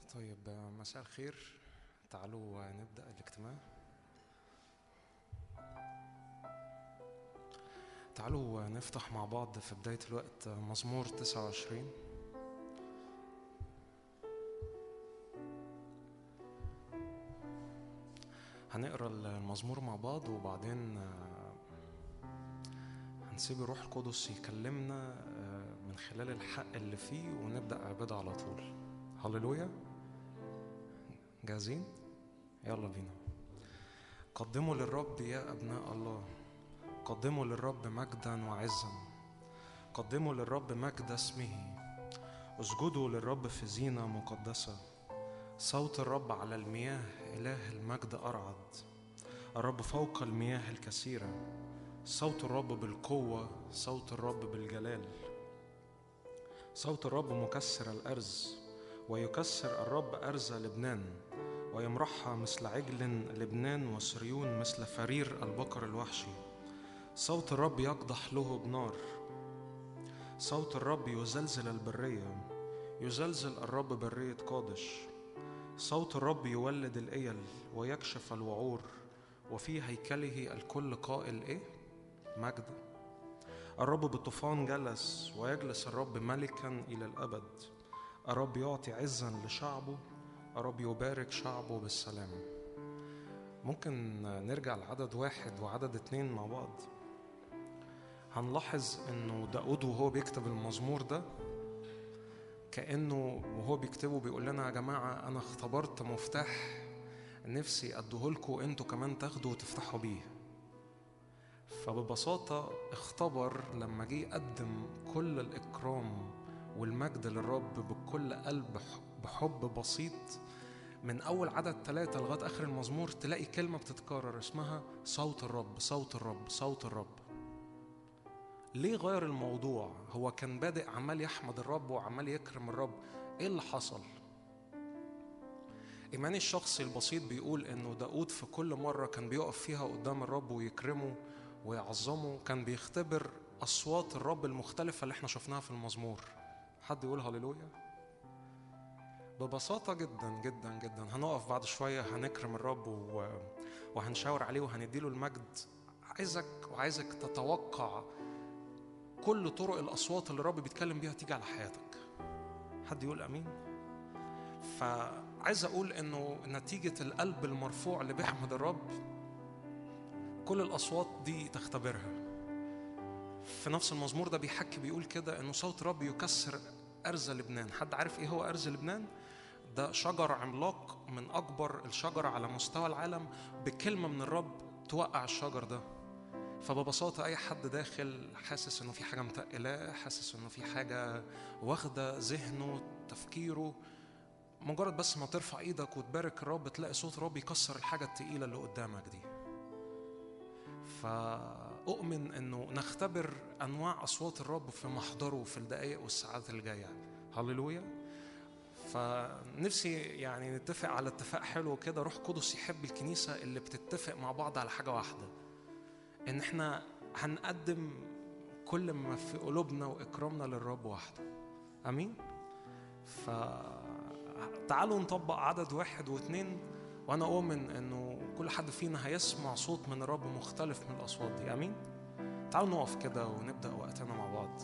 طيب، مساء الخير. تعالوا نبدأ الاجتماع. تعالوا نفتح مع بعض في بداية الوقت مزمور 29. هنقرأ المزمور مع بعض وبعدين هنسيب الروح القدس يكلمنا من خلال الحق اللي فيه ونبدأ عبادة على طول. هللويا. جاهزين؟ يلا بينا. قدموا للرب يا أبناء الله، قدموا للرب مجدا وعزا، قدموا للرب مجد اسمه، اسجدوا للرب في زينة مقدسة. صوت الرب على المياه، إله المجد أرعد، الرب فوق المياه الكثيرة. صوت الرب بالقوة، صوت الرب بالجلال. صوت الرب مكسر الأرز، ويكسر الرب أرز لبنان، ويمرحها مثل عجل لبنان، وسريون مثل فرير البقر الوحشي. صوت الرب يقدح له بنار، صوت الرب يزلزل البرية، يزلزل الرب برية قادش. صوت الرب يولد الإيل ويكشف الوعور، وفي هيكله الكل قائل مجد. الرب بالطوفان جلس، ويجلس الرب ملكا إلى الأبد. الرب يعطي عزا لشعبه، الرب يبارك شعبه بالسلام. ممكن نرجع لعدد 1 وعدد 2 مع بعض. هنلاحظ انه داود وهو بيكتب المزمور ده كأنه وهو بيكتبه بيقول لنا يا جماعة أنا اختبرت مفتاح نفسي أديهولكوا انتوا كمان تاخدوا وتفتحوا بيه. فببساطة اختبر لما جه يقدم كل الإكرام والمجد للرب بكل قلب بحب بسيط. من أول عدد 3 لغاية آخر المزمور تلاقي كلمة بتتكرر اسمها صوت الرب، صوت الرب، صوت الرب. ليه غير الموضوع؟ هو كان بادئ عمال يحمد الرب وعمال يكرم الرب. ايه اللي حصل؟ إيماني الشخصي البسيط بيقول إنه داود في كل مرة كان بيقف فيها قدام الرب ويكرمه ويعظمه كان بيختبر أصوات الرب المختلفة اللي احنا شفناها في المزمور. حد يقول هللويا؟ ببساطة جدا جدا جدا هنقف بعد شوية هنكرم الرب وهنشاور عليه وهنديله المجد. عايزك تتوقع كل طرق الأصوات اللي الرب بيتكلم بيها تيجي على حياتك. حد يقول أمين؟ فعايز أقول إنه نتيجة القلب المرفوع اللي بيحمد الرب كل الأصوات دي تختبرها. في نفس المزمور ده بيحكي بيقول كده إنه صوت الرب يكسر أرز لبنان. حد عارف إيه هو أرز لبنان؟ ده شجر عملاق من أكبر الشجر على مستوى العالم. بكلمة من الرب توقع الشجر ده. فببساطة أي حد داخل حاسس إنه في حاجة متقلاه، حاسس إنه في حاجة واخدة ذهنه تفكيره، مجرد بس ما ترفع إيدك وتبارك الرب تلاقي صوت الرب يكسر الحاجة التقيلة اللي قدامك دي. فأؤمن إنه نختبر أنواع أصوات الرب في محضره في الدقائق والساعات الجاية. هللويا. فنفسي يعني نتفق على اتفاق حلو كده. روح قدس يحب الكنيسة اللي بتتفق مع بعض على حاجة واحدة، إن احنا هنقدم كل ما في قلوبنا وإكرامنا للرب وحده. أمين. فتعالوا نطبق عدد 1 و2، وأنا أؤمن إنه كل حد فينا هيسمع صوت من الرب مختلف من الأصوات دي. أمين. تعالوا نقف كده ونبدأ وقتنا مع بعض.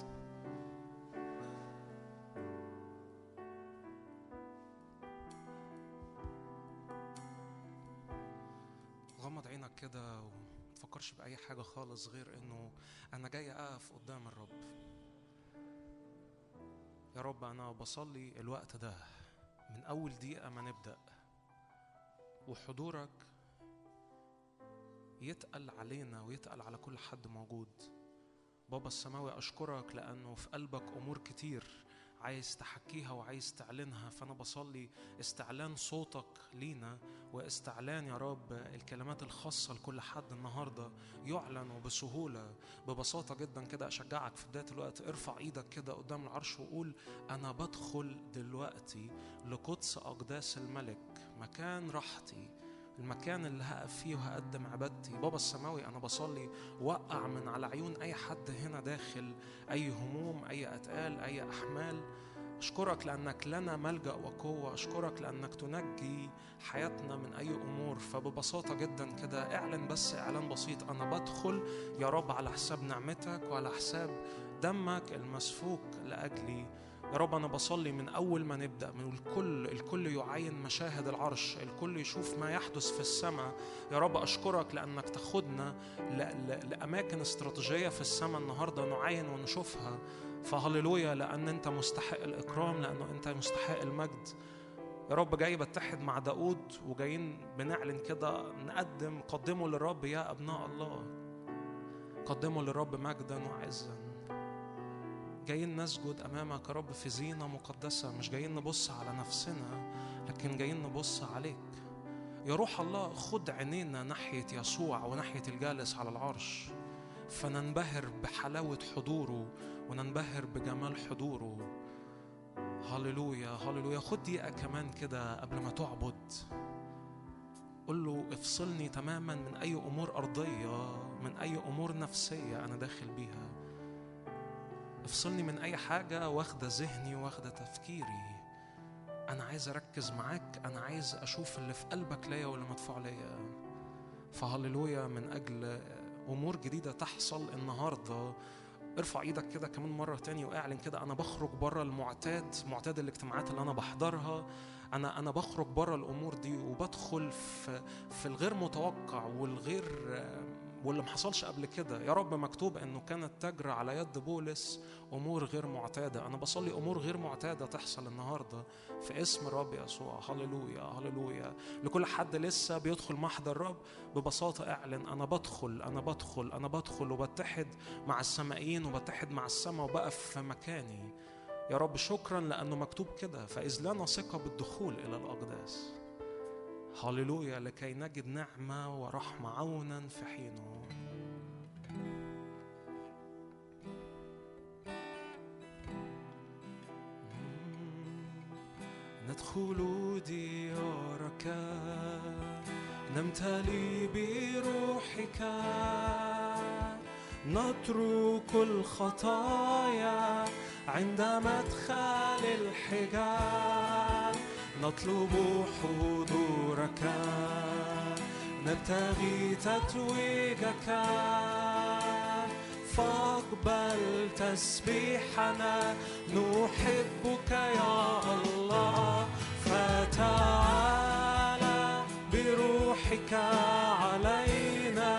غمض عينك كده ومتفكرش بأي حاجة خالص غير إنه أنا جاي أقف قدام الرب. يا رب أنا بصلي الوقت ده من أول دقيقة ما نبدأ وحضورك يتقل علينا ويتقل على كل حد موجود. بابا السماوي أشكرك لأنه في قلبك أمور كتير عايز تحكيها وعايز تعلنها. فأنا بصلي استعلان صوتك لينا واستعلان يا رب الكلمات الخاصة لكل حد النهاردة يعلن بسهولة. ببساطة جدا كده أشجعك في بداية الوقت ارفع ايدك كده قدام العرش وقول أنا بدخل دلوقتي لقدس أقداس الملك، مكان راحتي، المكان اللي هقف فيه وهقدم عبادتي. بابا السماوي أنا بصلي وقع من على عيون أي حد هنا داخل أي هموم، أي أتقال، أي أحمال. أشكرك لأنك لنا ملجأ وقوة. أشكرك لأنك تنجي حياتنا من أي أمور. فببساطة جدا كده اعلن بس إعلان بسيط: أنا بدخل يا رب على حساب نعمتك وعلى حساب دمك المسفوك لأجلي. يا رب أنا بصلي من أول ما نبدأ من الكل يعاين مشاهد العرش، الكل يشوف ما يحدث في السماء. يا رب أشكرك لأنك تاخدنا لأماكن استراتيجية في السماء النهاردة نعاين ونشوفها. فهللويا، لأن أنت مستحق الإكرام، لأنه أنت مستحق المجد. يا رب جاي بتحد مع داود وجايين بنعلن كده نقدم: قدموا للرب يا أبناء الله، قدموا للرب مجدا وعزا. جايين نسجد أمامك يا رب في زينة مقدسة، مش جايين نبص على نفسنا لكن جايين نبص عليك. يا روح الله خد عينينا ناحية يسوع وناحية الجالس على العرش، فننبهر بحلاوة حضوره وننبهر بجمال حضوره. هللويا هللويا. خد دقيقة كمان كده قبل ما تعبد، قل له: افصلني تماما من أي أمور أرضية، من أي أمور نفسية أنا داخل بيها. افصلني من أي حاجة واخدة ذهني واخدة تفكيري. أنا عايز أركز معاك، أنا عايز أشوف اللي في قلبك ليا واللي مدفوع ليا. فهللويا من أجل أمور جديدة تحصل النهاردة. ارفع ايدك كده كمان مرة تاني واعلن كده: أنا بخرج برا معتاد الاجتماعات اللي أنا بحضرها. أنا بخرج برا الأمور دي وبدخل في الغير متوقع واللي محصلش قبل كده. يا رب مكتوب أنه كانت تجرى على يد بولس أمور غير معتادة. أنا بصلي أمور غير معتادة تحصل النهاردة في اسم الرب يسوع. هللويا هللويا. لكل حد لسه بيدخل محضر الرب ببساطة اعلن: أنا بدخل وبتحد مع السمائيين وبتحد مع السماء وبقف في مكاني. يا رب شكرا لأنه مكتوب كده: فإذ لنا ثقة بالدخول إلى الأقداس. هللويا. لكي نجد نعمة ورحمة عونا في حينه. ندخل ديارك نمتلي بروحك، نترك الخطايا عند مدخل الحجاب، نطلب حضورك نبتغي تتويجك، فاقبل تسبيحنا نحبك يا الله. فتعالى بروحك علينا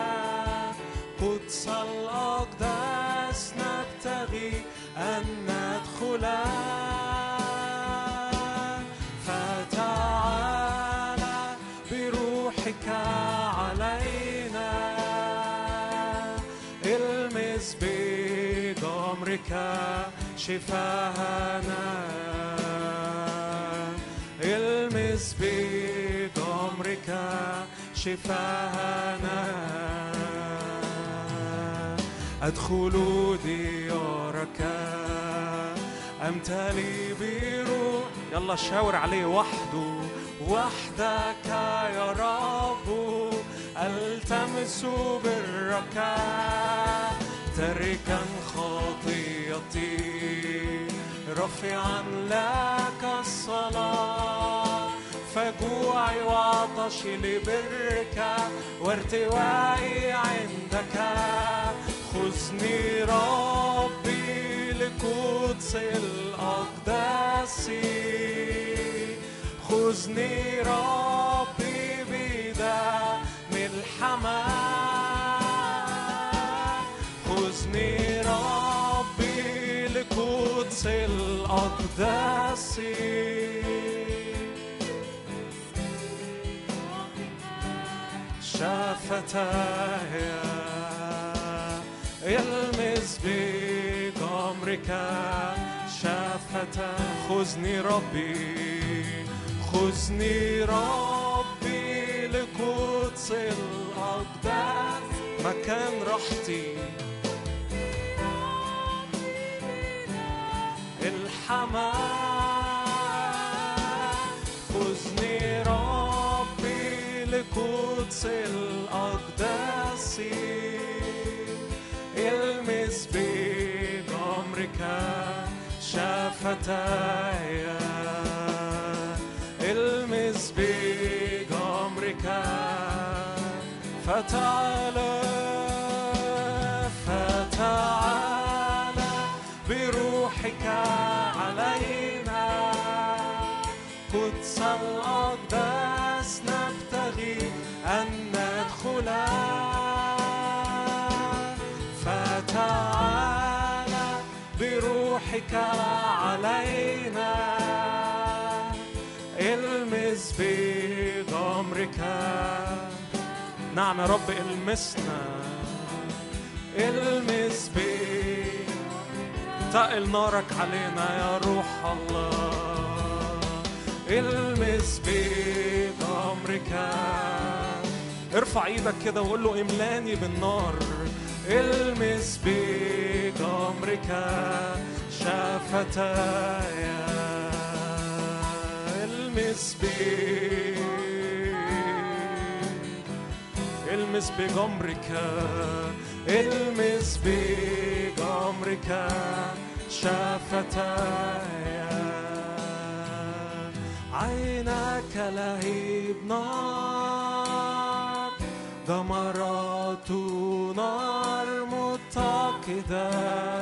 قدس الأقداس نبتغي أن ندخل. فتعالى بروحك علينا المس بضمرك شفاءنا، المس بضمرك شفاءنا. أدخل ديارك أمتلي بروح. يلا شاور عليه: وحدك يا رب ألتمس برك، تركا خطيئتي رافعا لك الصلاة، فجوعي وعطشي لبرك وارتوائي عندك. خذني ربي لقدس الأقداس، خذني ربي بدم الحمام، خذني ربي لقدس الأقداس. شفتاي المس بضمرك شفتا. خذني ربي لقدس الأقداس، مكان راحتي الحمام. خذني ربي لقدس الأقداس، المس بضمرك شفتا. شفتاي المس بجمرك فتعالى بروحك علينا قدس الأقداس نبتغي أن ندخل فتعالى بروحك علينا المس بغمرك. نعم يا رب المسنا المس تقل نارك علينا يا روح الله المس بغمرك. ارفع ايدك كده وقول له املاني بالنار المس بغمرك شفتاي المس بغمرك المس بغمرك شفتاي عينك لهيب نار جمرات نار متقدة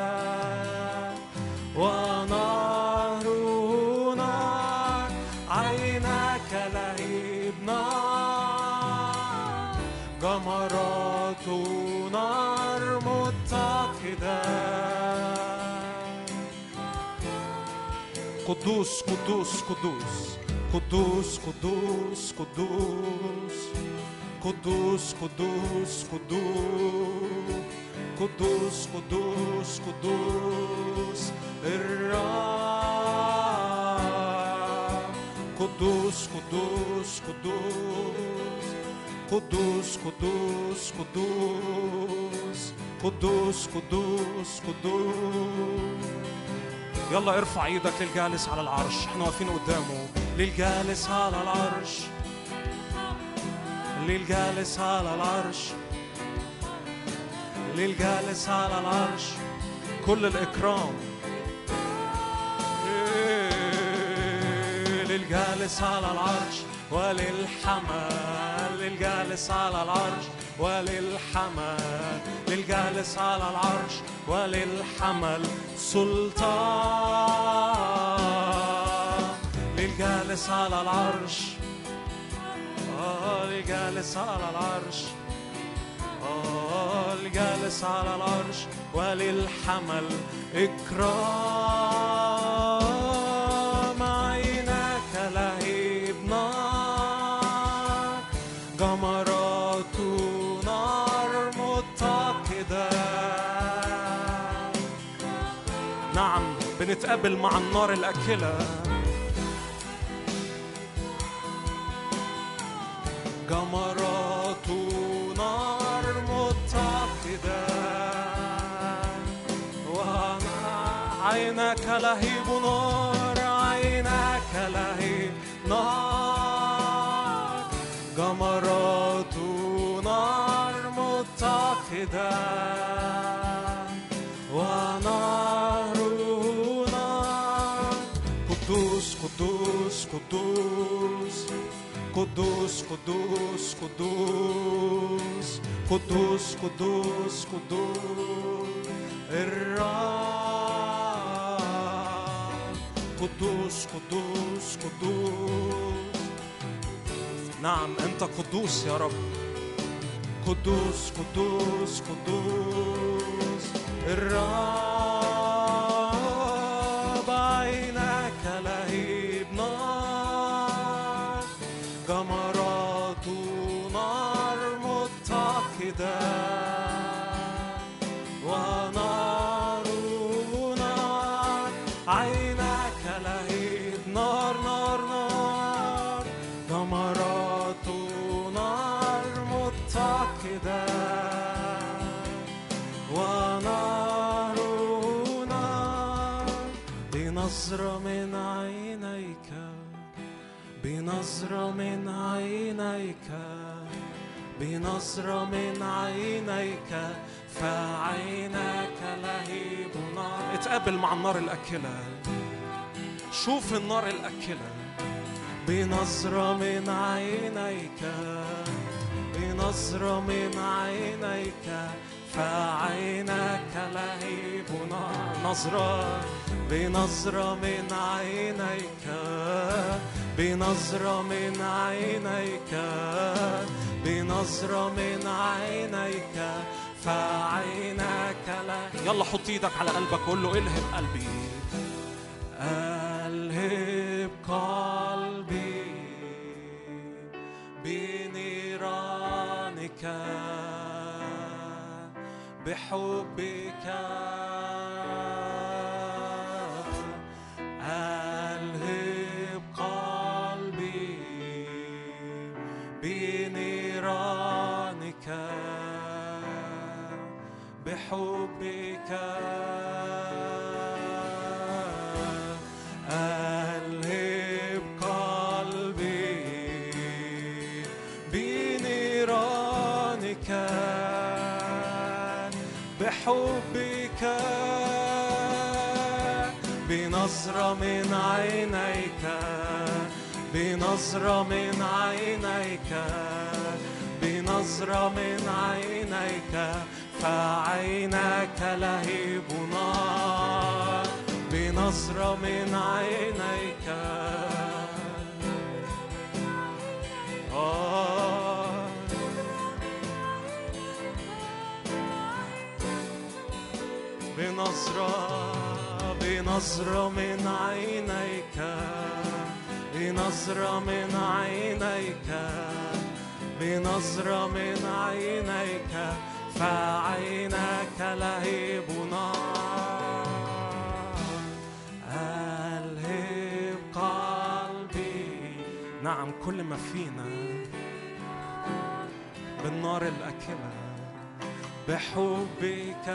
ونار نار عينك لهيب نار جمرات نار متقدة. قدوس قدوس قدوس قدوس قدوس قدوس قدوس قدوس قدوس قدوس قدوس الرب قدوس قدوس قدوس قدوس قدوس قدوس قدوس قدوس. يلا ارفع ايدك للجالس على العرش، احنا واقفين قدامه. للجالس على العرش للجالس على العرش للجالس على العرش كل الإكرام. للجالس على العرش وللحمل للجالس على العرش وللحمل للجالس على العرش وللحمل سلطان للجالس على العرش للجالس على العرش الجالس على العرش وللحمل إكرام عينك لهيب نار جمرات نار متقدة. نعم بنتقابل مع النار الأكلة جمرات نار متقدة عينك لهيب نار عينك لهيب نار جمرات نار متقدة ونار نار قدوس قدوس قدوس قدوس قدوس قدوس قدوس قدوس قدوس الرب قدوس قدوس قدوس. نعم أنت قدوس يا رب قدوس قدوس قدوس الرب عينك لهيب نار جمرات نار متقدة ونار نار عينك لهيب نار نار نار جمرات نار متقدة ونار نار بنظرة من عينيك بنظرة من عينيك بنظرة من عينيك فعينك لهيب نار. اتقابل مع النار الأكلة شوف النار الأكلة بنظرة من عينيك، بنظرة من عينيك، فعينك لهيب نار. نظرة بنظرة من عينيك، بنظرة من عينيك، بنظرة من عينيك، فعينك لهيب. يلا حط ايدك على قلبك قول له الهب قلبي، الهب قلبي بنيرانك، بحبك، الهب قلبي بنيرانك، بحبك، الهب قلبي بنيرانك، بحبك، بنظرة من عينيك، بنظرة من عينيك، بنظرة من عينيك، فعينك لهيب نار. بنظرة من عينيك، بنظرة من عينيك، بنظرة من عينيك، بنظرة من عينيك، فعينك لهيب نار. الهب قلبي، نعم كل ما فينا بالنار الأكلة، بحبك،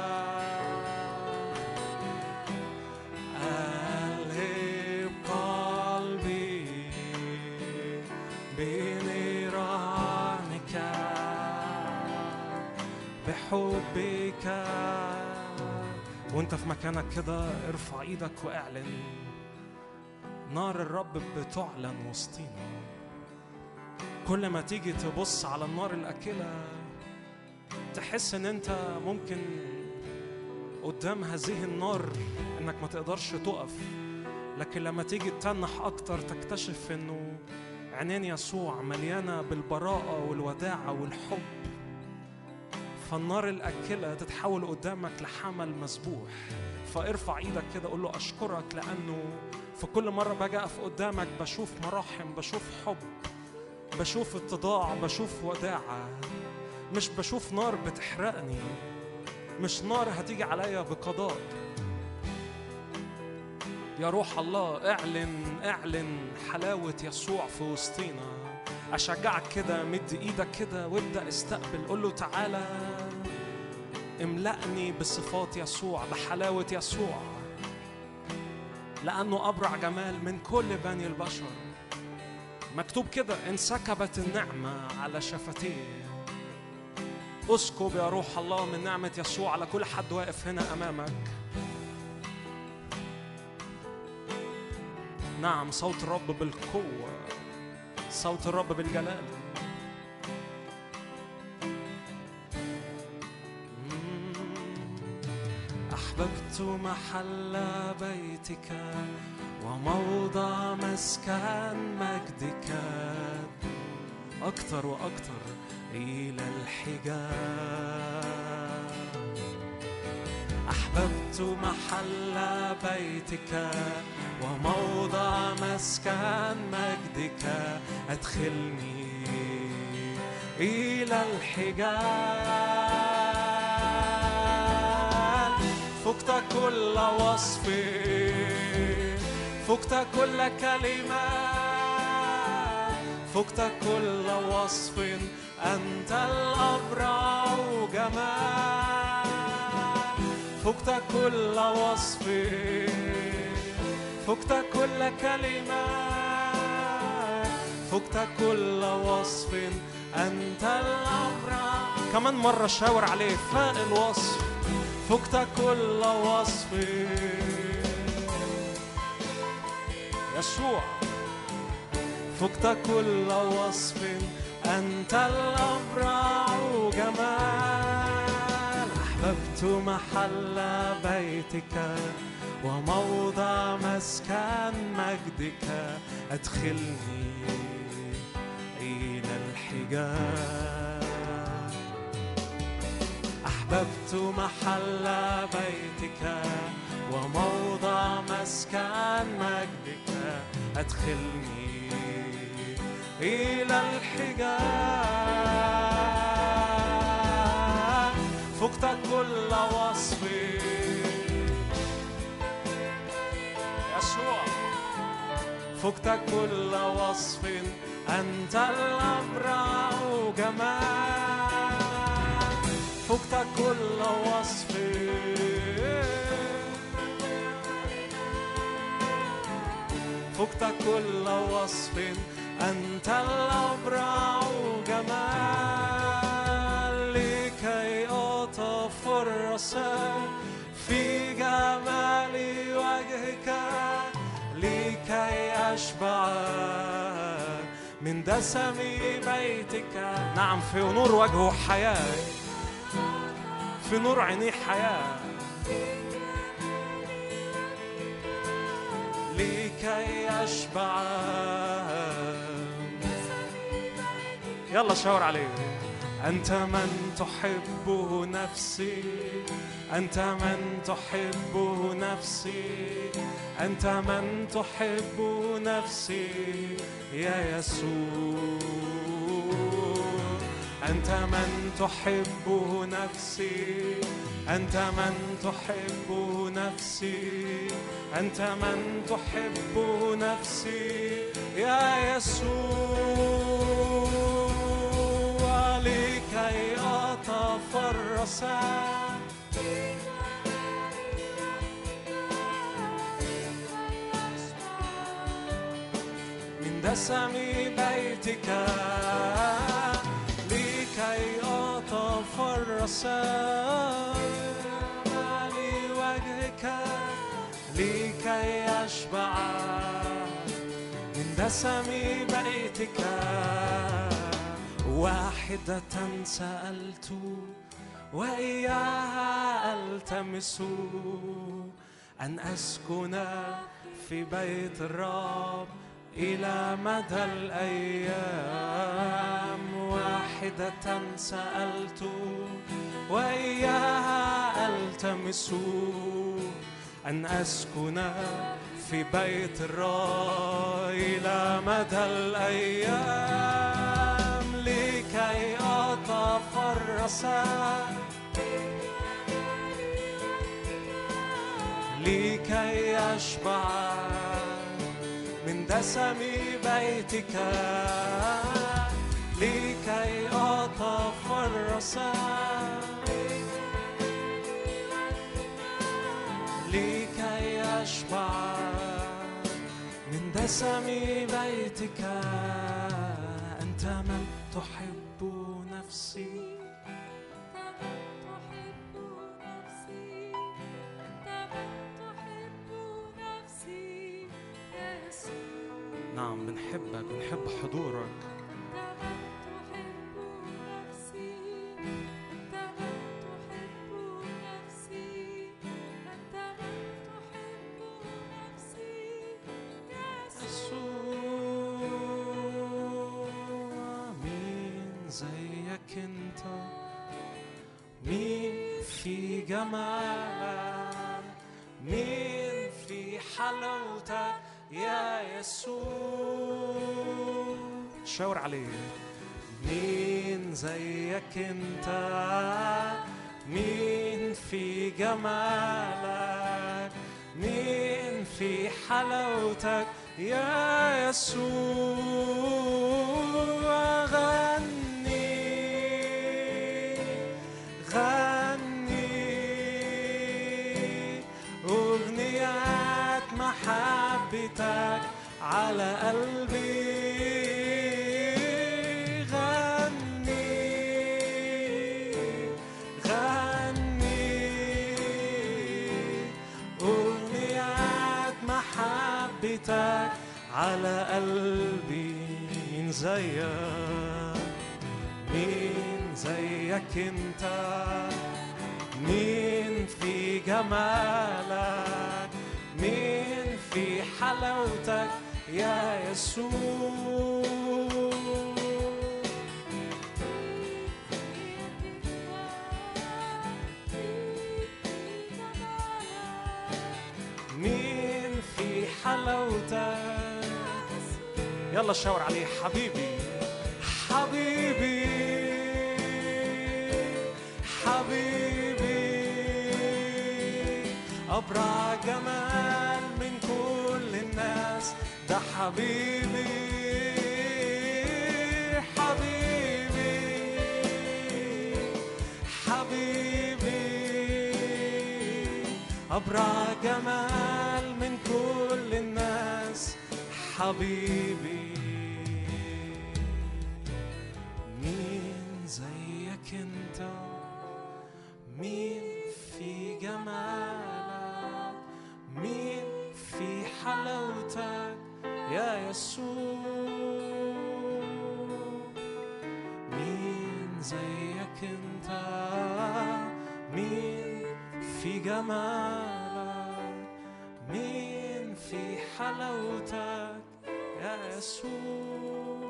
الهب قلبي بنيرانك، بحبك. وانت في مكانك كده ارفع ايدك واعلن، نار الرب بتعلن وسطينا. كل ما تيجي تبص على النار الأكلة تحس ان انت ممكن قدام هذه النار انك ما تقدرش تقف، لكن لما تيجي تتنح اكتر تكتشف انه عينين يسوع مليانة بالبراءة والوداعة والحب. فالنار الأكلة تتحول قدامك لحمل مسبوح. فارفع ايدك كده قول له اشكرك، لانه في كل مرة باجي اقف قدامك بشوف مراحم، بشوف حب، بشوف اتضاع، بشوف وداعة. مش بشوف نار بتحرقني، مش نار هتيجي عليا بقضاء. يا روح الله اعلن حلاوة يسوع في وسطينا. أشجعك كده، مد إيدك كده وابدأ استقبل. قول له تعالى املأني بصفات يسوع، بحلاوة يسوع، لأنه أبرع جمال من كل بني البشر. مكتوب كده انسكبت النعمة على شفتيه. اسكب يا روح الله من نعمة يسوع على كل حد واقف هنا أمامك. نعم، صوت الرب بالقوة، صوت الرب بالجلال. أحببت محل بيتك وموضع مسكن مجدك أكتر وأكتر إلى الحجاب. أحببت محل بيتك وموضع مسكن مجدك، أدخلني إلى الحجاب. فقت كل وصف، فقت كل كلمة، فقت كل وصف، أنت الأبرع جمال. فقت كل وصف، فقت كل كلمة، فقت كل وصف، أنت الأبرع. كمان مرة شاور عليه، فاق الوصف. فقت كل وصف، يسوع فقت كل وصف، أنت الأبرع جمال. أحببت محل بيتك وموضع مسكن مجدك، أدخلني إلى الحجاب. أحببت محل بيتك وموضع مسكن مجدك، أدخلني إلى الحجاب. فقت كل وصف يسوع، فقت كل وصف، أنت الأبرع جمال. فقت كل وصف، فقت كل وصف، أنت الأبرع جمال. لكي أتفرس في جمال وجهك، لكي أشبع من دسم بيتك. نعم، في نور وجهه حياة، في نور عينيه حياة. لكي أشبع. يلا شاور عليه. أنت من تحبه نفسي، أنت من تحبه نفسي، أنت من تحبه نفسي يا يسوع. أنت من تحبه نفسي، أنت من تحبه نفسي، أنت من تحبه نفسي يا يسوع. لكي أتفرس من دسم بيتك، لكي أتفرس لوجهك، لكي أشبع من دسم بيتك. واحدة سألت وإياها ألتمس، أن أسكن في بيت الرب إلى مدى الأيام. واحدة سألت وإياها ألتمس، أن أسكن في بيت الرب إلى مدى الأيام. لكي أتفرس، لكي أشبع من دسم بيتك، لكي أتفرس، لكي أشبع من دسم بيتك. أنت من تحب نفسي، نعم بنحبك، بنحب حضورك. زيك انت مين في جمالك، مين في حلاوتك يا يسوع. شاور عليه. مين زيك انت، مين في جمالك، مين في حلاوتك يا يسوع. غني أغنيات محبتك على قلبي. غني أغنيات محبتك على قلبي. مين زيك، مين زيك انت، مين في جمالك، مين في حلاوتك يا يسوع. مين في حلاوتك، يلا شاور عليه. حبيبي حبيبي حبيبي، أبرع جمال من كل الناس، ده حبيبي حبيبي حبيبي، أبرع جمال من كل الناس حبيبي. مين زيك انت، مين في جمالك، مين في حلاوتك يا يسوع. مين زيك انت، مين في جمالك، مين في حلاوتك يا يسوع.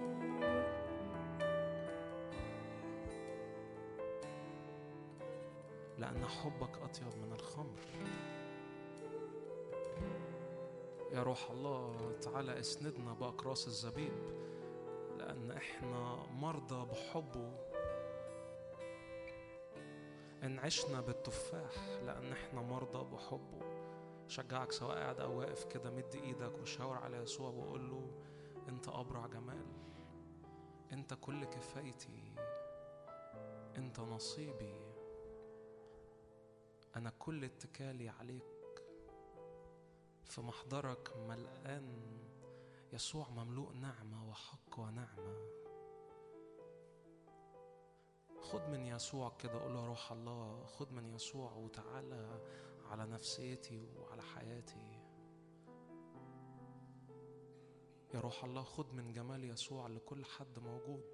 لأن حبك أطيب من الخمر. يا روح الله تعالى اسندنا بأقراص الزبيب، لأن إحنا مرضى بحبه. إن عشنا بالتفاح لأن إحنا مرضى بحبه. شجعك سواء قاعد أو واقف كده، مد إيدك وشاور على يسوع وقول له أنت أبرع جمال، أنت كل كفايتي، أنت نصيبي، أنا كل اتكالي عليك. في محضرك ملآن يسوع، مملوء نعمة وحق ونعمة. خد من يسوع كده، قول له روح الله خد من يسوع وتعالى على نفسيتي وعلى حياتي. يا روح الله خد من جمال يسوع لكل حد موجود.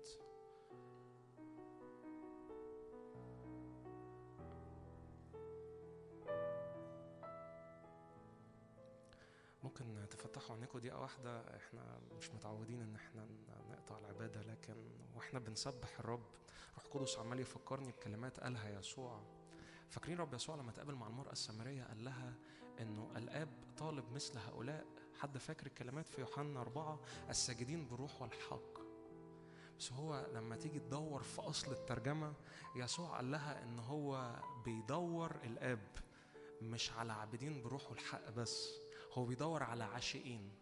ممكن تفتحوا عينيكم دقيقة واحدة. احنا مش متعودين ان احنا نقطع العبادة، لكن واحنا بنسبح الرب روح قدس عمال يفكرني بكلمات قالها يسوع. فاكرين رب يسوع لما تقابل مع المرأة السامرية قال لها انه الاب طالب مثل هؤلاء؟ حد فاكر الكلمات في يوحنا 4؟ الساجدين بالروح والحق. بس هو لما تيجي تدور في اصل الترجمة، يسوع قال لها ان هو بيدور الاب مش على عابدين بروح والحق بس، هو بيدور على عاشقين.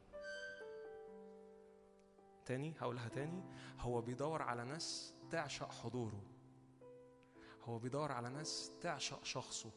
تاني هقولها تاني، هو بيدور على ناس تعشق حضوره، هو بيدور على ناس تعشق شخصه.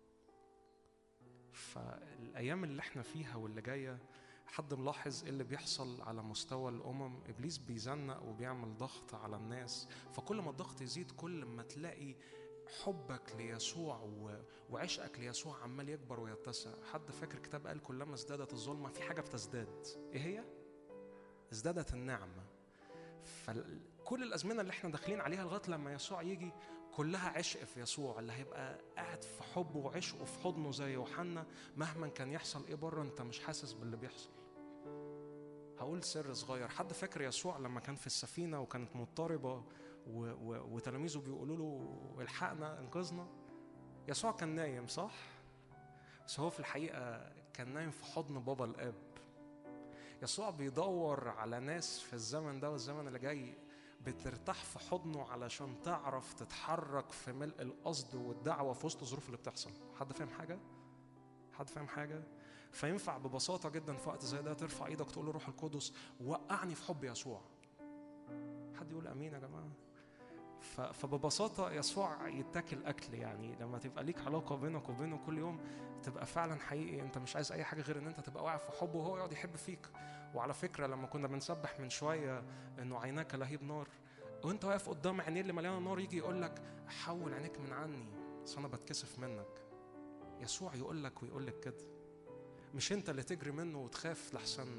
فالأيام اللي احنا فيها واللي جاية، حد ملاحظ ايه اللي بيحصل على مستوى الأمم؟ إبليس بيزنق وبيعمل ضغط على الناس، فكل ما الضغط يزيد كل ما تلاقي حبك ليسوع وعشقك ليسوع عمال يكبر ويتسع. حد فاكر كتاب قال كلما ازدادت الظلمة في حاجة بتزداد، ايه هي؟ ازدادت النعمة. فكل الأزمنة اللي احنا داخلين عليها لغاية لما يسوع يجي كلها عشق في يسوع، اللي هيبقى قاعد في حبه وعشقه في حضنه زي يوحنا. مهما كان يحصل ايه بره انت مش حاسس باللي بيحصل. هقول سر صغير. حد فاكر يسوع لما كان في السفينة وكانت مضطربة وتلاميذه بيقولوا له الحقنا انقذنا؟ يسوع كان نايم صح؟ بس هو في الحقيقة كان نايم في حضن بابا الآب. يسوع بيدور على ناس في الزمن ده والزمن اللي جاي بترتاح في حضنه علشان تعرف تتحرك في ملء القصد والدعوة في وسط الظروف اللي بتحصل. حد فاهم حاجة؟ حد فاهم حاجة؟ فينفع ببساطة جدا في وقت زي ده ترفع ايدك تقول له روح القدس وقعني في حب يسوع. حد يقول امين يا جماعة؟ فببساطة يسوع يتاكل أكل. يعني لما تبقى ليك علاقة بينك وبينه كل يوم تبقى فعلا حقيقي أنت مش عايز أي حاجة غير أن أنت تبقى واقع في حبه وهو يقعد يحب فيك. وعلى فكرة لما كنا بنسبح من شوية أنه عيناك لهيب نار، وأنت واقف قدام عينيه اللي مليانة نار يجي يقول لك حول عينيك من عني بس أنا بتكسف منك. يسوع يقول لك ويقول لك كده، مش أنت اللي تجري منه وتخاف لحسن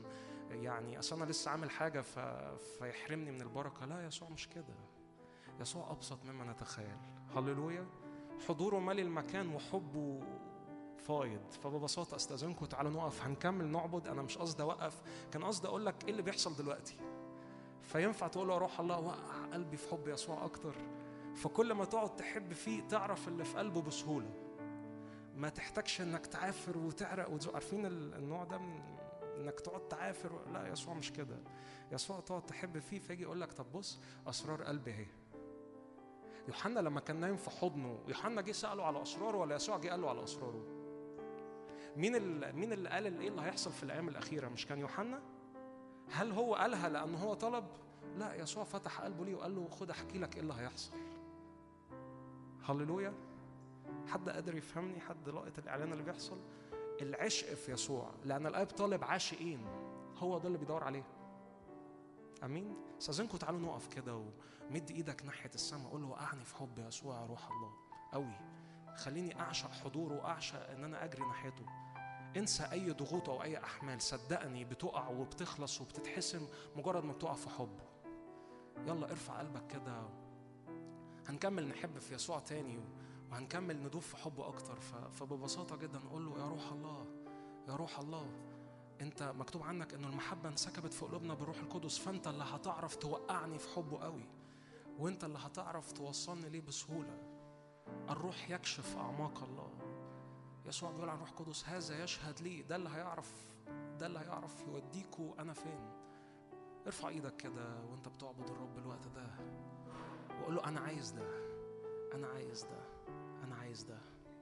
يعني أصل أنا لسه عامل حاجة فيحرمني من البركة. لا، يسوع مش كده. يسوع أبسط مما نتخيل. هللويا. حضوره مالي المكان وحبه فايض. فببساطة استأذنكم تعالوا نقف، هنكمل نعبد. أنا مش قصدي أوقف، كان قصدي أقول لك إيه اللي بيحصل دلوقتي. فينفع تقول له يا روح الله وقع قلبي في حب يسوع أكتر. فكل ما تقعد تحب فيه تعرف اللي في قلبه بسهولة، ما تحتاجش إنك تعافر وتعرق وتزق. عارفين النوع ده من إنك تقعد تعافر؟ لا، يسوع مش كده. يسوع تقعد تحب فيه فيجي يقول لك طب بص أسرار قلبي اهي. يوحنا لما كان نايم في حضنه، يوحنا جه سأله على أسراره ولا يسوع جه قال له على أسراره؟ مين اللي قال ايه اللي هيحصل في الأيام الأخيرة؟ مش كان يوحنا؟ هل هو قالها لأنه هو طلب؟ لا، يسوع فتح قلبه ليه وقال له خد أحكي لك ايه اللي هيحصل. هللويا. حد قادر يفهمني؟ حد لاقط الإعلان اللي بيحصل؟ العشق في يسوع، لأن الآب طالب عاشقين، هو ده اللي بيدور عليه. أمين. استاذنكم تعالوا نقف كده ومد إيدك ناحية السماء، قول له وقعني في حب يسوع يا روح الله قوي. خليني أعشق حضوره وأعشق إن أنا أجري ناحيته. انسى أي ضغوط أو أي أحمال، صدقني بتقع وبتخلص وبتتحسم مجرد ما بتقع في حبه. يلا ارفع قلبك كده. هنكمل نحب في يسوع تاني وهنكمل ندوب في حبه أكتر. فببساطة جدا نقول له يا روح الله، يا روح الله، أنت مكتوب عنك إنه المحبة انسكبت في قلوبنا بالروح القدس، فأنت اللي هتعرف توقعني في حبه قوي، وأنت اللي هتعرف توصلني ليه بسهولة. الروح يكشف أعماق الله. يسوع بيقول عن روح قدس هذا يشهد لي. ده اللي هيعرف يوديكوا أنا فين. ارفع إيدك كده وأنت بتعبد الرب الوقت ده وقول له أنا عايز ده، أنا عايز ده، أنا عايز ده.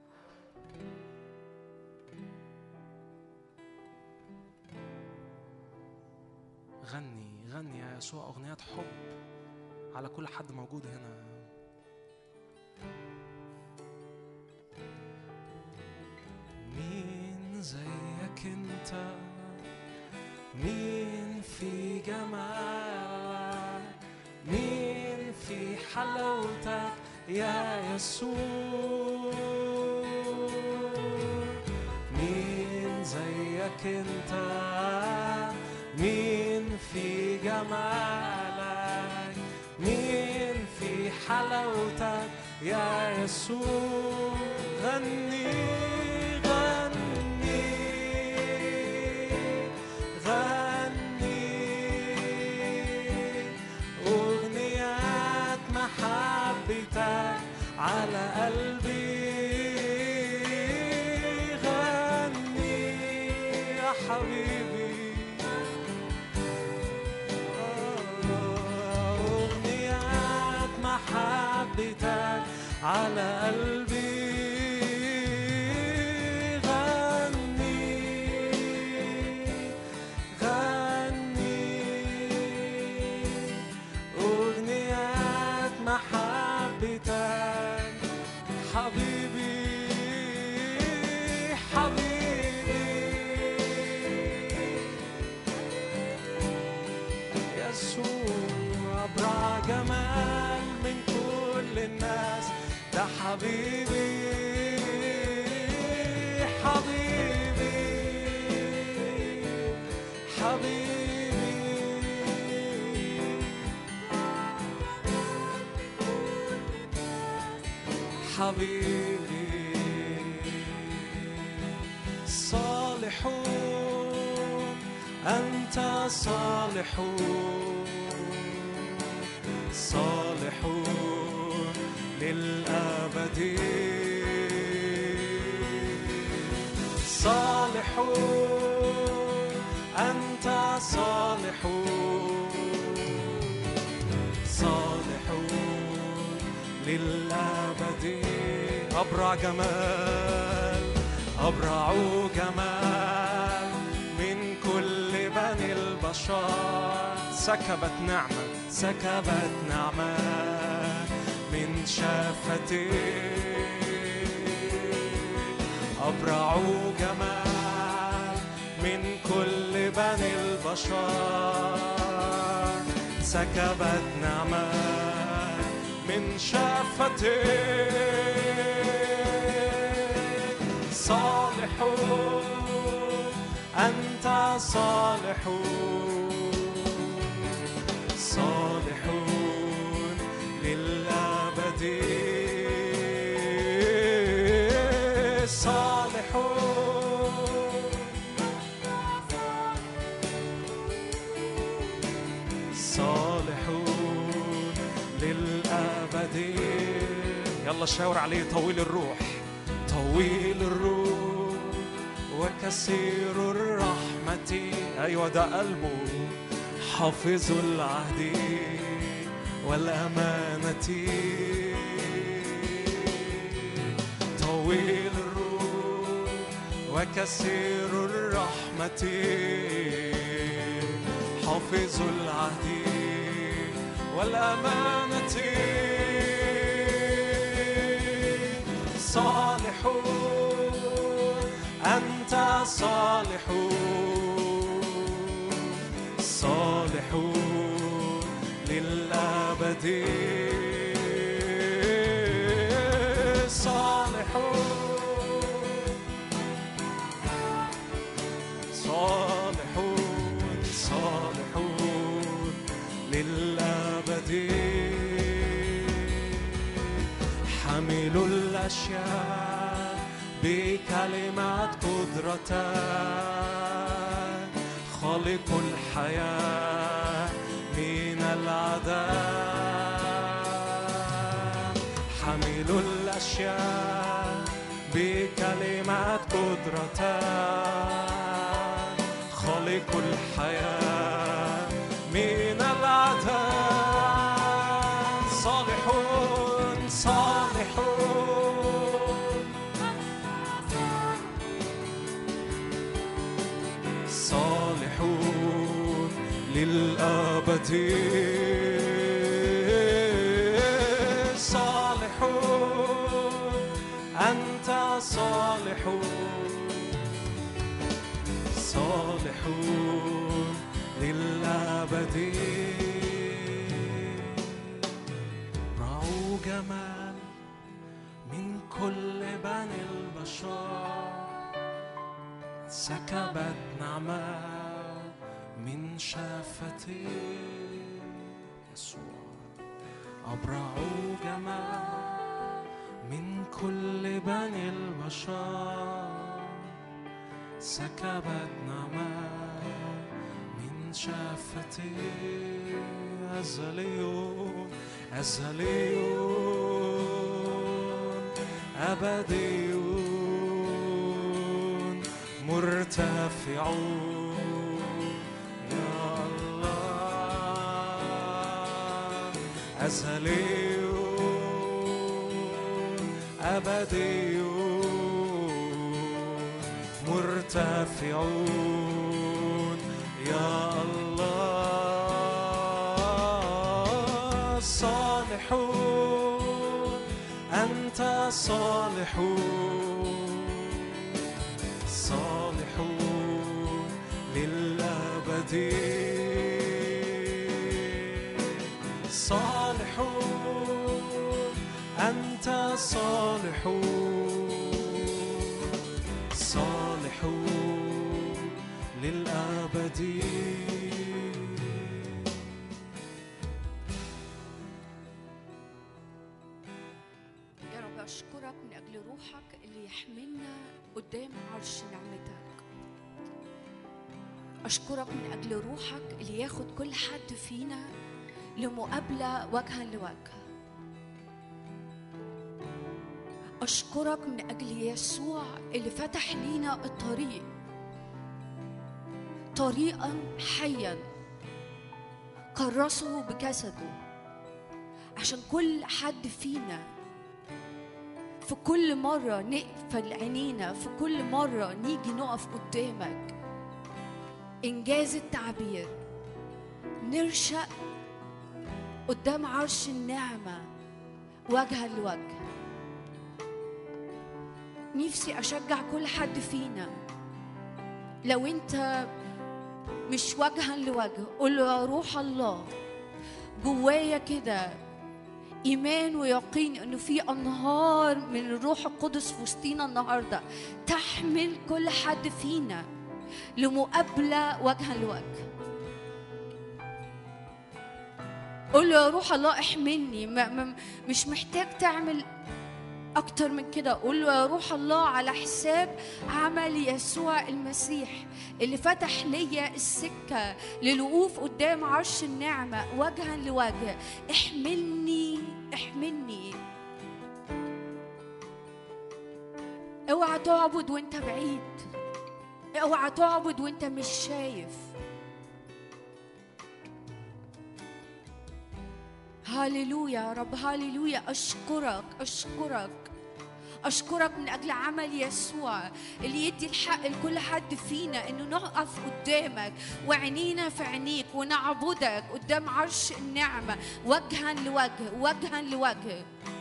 غني يا يسوع أغنيات حب على كل حد موجود هنا. مين زيك انت؟ مين في جمالك؟ مين في حلاوتك يا يسوع؟ مين زيك انت؟ مين في جمالك؟ مين في حلاوتك يا يسوع؟ غني غني غني أغنيات محبتك على قلبي. غني يا حبيبي أغنيات محبتك على قلبي. جمال من كل الناس ده حبيبي حبيبي حبيبي حبيبي. صالحون أنت صالحون صالحون للأبد. صالحون أنت صالحون صالحون للأبد. أبرع جمال أبرع جمال من كل بني البشر. سكبت نعمة من شفتي. أبرع جمال من كل بني البشر. سكبت نعمة من شفتي. صالحون أنت أنت صالحون صالحون للأبد صالحون صالحون للأبد. يلا شاور عليه. طويل الروح طويل الروح وكثير الرحمة. أيوة ده قلبه. حافظ العهد والأمانة. طويل الروح وكثير الرحمة. حافظ العهد والأمانة. صالحون أنت صالحون صالحون للأبد صالحون صالحون صالحون للأبد. حامل الأشياء بكلمات قدرتك. خالق الحياة من العدم. حامل الأشياء بكلمات قدرتك. خالق الحياة من العدم. صالحون صالحون صالحون للأبد صالحون أنت صالحون صالحون للأبد. رأوا جمال من كل بني البشر. سكبت نعمة من شفتي يسوع. أبرعوا جمال من كل بني البشر. سكبت نعمة من شفتي. أزليون أزليون أبديون مرتفعون يا الله. أزليون أبديون مرتفعون يا الله. صالحون أنت صالحون صالحون للأبد صالحون أنت صالحون صالحون للأبد. يا رب أشكرك من أجل روحك اللي يحملنا قدام عرش نعمتك. أشكرك من أجل روحك اللي ياخد كل حد فينا لمقابلة وجها لوجه. أشكرك من أجل يسوع اللي فتح لينا الطريق، طريقا حيا كرسه بجسده، عشان كل حد فينا في كل مرة نقفل عينينا، في كل مرة نيجي نقف قدامك، إنجاز التعبير، نرشق قدام عرش النعمة وجها لوجه. نفسي أشجع كل حد فينا، لو أنت مش وجها لوجه قول له يا روح الله، جوايا كده إيمان ويقين إنه في أنهار من الروح القدس في وسطينا النهاردة تحمل كل حد فينا لمقابلة وجها لوجه. قول له يا روح الله احملني. مش محتاج تعمل أكتر من كده. قول له يا روح الله على حساب عمل يسوع المسيح اللي فتح ليا السكة للوقوف قدام عرش النعمة وجها لوجه، احملني احملني. اوعى تعبد وانت بعيد، اوعى تعبد وانت مش شايف. هاليلويا يا رب، هاليلويا. أشكرك أشكرك أشكرك من أجل عمل يسوع اللي يدي الحق لكل حد فينا إنه نقف قدامك وعينينا في عينيك ونعبدك قدام عرش النعمة وجها لوجه وجها لوجه.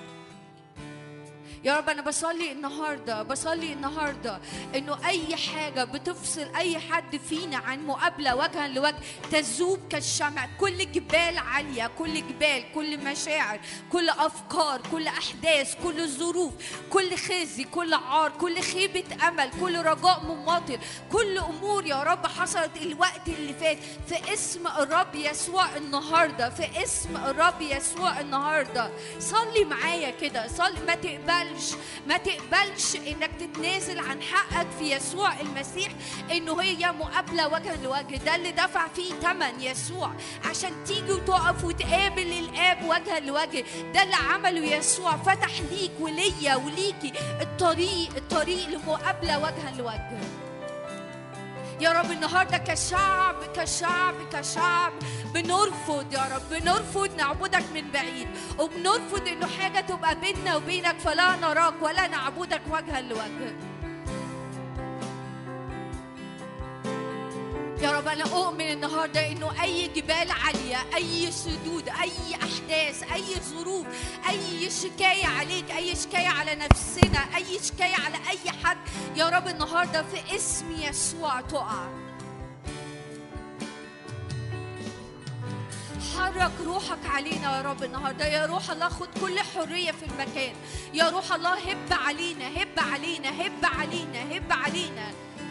يا رب أنا بصلي النهاردة إنه أي حاجة بتفصل أي حد فينا عن مقابلة وجها لوجه تذوب كالشمع. كل جبال عالية، كل جبال، كل مشاعر، كل أفكار، كل أحداث، كل ظروف، كل خزي، كل عار، كل خيبة أمل، كل رجاء مماطل، كل أمور يا رب حصلت الوقت اللي فات، في اسم الرب يسوع النهاردة، في اسم الرب يسوع النهاردة. صلي معايا كده، صلي. ما تقبلش انك تتنازل عن حقك في يسوع المسيح، انه هي مقابله وجها لوجه. ده اللي دفع فيه ثمن يسوع عشان تيجي وتقف وتقابل الاب وجها لوجه. ده اللي عمله يسوع، فتح ليك وليا وليكي الطريق لمقابله وجها لوجه. يا رب النهارده كشعب بنرفض يا رب، بنرفض نعبدك من بعيد، وبنرفض انه حاجه تبقى بيننا وبينك فلا نراك ولا نعبدك وجها لوجه. يا رب أنا أؤمن النهاردة إنه أي جبال عالية، أي سدود، أي أحداث، أي ظروف، أي شكاية عليك، أي شكاية على نفسنا، أي شكاية على أي حد، يا رب النهاردة في اسم يسوع تقع. حرك روحك علينا يا رب النهارده. يا روح الله خد كل حرية في المكان. يا روح الله هب علينا هب علينا هب علينا هب علينا.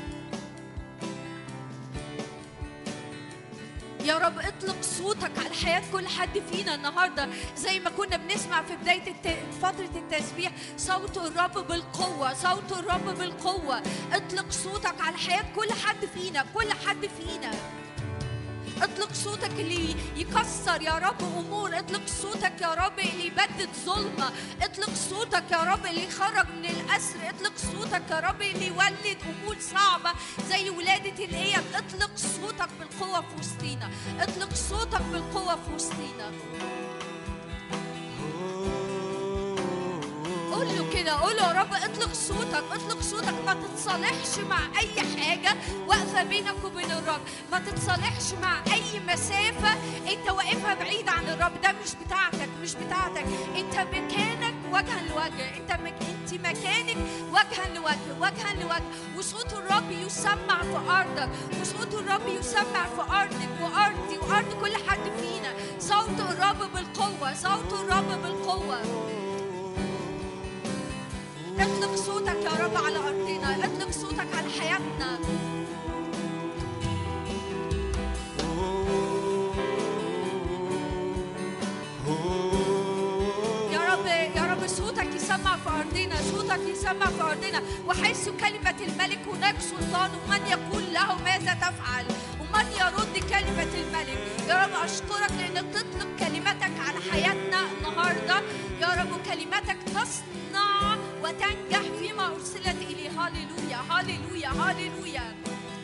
يا رب اطلق صوتك على حياة كل حد فينا النهاردة، زي ما كنا بنسمع في بداية فترة التسبيح، صوت الرب بالقوة، صوت الرب بالقوة. اطلق صوتك على حياة كل حد فينا، كل حد فينا. اطلق صوتك اللي يكسر يا رب أمور، اطلق صوتك يا رب اللي يبدد ظلمة، اطلق صوتك يا رب اللي يخرج من الأسر، اطلق صوتك يا رب اللي يولد أمور صعبة زي ولادة الأيام. اطلق صوتك بالقوة في وسطينا، اطلق صوتك بالقوة في وسطينا. قول له كده، قول له يا رب اطلق صوتك، اطلق صوتك. ما تتصالحش مع أي حاجة واقفة بينك وبين الرب، ما تتصالحش مع أي مسافة أنت واقفها بعيد عن الرب. ده مش بتاعتك، مش بتاعتك. أنت مكانك وجها لوجه، أنت مكانك وجها لوجه، وجها لوجه. وصوت الرب يسمع في أرضك، وصوت الرب يسمع في أرضك وأرضي وأرض كل حد فينا. صوت الرب بالقوة، صوت الرب بالقوة. اطلق صوتك يا رب على أرضنا، اطلق صوتك على حياتنا. يا رب صوتك يسمع في أرضنا، صوتك يسمع في أرضنا. وحيث كلمة الملك هناك سلطان، ومن يقول له ماذا تفعل ومن يرد كلمة الملك. يا رب أشكرك لأنك تطلق كلمتك على حياتنا النهاردة يا رب، كلمتك تصنع وتنجح فيما أرسلت إليه. هاليلويا هاليلويا هاليلويا.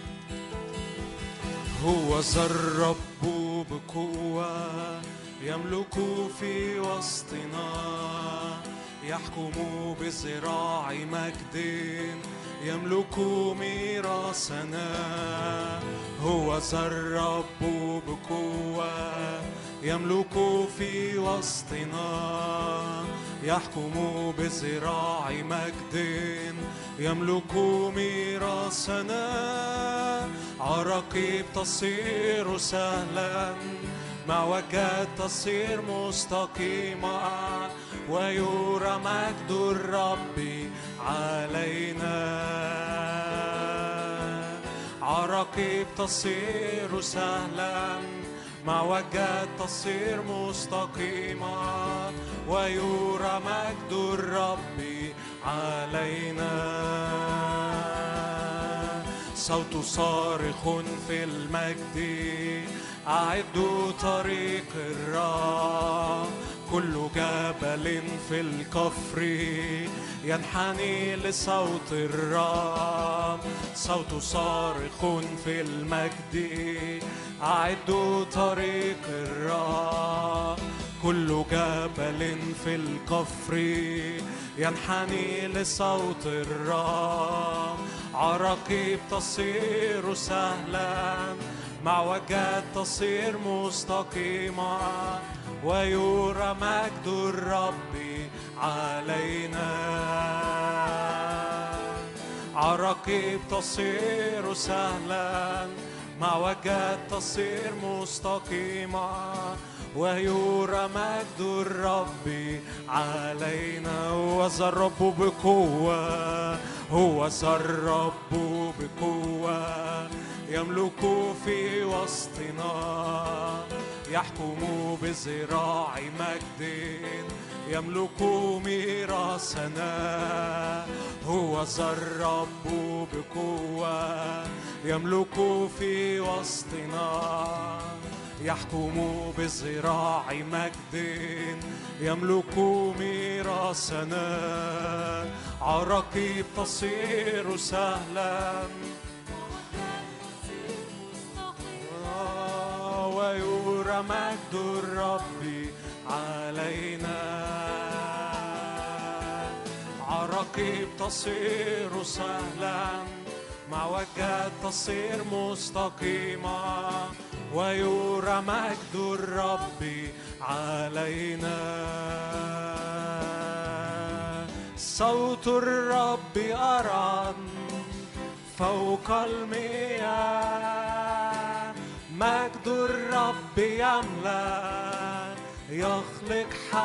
هو ذا الرب بقوة يملك في وسطنا، يحكم بذراع مجد يملك ميراثنا. هو ذا الرب بقوة يملك في وسطنا، يحكم بذراع مجد يملك ميراثنا. عراقيب تصير سهلا، معوجات تصير مستقيمة، ويرى مجد الرب علينا. عراقيب تصير سهلا، معوجات تصير مستقيمة، ويرى مجد الرب علينا. صوت صارخ في المجد، أعدوا طريق الرب، كل جبل في الكفر ينحني لصوت الرب. صوت صارخ في المجد، أعدوا طريق الرب، كل جبل في الكفر ينحني لصوت الرب. عراقيب تصير سهلا، معوجات تصير مستقيمة، ويرى مجد الرب علينا. عراقيب تصير سهلا، معوجات تصير مستقيمة، ويرى مجد الرب علينا. هو ذا الرب بقوة، هو ذا الرب بقوة، يملك في وسطنا، يحكم بذراع مجد، يملك ميراثنا. هو ذا الرب بقوة، يملك في وسطنا، يحكم بذراع مجد، يملك ميراثنا. عراقيب تصير سهلا، ويرى مجد الرب علينا. عراقيب تصير سهلا، معوجات تصير مستقيمة، ويرى مجد الرب علينا. صوت الرب أرعد فوق المياه، مجد الرب يملأ يخلق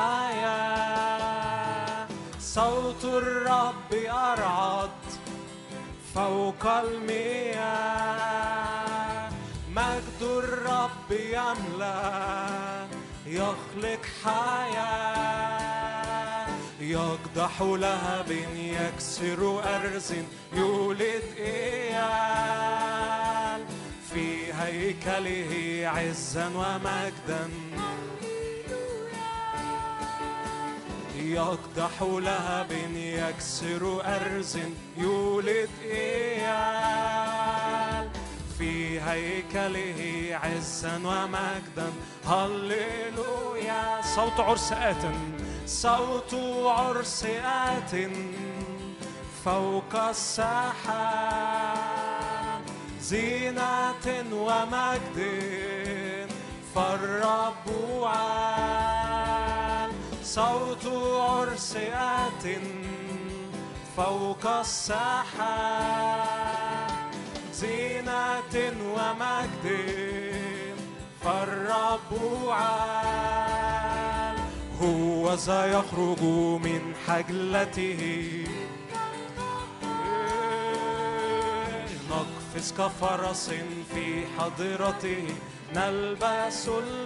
حياة. صوت الرب أرعد فوق المياه، مجد الرب يملأ يخلق حياة. يقدح لهب يكسر أرز، يولد إيال، في هيكله عزا ومجدا. يقدح لهب يكسر أرز، يولد إيال، في هيكله عزا ومجدا. هللويا. صوت عرس آت، صوت عرس آت فوق السحاب، زينة ومجد فالرب عال. صوت عرس آت فوق السحاب، زينة ومجد فالرب عال. هو ذا يخرج من حجلته، نقفز كفرس في حضرته، نلبس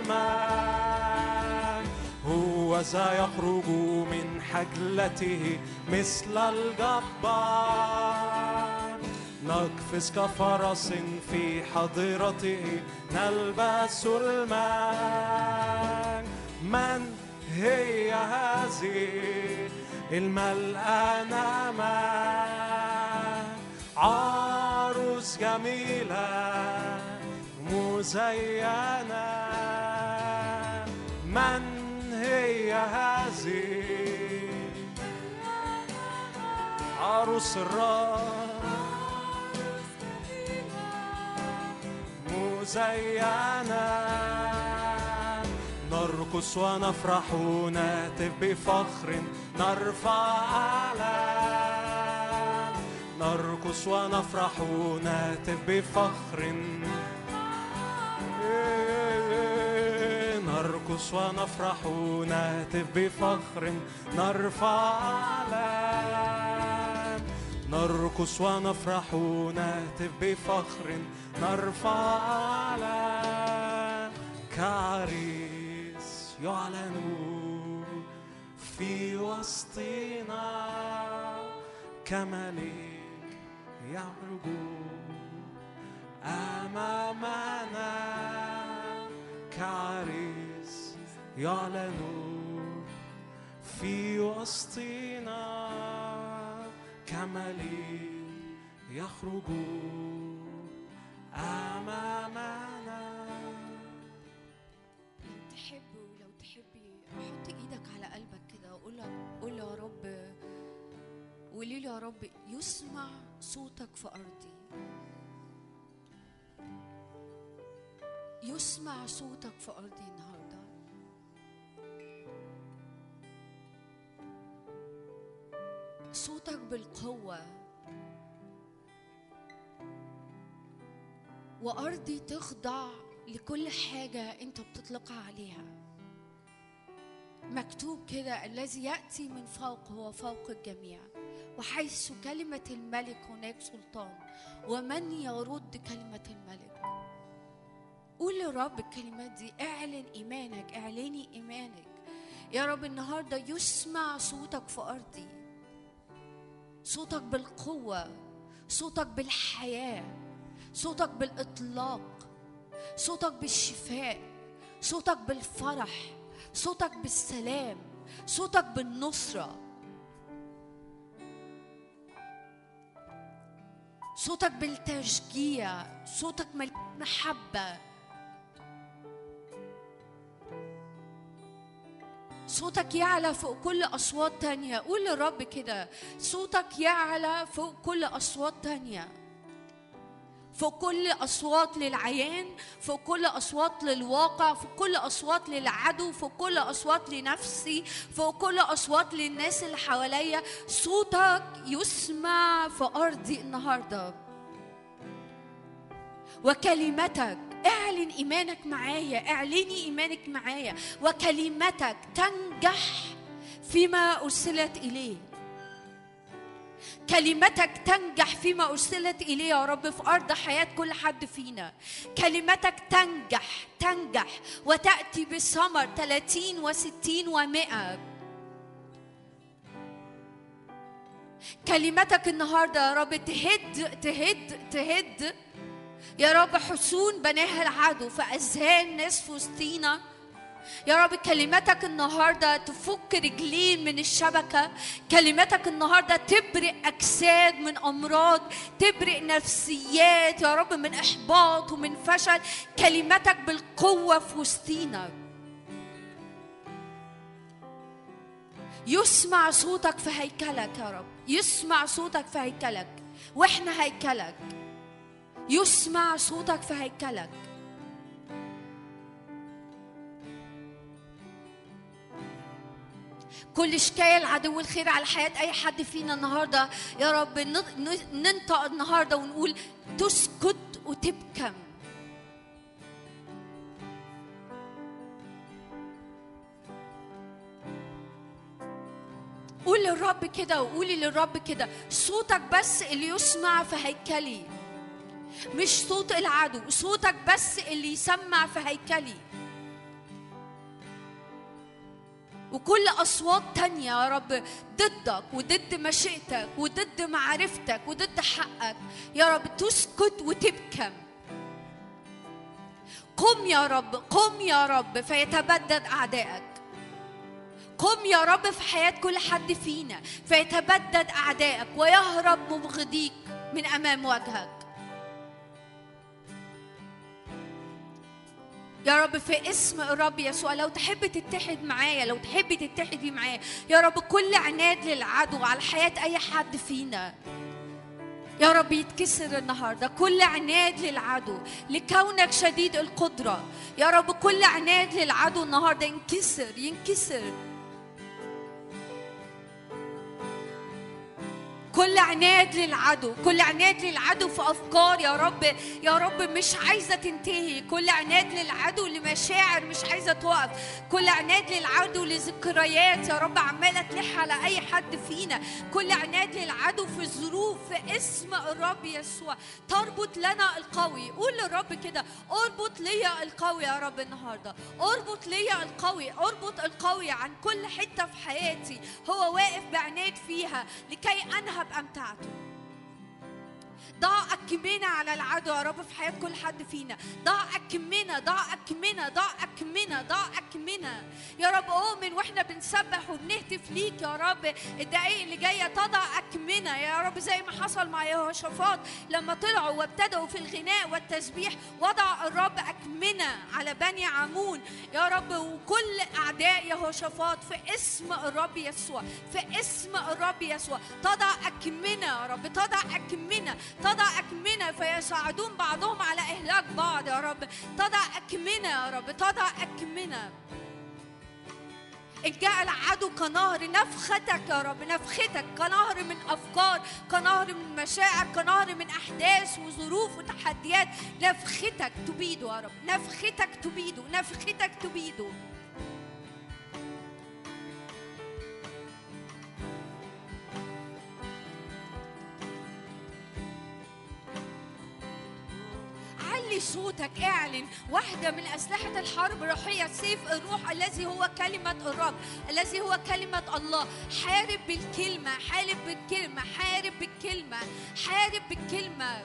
الماء. هو ذا يخرج من حجلته مثل الجبار، نقفز كفرس في حضرته، نلبس الماء. من هي هذه الملآنة ماء؟ عروس جميلة مزينة. من هي هذه؟ عروس الرب مزينة. نرقص ونفرح ونهتف بفخر، نرفع أعلام. نرقص ونفرح ونهتف بفخر، نرقص ونفرح ونهتف بفخر، نرفع أعلام. نرقص ونفرح ونهتف بفخر نرفع أعلى كعريس يعلن في وسطنا كملك يعرج أمامنا كعريس يعلن في وسطنا كملك يخرج أمامنا. لو تحبي حط إيدك على قلبك كده وقول يا رب، قولي له يا رب يسمع صوتك في أرضي، يسمع صوتك في أرضي النهاردة. صوتك بالقوة، وأرضي تخضع لكل حاجة أنت بتطلقها عليها. مكتوب كده الذي يأتي من فوق هو فوق الجميع، وحيث كلمة الملك هناك سلطان، ومن يرد كلمة الملك. قول للرب الكلمات دي، اعلن إيمانك، اعلني إيمانك. يا رب النهاردة يسمع صوتك في أرضي، صوتك بالقوة، صوتك بالحياة، صوتك بالإطلاق، صوتك بالشفاء، صوتك بالفرح، صوتك بالسلام، صوتك بالنصرة، صوتك بالتشجيع، صوتك مليان محبة، صوتك يعلى فوق كل أصوات تانية. قول للرب كده، صوتك يعلى فوق كل أصوات تانية، فوق كل أصوات للعيان، فوق كل أصوات للواقع، فوق كل أصوات للعدو، فوق كل أصوات لنفسي، فوق كل أصوات للناس اللي حواليا. صوتك يسمع في أرضي النهاردة. وكلمتك، اعلن إيمانك معايا، اعلني إيمانك معايا. وكلمتك تنجح فيما أرسلت إليه، كلمتك تنجح فيما أرسلت إليه يا رب في أرض حياة كل حد فينا. كلمتك تنجح وتأتي بثمر 30 و60 و100. كلمتك النهاردة يا رب تهد يا رب حصون بناها العدو في أذهان ناس في وسطينا. يا رب كلمتك النهاردة تفك رجلين من الشبكة. كلمتك النهاردة تبرئ أجساد من أمراض، تبرئ نفسيات يا رب من إحباط ومن فشل. كلمتك بالقوة في وسطينا. يسمع صوتك في هيكلك يا رب، يسمع صوتك في هيكلك، وإحنا هيكلك. يسمع صوتك في هيكلك. كل شكاية العدو الخير على حياة أي حد فينا النهاردة يا رب ننطق النهاردة ونقول تسكت وتبكم. قول للرب كده وقولي للرب كده، صوتك بس اللي يسمع في هيكلي، مش صوت العدو، صوتك بس اللي يسمع في هيكلي. وكل أصوات تانية يا رب ضدك وضد مشيئتك وضد معرفتك وضد حقك يا رب تسكت وتبكم. قم يا رب، قم يا رب فيتبدد أعدائك. قم يا رب في حياة كل حد فينا فيتبدد أعدائك ويهرب مبغضيك من أمام وجهك يا رب في اسم الرب يسوع. لو تحب تتحد معايا، لو تحبي تتحدي معايا يا رب، كل عناد للعدو على حياة أي حد فينا يا رب يتكسر النهاردة. كل عناد للعدو لكونك شديد القدرة يا رب، كل عناد للعدو النهاردة ينكسر. كل عناد للعدو، كل عناد للعدو في أفكار يا رب، يا رب مش عايزة تنتهي، كل عناد للعدو لمشاعر مش عايزة توقف، كل عناد للعدو لذكريات يا رب عمالة تلح على أي حد فينا، كل عناد للعدو في الظروف في اسم الرب يسوع. تربط لنا القوي. قول للرب كده: اربط ليا القوي يا رب النهارده، اربط ليا القوي، اربط القوي عن كل حتة في حياتي هو واقف بعناد فيها لكي أنهب أمتعته. ضع أكمنة على العدو يا رب في حياة كل حد فينا. ضع أكمنة، ضع أكمنة، ضع أكمنة، ضع أكمنة يا رب. أؤمن وإحنا بنسبح وبنهتف ليك يا رب الدقايق اللي جاية تضع أكمنة يا رب، زي ما حصل مع يهوشافاط لما طلعوا وابتدأوا في الغناء والتسبيح. وضع الرب أكمنة على بني عمون يا رب وكل أعداء يهوشافاط في اسم الرب يسوع، في اسم الرب يسوع. تضع أكمنة يا رب، تضع أكمنة، تضع أكمنة فيساعدون بعضهم على إهلاك بعض يا رب. تضع أكمنة يا رب، تضع أكمنة. إن جاء العدو كنهر نفختك يا رب، نفختك كنهر من أفكار، كنهر من مشاعر، كنهر من أحداث وظروف وتحديات، نفختك تبيده يا رب، نفختك تبيده، نفختك تبيده. علي صوتك، اعلن. واحدة من أسلحة الحرب الروحية سيف الروح الذي هو كلمة الرب، الذي هو كلمة الله. حارب بالكلمة، حارب بالكلمة، حارب بالكلمة، حارب بالكلمة.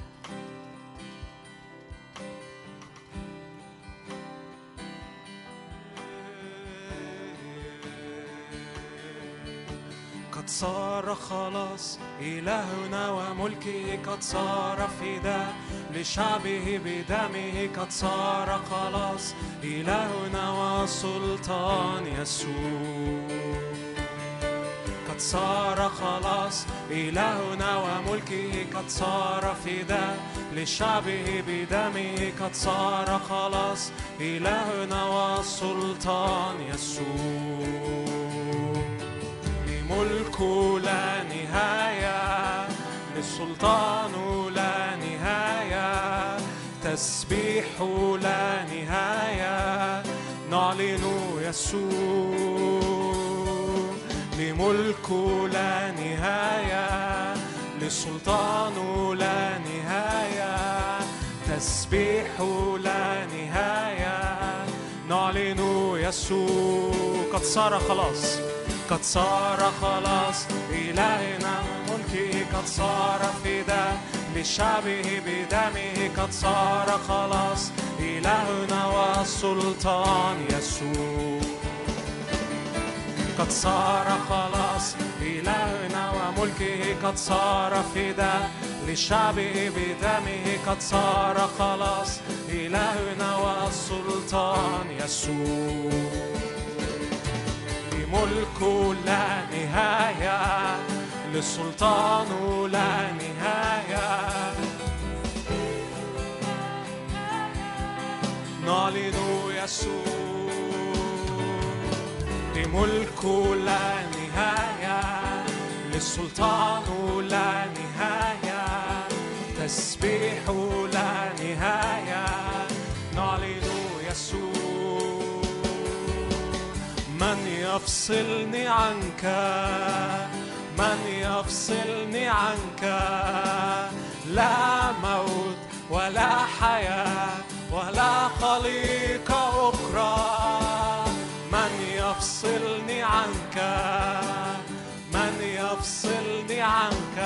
قد صار خلاص إلهنا وملكه، قد صار فداء لشعبه بدمه، قد صار خلاص إلهنا وسلطان يسوع. قد صار خلاص إلهنا وملكه، قد صار فداء لشعبه بدمه، قد صار خلاص إلهنا وسلطان يسوع. ملك لا نهاية، للسلطان لا نهاية، تسبيح لا نهاية، نعلن يسوع. لملك لا نهاية، للسلطان لا نهاية، تسبيح لا نهاية، نعلن يسوع. قد صار خلاص، قد صار خلاص إلهنا ملكه، قد صار فداء لشعبه بدمه، قد صار خلاص إلهنا والسلطان يسوع. قد صار خلاص إلهنا وملكه، قد صار فداء لشعبه بدمه، قد صار خلاص إلهنا والسلطان يسوع. ملك لا نهاية، للسلطان لا نهاية، نعلن يسوع. لملك لا نهاية، للسلطان لا نهاية، تسبيح لا نهاية، نعلن يسوع. من يفصلني عنك، من يفصلني عنك، لا موت ولا حياة ولا خليقة أخرى. من يفصلني عنك، من يفصلني عنك،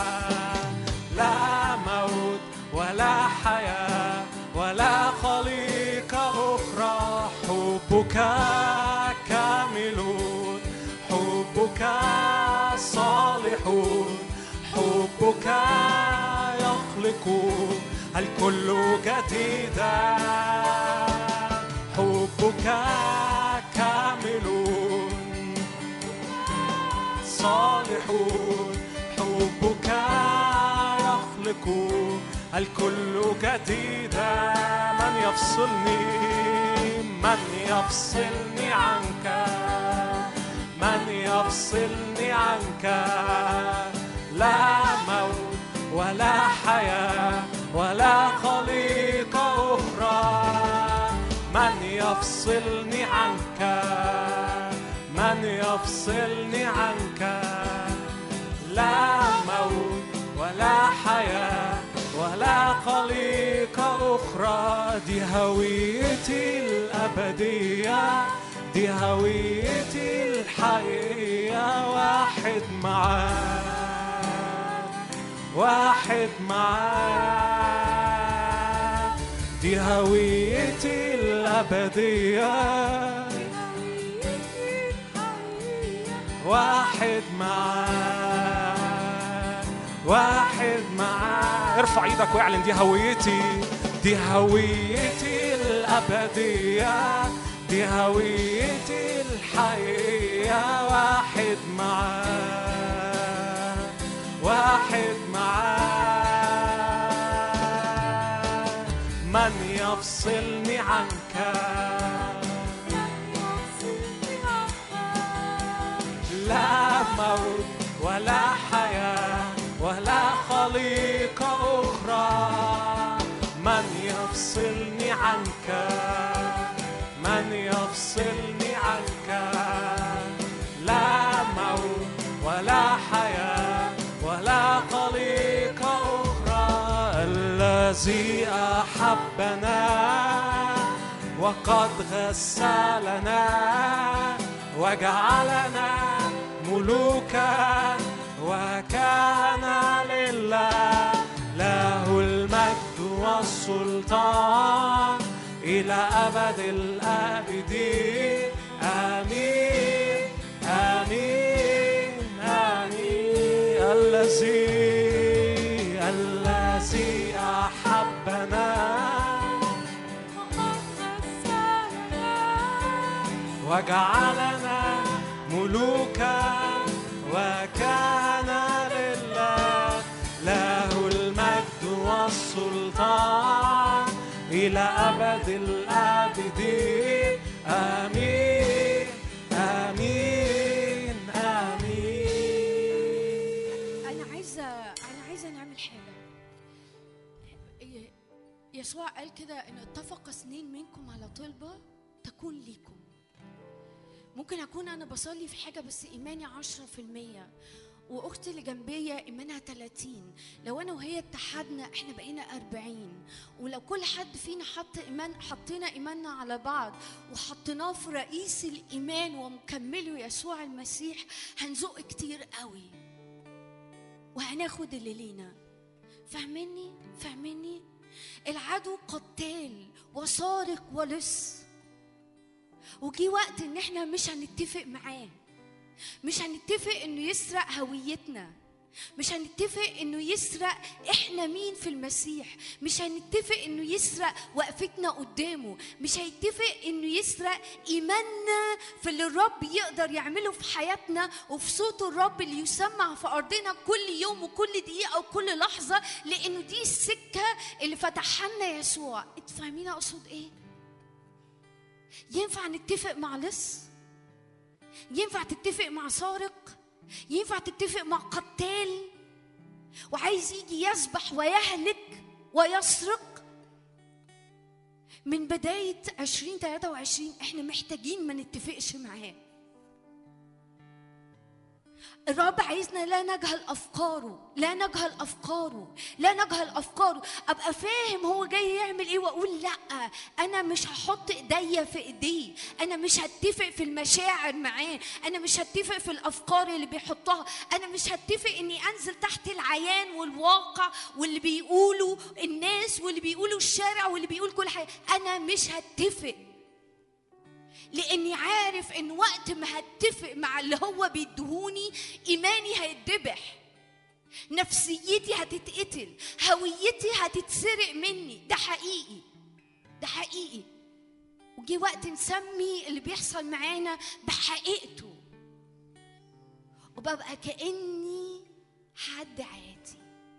لا موت ولا حياة ولا خليقة أخرى. حبك كاملون، حبك صالحون، حبك يخلق الكل جديدا. حبك كاملون صالحون، حبك يخلق الكل جديدا. من يفصلني، من يفصلني عنك، من يفصلني عنك، لا موت ولا حياة ولا خليقة أخرى. من يفصلني عنك؟ من يفصلني عنك؟ لا موت ولا حياة ولا خليقة أخرى. دي هويتي الأبدية، دي هويتي الحقيقية. واحد معاك، واحد معاك. دي هويتي الأبدية، واحد معاك، واحد معاك. ارفع ايدك واعلن دي هويتي، دي هويتي الأبدية، دي هويتي الحقيقية. واحد معاك، واحد معاك. من يفصلني عنك؟ لا موت ولا حياة ولا خليقة أخرى. من يفصلني عنك؟ من يفصلني عنك؟ لا موت ولا حياة ولا خليقة أخرى. الذي أحبنا وقد غسلنا وجعلنا ملوكا وكان لله. له المجد والسلطان إلى أبد الآبدين. آمين آمين آمين. الذي أحبنا وجعلنا ملوكا وكان لله. له المجد والسلطان إلى أبد الآبدين. آمين آمين آمين. أنا عايزة نعمل حاجة. يسوع قال كده إن اتفق 2 منكم على طلبة تكون ليكم. ممكن أكون أنا بصلي في حاجة بس إيماني 10%، وأختي اللي جنبية إيمانها 30. لو أنا وهي اتحدنا إحنا بقينا 40. ولو كل حد فينا حطينا إيماننا على بعض وحطيناه في رئيس الإيمان ومكمله يسوع المسيح، هنزق كتير قوي وهناخد اللي لينا. فاهميني؟ العدو قتال وسارق ولص، وجي وقت ان احنا مش هنتفق معاه، مش هنتفق انه يسرق هويتنا، مش هنتفق انه يسرق احنا مين في المسيح، مش هنتفق انه يسرق وقفتنا قدامه، مش هيتفق انه يسرق ايماننا في اللي الرب يقدر يعمله في حياتنا وفي صوت الرب اللي يسمع في ارضنا كل يوم وكل دقيقه وكل لحظه، لانه دي السكه اللي فتحها لنا يسوع. انت فاهمين اقصد ايه؟ ينفع نتفق مع لص؟ ينفع تتفق مع سارق؟ ينفع تتفق مع قتال وعايز يجي يذبح ويهلك ويسرق؟ من بداية 2023 احنا محتاجين ما نتفقش معاه. الرب عايزنا لا نجهل أفكاره، لا نجهل أفكاره، لا نجهل أفكاره. أبقى فاهم هو جاي يعمل إيه وأقول لأ، أنا مش هحط إيديا في إيديه، أنا مش هتفق في المشاعر معاه، أنا مش هتفق في الأفكار اللي بيحطها، أنا مش هتفق إني أنزل تحت العيان والواقع واللي بيقولوا الناس واللي بيقولوا الشارع واللي بيقول كل حاجة. أنا مش هتفق، لأني عارف إن وقت ما هتفق مع اللي هو بيدهوني إيماني هيتذبح، نفسيتي هتتقتل، هويتي هتتسرق مني. ده حقيقي، ده حقيقي. وجي وقت نسمي اللي بيحصل معانا بحقيقته، وببقى كأني حد عادي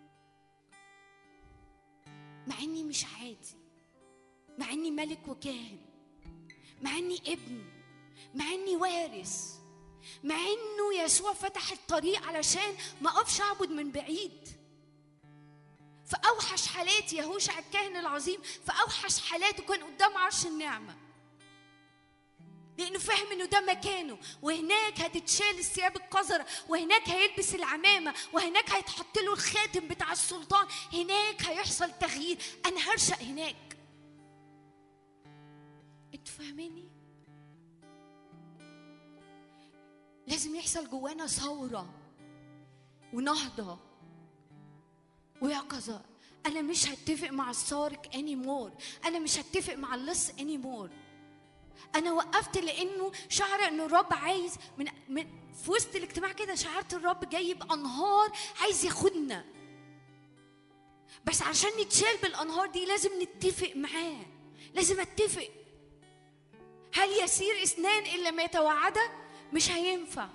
مع إني مش عادي، مع إني ملك وكاهن، مع إني ابن، مع إني وارث. مع انه يسوع فتح الطريق علشان ما اقفش اعبد من بعيد. في اوحش حالات يهوشع الكاهن العظيم، في اوحش حالاته كان قدام عرش النعمه، لانه فاهم انه ده مكانه، وهناك هتتشال الثياب القذره، وهناك هيلبس العمامه، وهناك هيتحط له الخاتم بتاع السلطان، هناك هيحصل تغيير، انا هرشق هناك. انتوا فاهميني؟ لازم يحصل جوانا ثوره ونهضه ويقظه. انا مش هتفق مع السارق anymore، انا مش هتفق مع اللص anymore. انا وقفت لانه شعر انه الرب عايز من في وسط الاجتماع كده، شعرت الرب جاي بانهار عايز ياخدنا، بس عشان نتشال بالانهار دي لازم نتفق معاه، لازم اتفق. هل يسير اثنان الا ما يتوعدا؟ مش هينفع.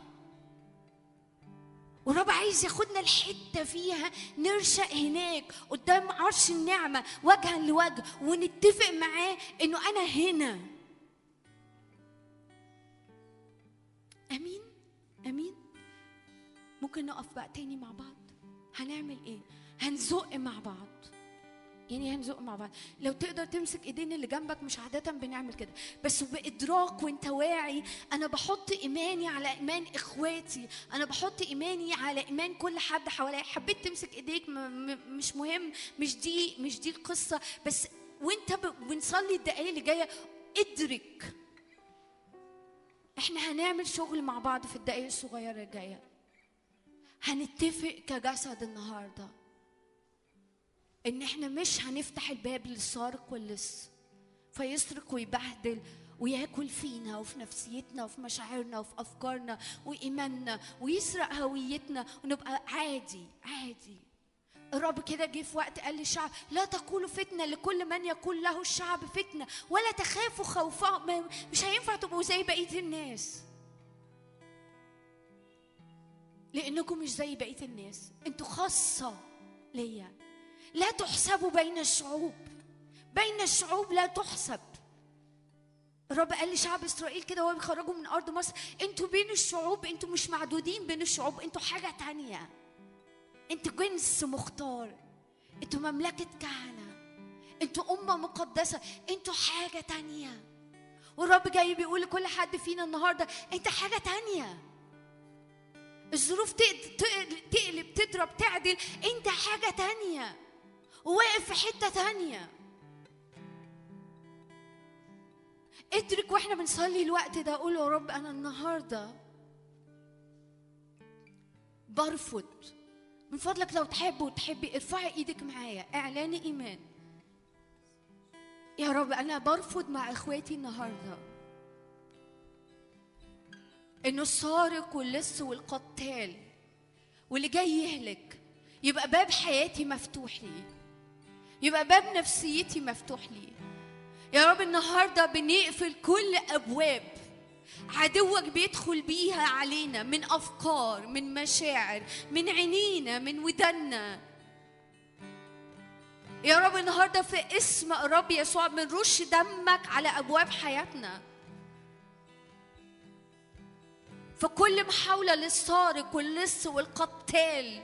والرب عايز ياخدنا الحته فيها نرشق هناك قدام عرش النعمه وجها لوجه، ونتفق معاه انه انا هنا. امين امين. ممكن نقف بقى تاني مع بعض؟ هنعمل ايه؟ هنزق مع بعض، يعني هنزق مع بعض. لو تقدر تمسك ايدين اللي جنبك، مش عادة بنعمل كده، بس بإدراك وانت واعي. انا بحط ايماني على ايمان اخواتي، انا بحط ايماني على ايمان كل حد حواليا. حبيت تمسك ايديك مش مهم، مش دي القصة، بس وانت بنصلي الدقايق اللي جاية ادرك احنا هنعمل شغل مع بعض في الدقايق الصغيرة الجاية. هنتفق كجسد النهارده ان احنا مش هنفتح الباب للسارق واللص فيسرق ويبهدل وياكل فينا وفي نفسيتنا وفي مشاعرنا وفي افكارنا وايماننا، ويسرق هويتنا ونبقى عادي. الرب كده جه في وقت قال للشعب: لا تقولوا فتنه لكل من يقول له الشعب فتنه، ولا تخافوا خوفا. مش هينفع تبقوا زي بقيه الناس، لانكم مش زي بقيه الناس، انتوا خاصه ليا. لا تحسبوا بين الشعوب لا تحسب. الرب قال لشعب اسرائيل كده وهو بيخرجوا من ارض مصر: انتوا بين الشعوب، انتوا مش معدودين بين الشعوب، انتوا حاجه تانية، انتوا جنس مختار، انتوا مملكه كهنه، انتوا امه مقدسه، انتوا حاجه تانية. والرب جاي بيقول لكل حد فينا النهارده: انت حاجه تانية. الظروف تقلب، تضرب، تعدل، انت حاجه تانية وواقف في حته تانية. ادرك واحنا بنصلي الوقت ده، قول يا رب انا النهارده برفض. من فضلك لو تحب وتحبي ارفعي ايدك معايا، اعلان ايمان. يا رب انا برفض مع اخواتي النهارده انه السارق واللص والقتال واللي جاي يهلك يبقى باب حياتي مفتوح لي، يبقى باب نفسيتي مفتوح لي. يا رب النهارده بنقفل كل ابواب عدوك بيدخل بيها علينا، من افكار، من مشاعر، من عينينا، من ودنا. يا رب النهارده في اسم الرب يسوع بنرش دمك على ابواب حياتنا. فكل محاولة للسارق واللص والقتال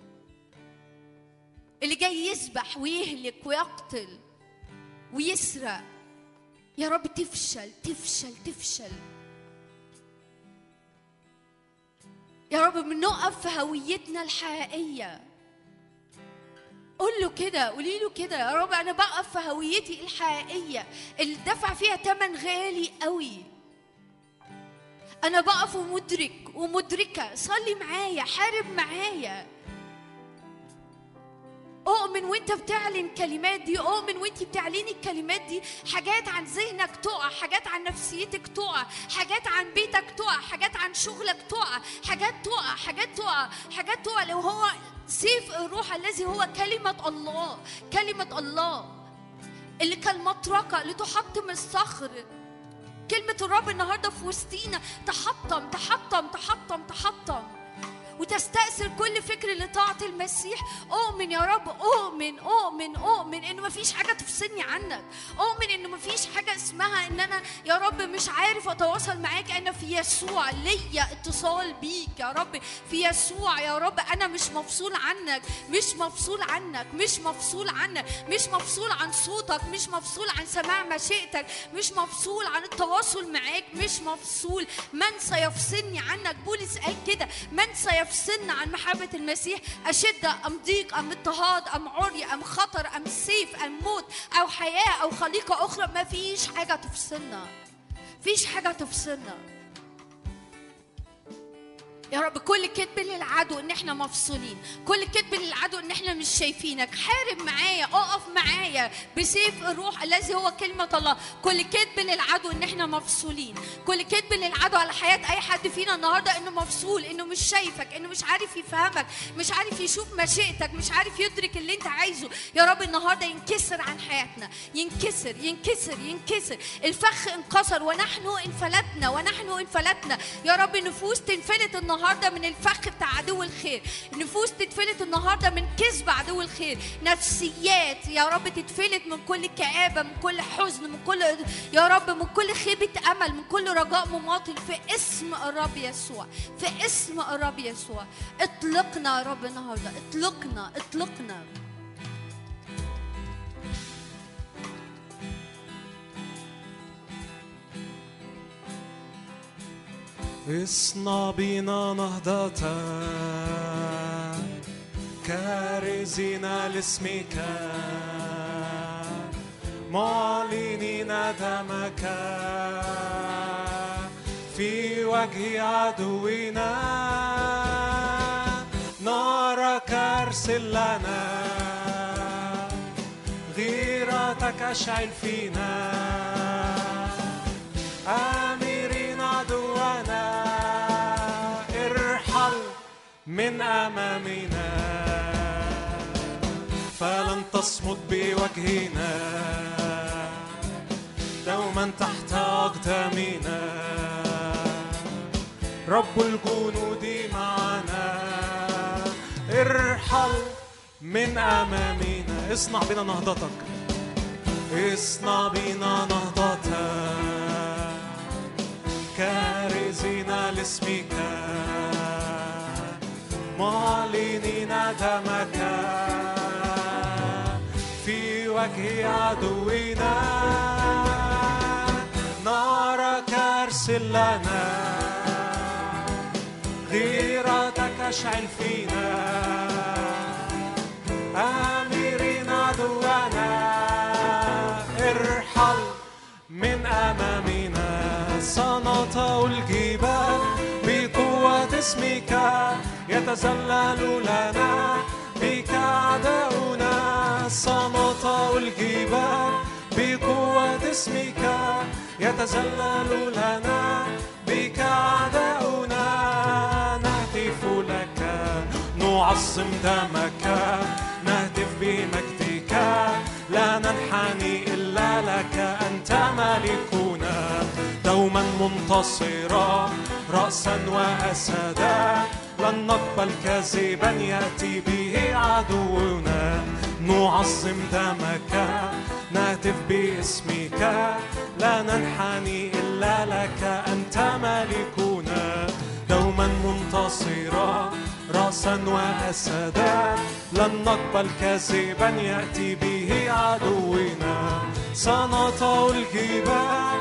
اللي جاي يذبح ويهلك ويقتل ويسرق، يا رب تفشل تفشل تفشل. يا رب بنقف في هويتنا الحقيقية. قول له كده، قولي له كده: يا رب أنا بقف في هويتي الحقيقية اللي دفع فيها ثمن غالي قوي. أنا بقف ومدرك ومدركة. صلي معايا، حارب معايا. أؤمن وانت بتعلن كلمات دي، أؤمن وانت بتعلني الكلمات دي، حاجات عن ذهنك تقع، حاجات عن نفسيتك تقع، حاجات عن بيتك تقع، حاجات عن شغلك تقع، حاجات تقع لو هو سيف الروح الذي هو كلمة الله، كلمة الله اللي كالمطرقة لتحطم الصخر. كلمة الرب النهاردة في وسطينا تحطم تحطم تحطم تحطم. وتستأثر كل فكر لطاعة المسيح. أؤمن يا رب، أؤمن إنه مفيش حاجة تفصلني عنك. أؤمن إنه مفيش حاجة اسمها إن أنا يا رب مش عارف أتواصل معاك. أنا في يسوع ليا اتصال بيك يا رب، في يسوع يا رب أنا مش مفصول عنك، مش مفصول عنك، مش مفصول عنك، مش مفصول عن صوتك، مش مفصول عن سماع مشيئتك، مش مفصول عن التواصل معاك، مش مفصول. من سيفصلني عنك؟ بولس قال كده، من سيفصلنا عن محبة المسيح؟ أشدة أم ضيق أم اضطهاد أم عري أم خطر أم سيف أم موت أو حياة أو خليقة أخرى؟ ما فيش حاجة تفصلنا، فيش حاجة تفصلنا يا رب. كل كذب للعدو ان احنا مفصولين، كل كذب للعدو ان احنا مش شايفينك. حارب معايا، اقف معايا بسيف الروح الذي هو كلمة الله. كل كذب للعدو ان احنا مفصولين، كل كذب للعدو على حياة اي حد فينا النهارده انه مفصول، انه مش شايفك، انه مش عارف يفهمك، مش عارف يشوف مشيئتك، مش عارف يدرك اللي انت عايزه. يا رب النهارده ينكسر عن حياتنا، ينكسر ينكسر ينكسر. الفخ انكسر ونحن انفلتنا، ونحن انفلتنا يا رب. نفوس تنفلت النهارده من الفخ بتاع عدو الخير، نفوس تتفلت النهارده من كذب عدو الخير، نفسيات يا رب تتفلت من كل كآبة، من كل حزن، من كل يا رب من كل خيبة أمل، من كل رجاء مماطل في اسم الرب يسوع، في اسم الرب يسوع. اطلقنا يا رب النهارده، اطلقنا اطلقنا. اصنع بنا نهضة كارزين لاسمك، معلنين دمك في وجه عدونا. نارك ارسل لنا، غيرتك اشعل فينا. اميرين عدونا ارحل من امامنا، فلن تصمت بوجهنا دوما تحت اقدامنا. رب الجنود معنا ارحل من امامنا. اصنع بنا نهضتك، اصنع بنا نهضتك كارزين لاسمك، معلنين دمك في وجه عدونا. نارك ارسل لنا، غيرتك اشعل فينا. اميرين عدونا ارحل من امامنا. سنطأ الجبال بقوة اسمك، يتذلل لنا بك أعداؤنا. سنطأ الجبال بقوة اسمك، يتذلل لنا بك أعداؤنا. نهتف لك، نعظم دمك، نهتف بمجدك، لا ننحني إلا لك. أنت ملكنا دوما منتصرا، رأسا وأسدا. لن نقبل كذبا يأتي به عدونا. نعظم دمك، نهتف باسمك، لا ننحني إلا لك. أنت ملكنا دوما منتصرا، رأسا وأسدا. لن نقبل كذبا يأتي به عدونا. سنطأ الجبال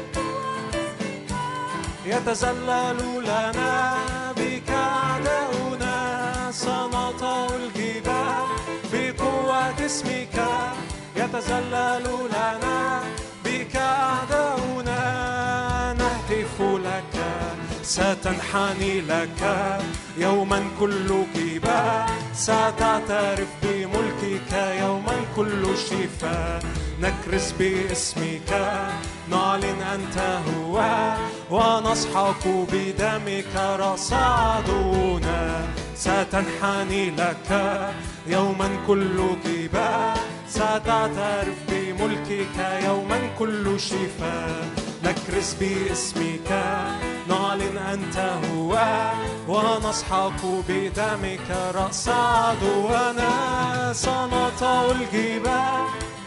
يتذلل لنا بك أعداؤنا. سنطأ الجبال بقوة اسمك، يتذلل لنا بك أعداؤنا. نهتف لك، ستنحني لك يوما كل جبال. ستعترف بملكك يوما كل شفاء. نكرز باسمك، نعلن أنت هو، ونسحق بدمك رأس عدونا. ستنحني لك يوما كل جبال. ستعترف بملكك يوما كل شفاء. نكرز باسمك، نعلن نعلن أنت هو ونسحق بدمك رأس عدونا. سنطأ الجبال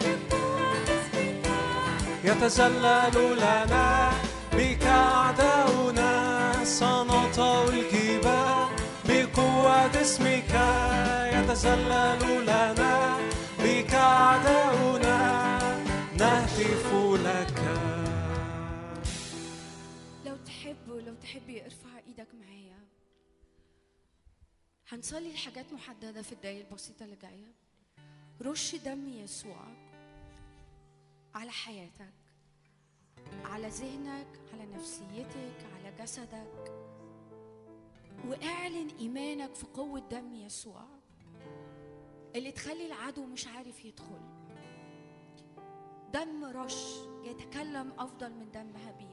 يتذلل لنا بك أعداؤنا. سنطأ الجبال بقوة اسمك يتذلل لنا بك أعداؤنا. نهتف لك. لو تحبي ارفع ايدك معايا. هنصلي لحاجات محددة في الدقايق البسيطة اللي جاية. رش دم يسوع على حياتك، على ذهنك، على نفسيتك، على جسدك، واعلن إيمانك في قوة دم يسوع اللي تخلي العدو مش عارف يدخل. دم رش يتكلم أفضل من دم هابيل.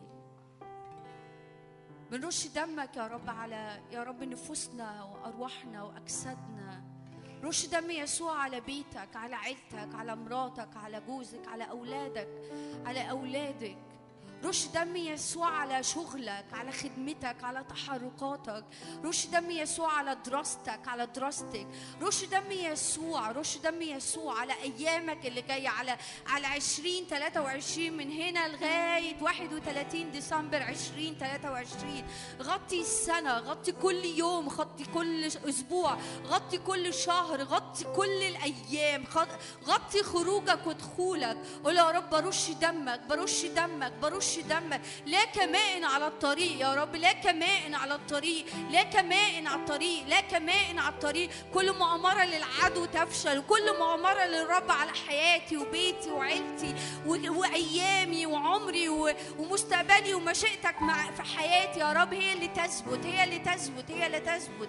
بنرش دمك يا رب على يا رب نفوسنا وأرواحنا وأجسادنا. رش دم يسوع على بيتك، على عيلتك، على مراتك، على جوزك، على أولادك، على أولادك. رش دم يسوع على شغلك، على خدمتك، على تحركاتك. رش دم يسوع على دراستك، على دراستك. رش دم يسوع، رش دم يسوع على أيامك اللي جاية، على 2023 من هنا لغاية 31 ديسمبر 2023. غطي السنة، غطي كل يوم، غطي كل أسبوع، غطي كل شهر، غطي كل الأيام، غطي خروجك ودخولك. قول يا رب برش دمك، برش دمك، برش دمك. لا كمائن على الطريق يا رب، لا كمائن على الطريق، لا كمائن على الطريق، لا كمائن على الطريق. كل مؤامرة للعدو تفشل، وكل مؤامرة للرب على حياتي وبيتي وعيلتي وأيامي وعمري ومستقبلي ومشيئتك في حياتي يا رب هي اللي تثبت، هي اللي تثبت، هي اللي تثبت.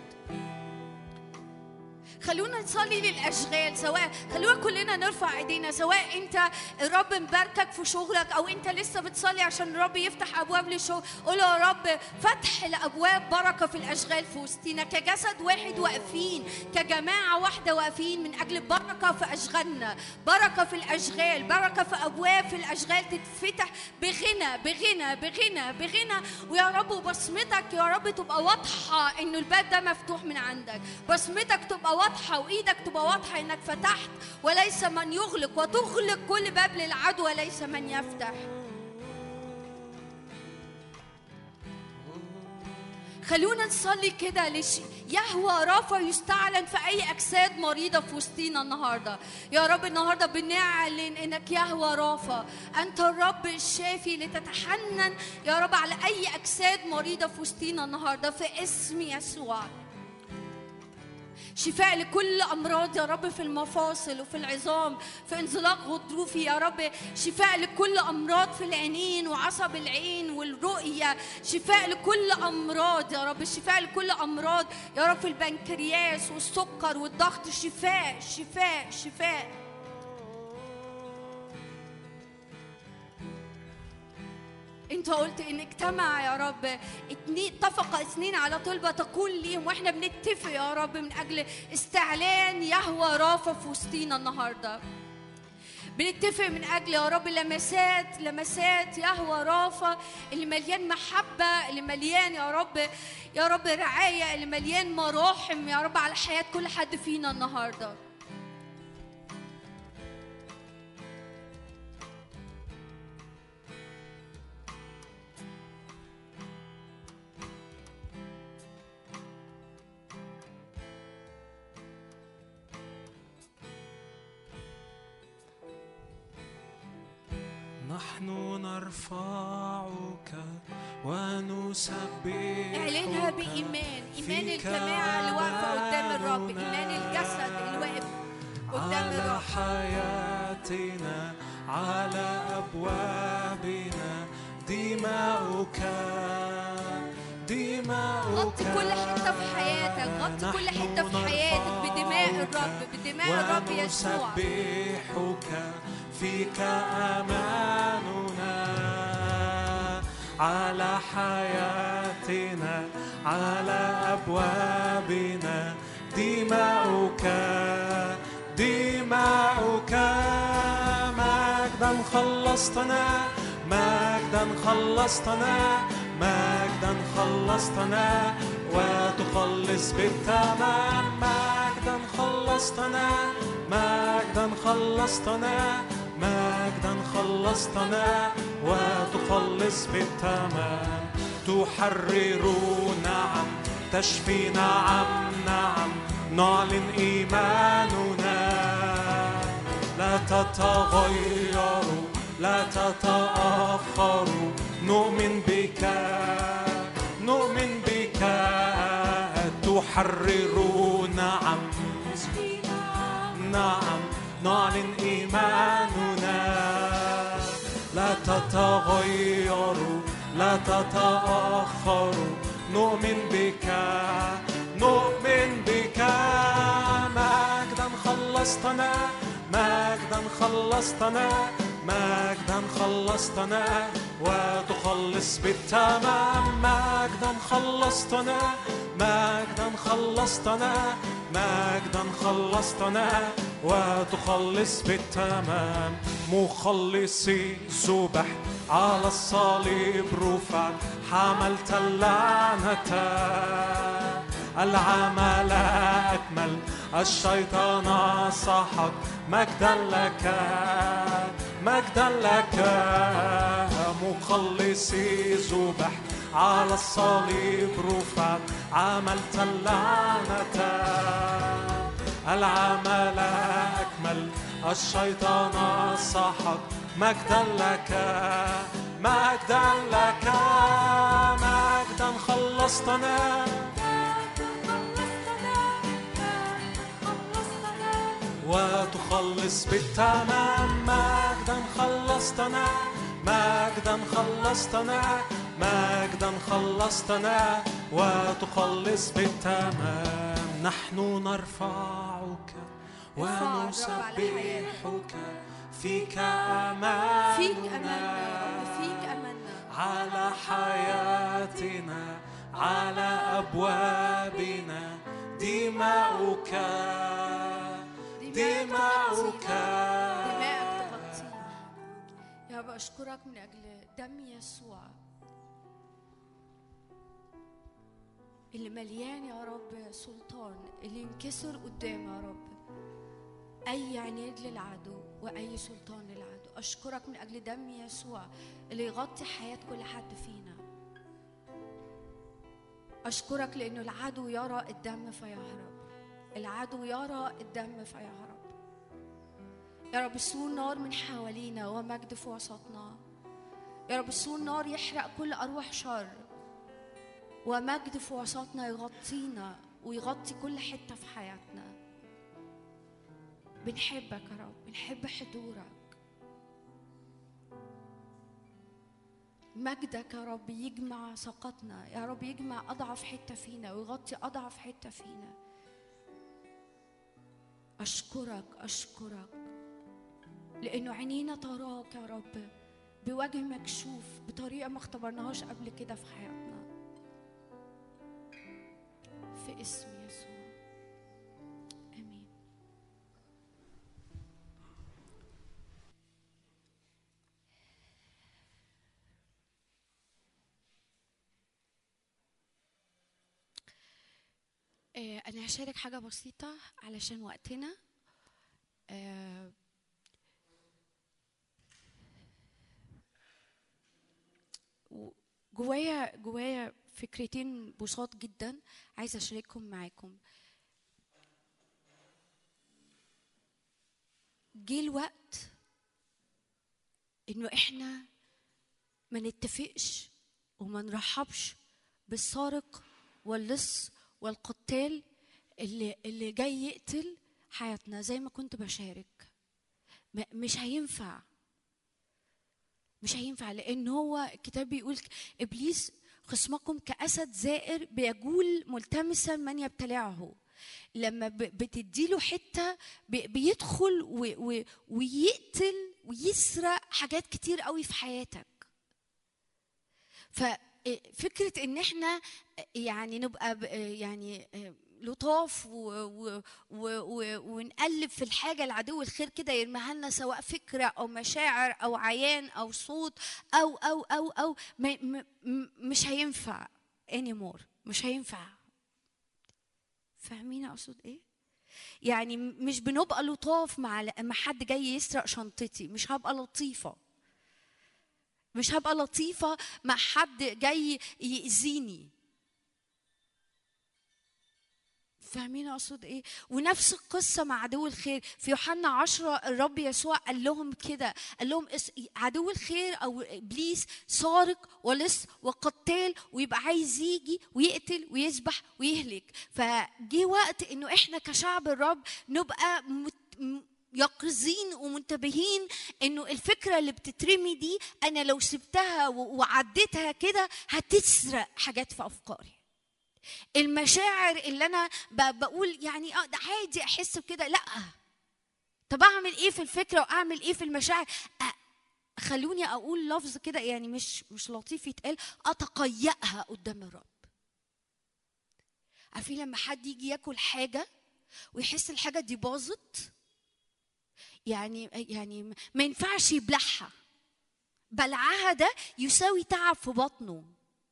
خلونا نصلي للأشغال، خلونا كلنا نرفع ايدينا، سواء انت الرب مباركك في شغلك او انت لسه بتصلي عشان الرب يفتح ابواب للشغل. قول يا رب فتح لابواب بركه في الاشغال في وسطينا، كجسد واحد واقفين، كجماعه واحده واقفين من اجل بركه في اشغالنا، بركه في الاشغال، بركه في ابواب في الاشغال تتفتح بغنى بغنى بغنى بغنى. ويا رب بصمتك يا رب تبقى واضحه انه الباب ده مفتوح من عندك، بصمتك تبقى واضحه وايدك تبقى واضحه انك فتحت وليس من يغلق، وتغلق كل باب للعدو وليس من يفتح. خلونا نصلي كده يهوى رافع يستعلن في اي اجساد مريضه في وسطينا النهارده. يا رب النهارده بنعلن انك يهوى رافع، انت الرب الشافي لتتحنن يا رب على اي اجساد مريضه في وسطينا النهارده في اسم يسوع. شفاء لكل أمراض يا رب في المفاصل وفي العظام، في انزلاق غضروفي يا رب، شفاء لكل أمراض في العينين وعصب العين والرؤية، شفاء لكل أمراض يا رب، شفاء لكل أمراض يا رب في البنكرياس والسكر والضغط، شفاء شفاء شفاء. انت قلت ان اجتمع يا رب اتفق اثنين على طلبة تكون ليهم، واحنا بنتفق يا رب من اجل استعلان يهوى رافع في وسطينا النهارده. بنتفق من اجل يا رب لمسات يهوى رافع اللي مليان محبة، اللي مليان يا رب رعاية، اللي مليان مراحم يا رب على حياة كل حد فينا النهارده. نحن نرفعك ونسبحك. اعلنها بإيمان، إيمان الجماعة اللي واقفة قدام الرب، إيمان الجسد اللي واقف قدام الرب. على حياتنا، على أبوابنا، دماؤك غطي كل حتة في حياتك، غطي كل حتة في حياتك بدماء الرب، بدماء الرب يسوع. ونسبحك فيك أماننا، على حياتنا، على أبوابنا، دماؤك مجدا خلصتنا، مجدا خلصتنا، مجدا خلصتنا وتخلص بالتمام. مجدا خلصتنا مجدا خلصتنا مجدا خلصتنا وتخلص بالتمام. تحرر نعم تشفي نعم نعم نعلن إيماننا لا تتغير لا تتأخر نؤمن بك نؤمن بك. تحرر نعم نعم نعلن إيماننا لا تتغير لا تتأخر نؤمن بك نؤمن بك. مجدا خلصتنا مجدا خلصتنا مجدا خلصتنا وتخلص بالتمام. مجدا خلصتنا مجدا خلصتنا مجدا خلصتنا وتخلص بالتمام. مخلصي ذبح على الصليب رفع حملت اللعنة العمل أكمل الشيطان سحق. مجدا لك مجدا لك. مخلصي ذبح على الصليب رفع عملت اللعنة العمل أكمل الشيطان سحق. مجدا لك مجدا لك. مجدا خلصتنا وتخلص بالتمام. مجدا خلصتنا مجدا خلصتنا مجدا خلصتنا وتخلص بالتمام. نحن نرفعك ونسبحك فيك أماننا فيك أماننا على حياتنا على أبوابنا. دماؤك دماؤك تغطينا. يا رب أشكرك من أجل دم يسوع اللي مليان يا رب سلطان، اللي ينكسر قدام يا رب أي عناد للعدو وأي سلطان للعدو. أشكرك من أجل دم يسوع اللي يغطي حياة كل حد فينا. أشكرك لأنه العدو يرى الدم فيهرب، العدو يرى الدم فيهرب. يا رب سور نار من حوالينا ومجد في وسطنا. يا رب سور نار يحرق كل أرواح شر ومجد في وسطنا يغطينا ويغطي كل حتة في حياتنا. بنحبك يا رب، بنحب حضورك. مجدك يا رب يجمع سقطنا، يا رب يجمع أضعف حتة فينا ويغطي أضعف حتة فينا. أشكرك أشكرك لأنه عينينا تراك يا رب بوجه مكشوف بطريقة ما اختبرناهاش قبل كده في حياتنا، في اسم يسوع آمين. أنا هشارك حاجة بسيطة علشان وقتنا. جوايا فكرتين بساط جدا عايزة أشاركهم معاكم. جه الوقت إنه إحنا ما نتفقش وما نرحبش بالسارق واللص والقتال اللي جاي يقتل حياتنا. زي ما كنت بشارك مش هينفع، مش هينفع، لأن هو الكتاب بيقول إبليس خصمكم كأسد زائر بيجول ملتمسا من يبتلعه. لما بتديله حتة بيدخل ويقتل ويسرق حاجات كتير قوي في حياتك. ففكرة ان احنا يعني نبقى يعني لطاف ونقلب في الحاجة العدو الخير كده يرميها لنا، سواء فكرة أو مشاعر أو عيان أو صوت أو مش هينفع anymore، مش هينفع. فاهمين أقصد إيه؟ يعني مش بنبقى لطاف مع حد جاي يسرق شنطتي، مش هبقى لطيفة. مش هبقى لطيفة مع حد جاي يأذيني. فاهمين اقصد ايه؟ ونفس القصه مع عدو الخير. في يوحنا 10 الرب يسوع قال لهم كده، قال لهم عدو الخير او ابليس سارق ولص وقتال، ويبقى عايز يجي ويقتل ويذبح ويهلك. فجي وقت انه احنا كشعب الرب نبقى يقظين ومنتبهين انه الفكره اللي بتترمي دي انا لو سبتها وعديتها كده هتسرق حاجات في افكاري. المشاعر اللي انا بقول يعني ده عادي احس بكده، لا. طب اعمل ايه في الفكره واعمل ايه في المشاعر؟ خلوني اقول لفظ كده يعني مش لطيف يتقال، اتقيأها قدام الرب. عارفين لما حد يجي ياكل حاجه ويحس الحاجه دي باظت، يعني ما ينفعش يبلعها، بلعها ده يساوي تعب في بطنه.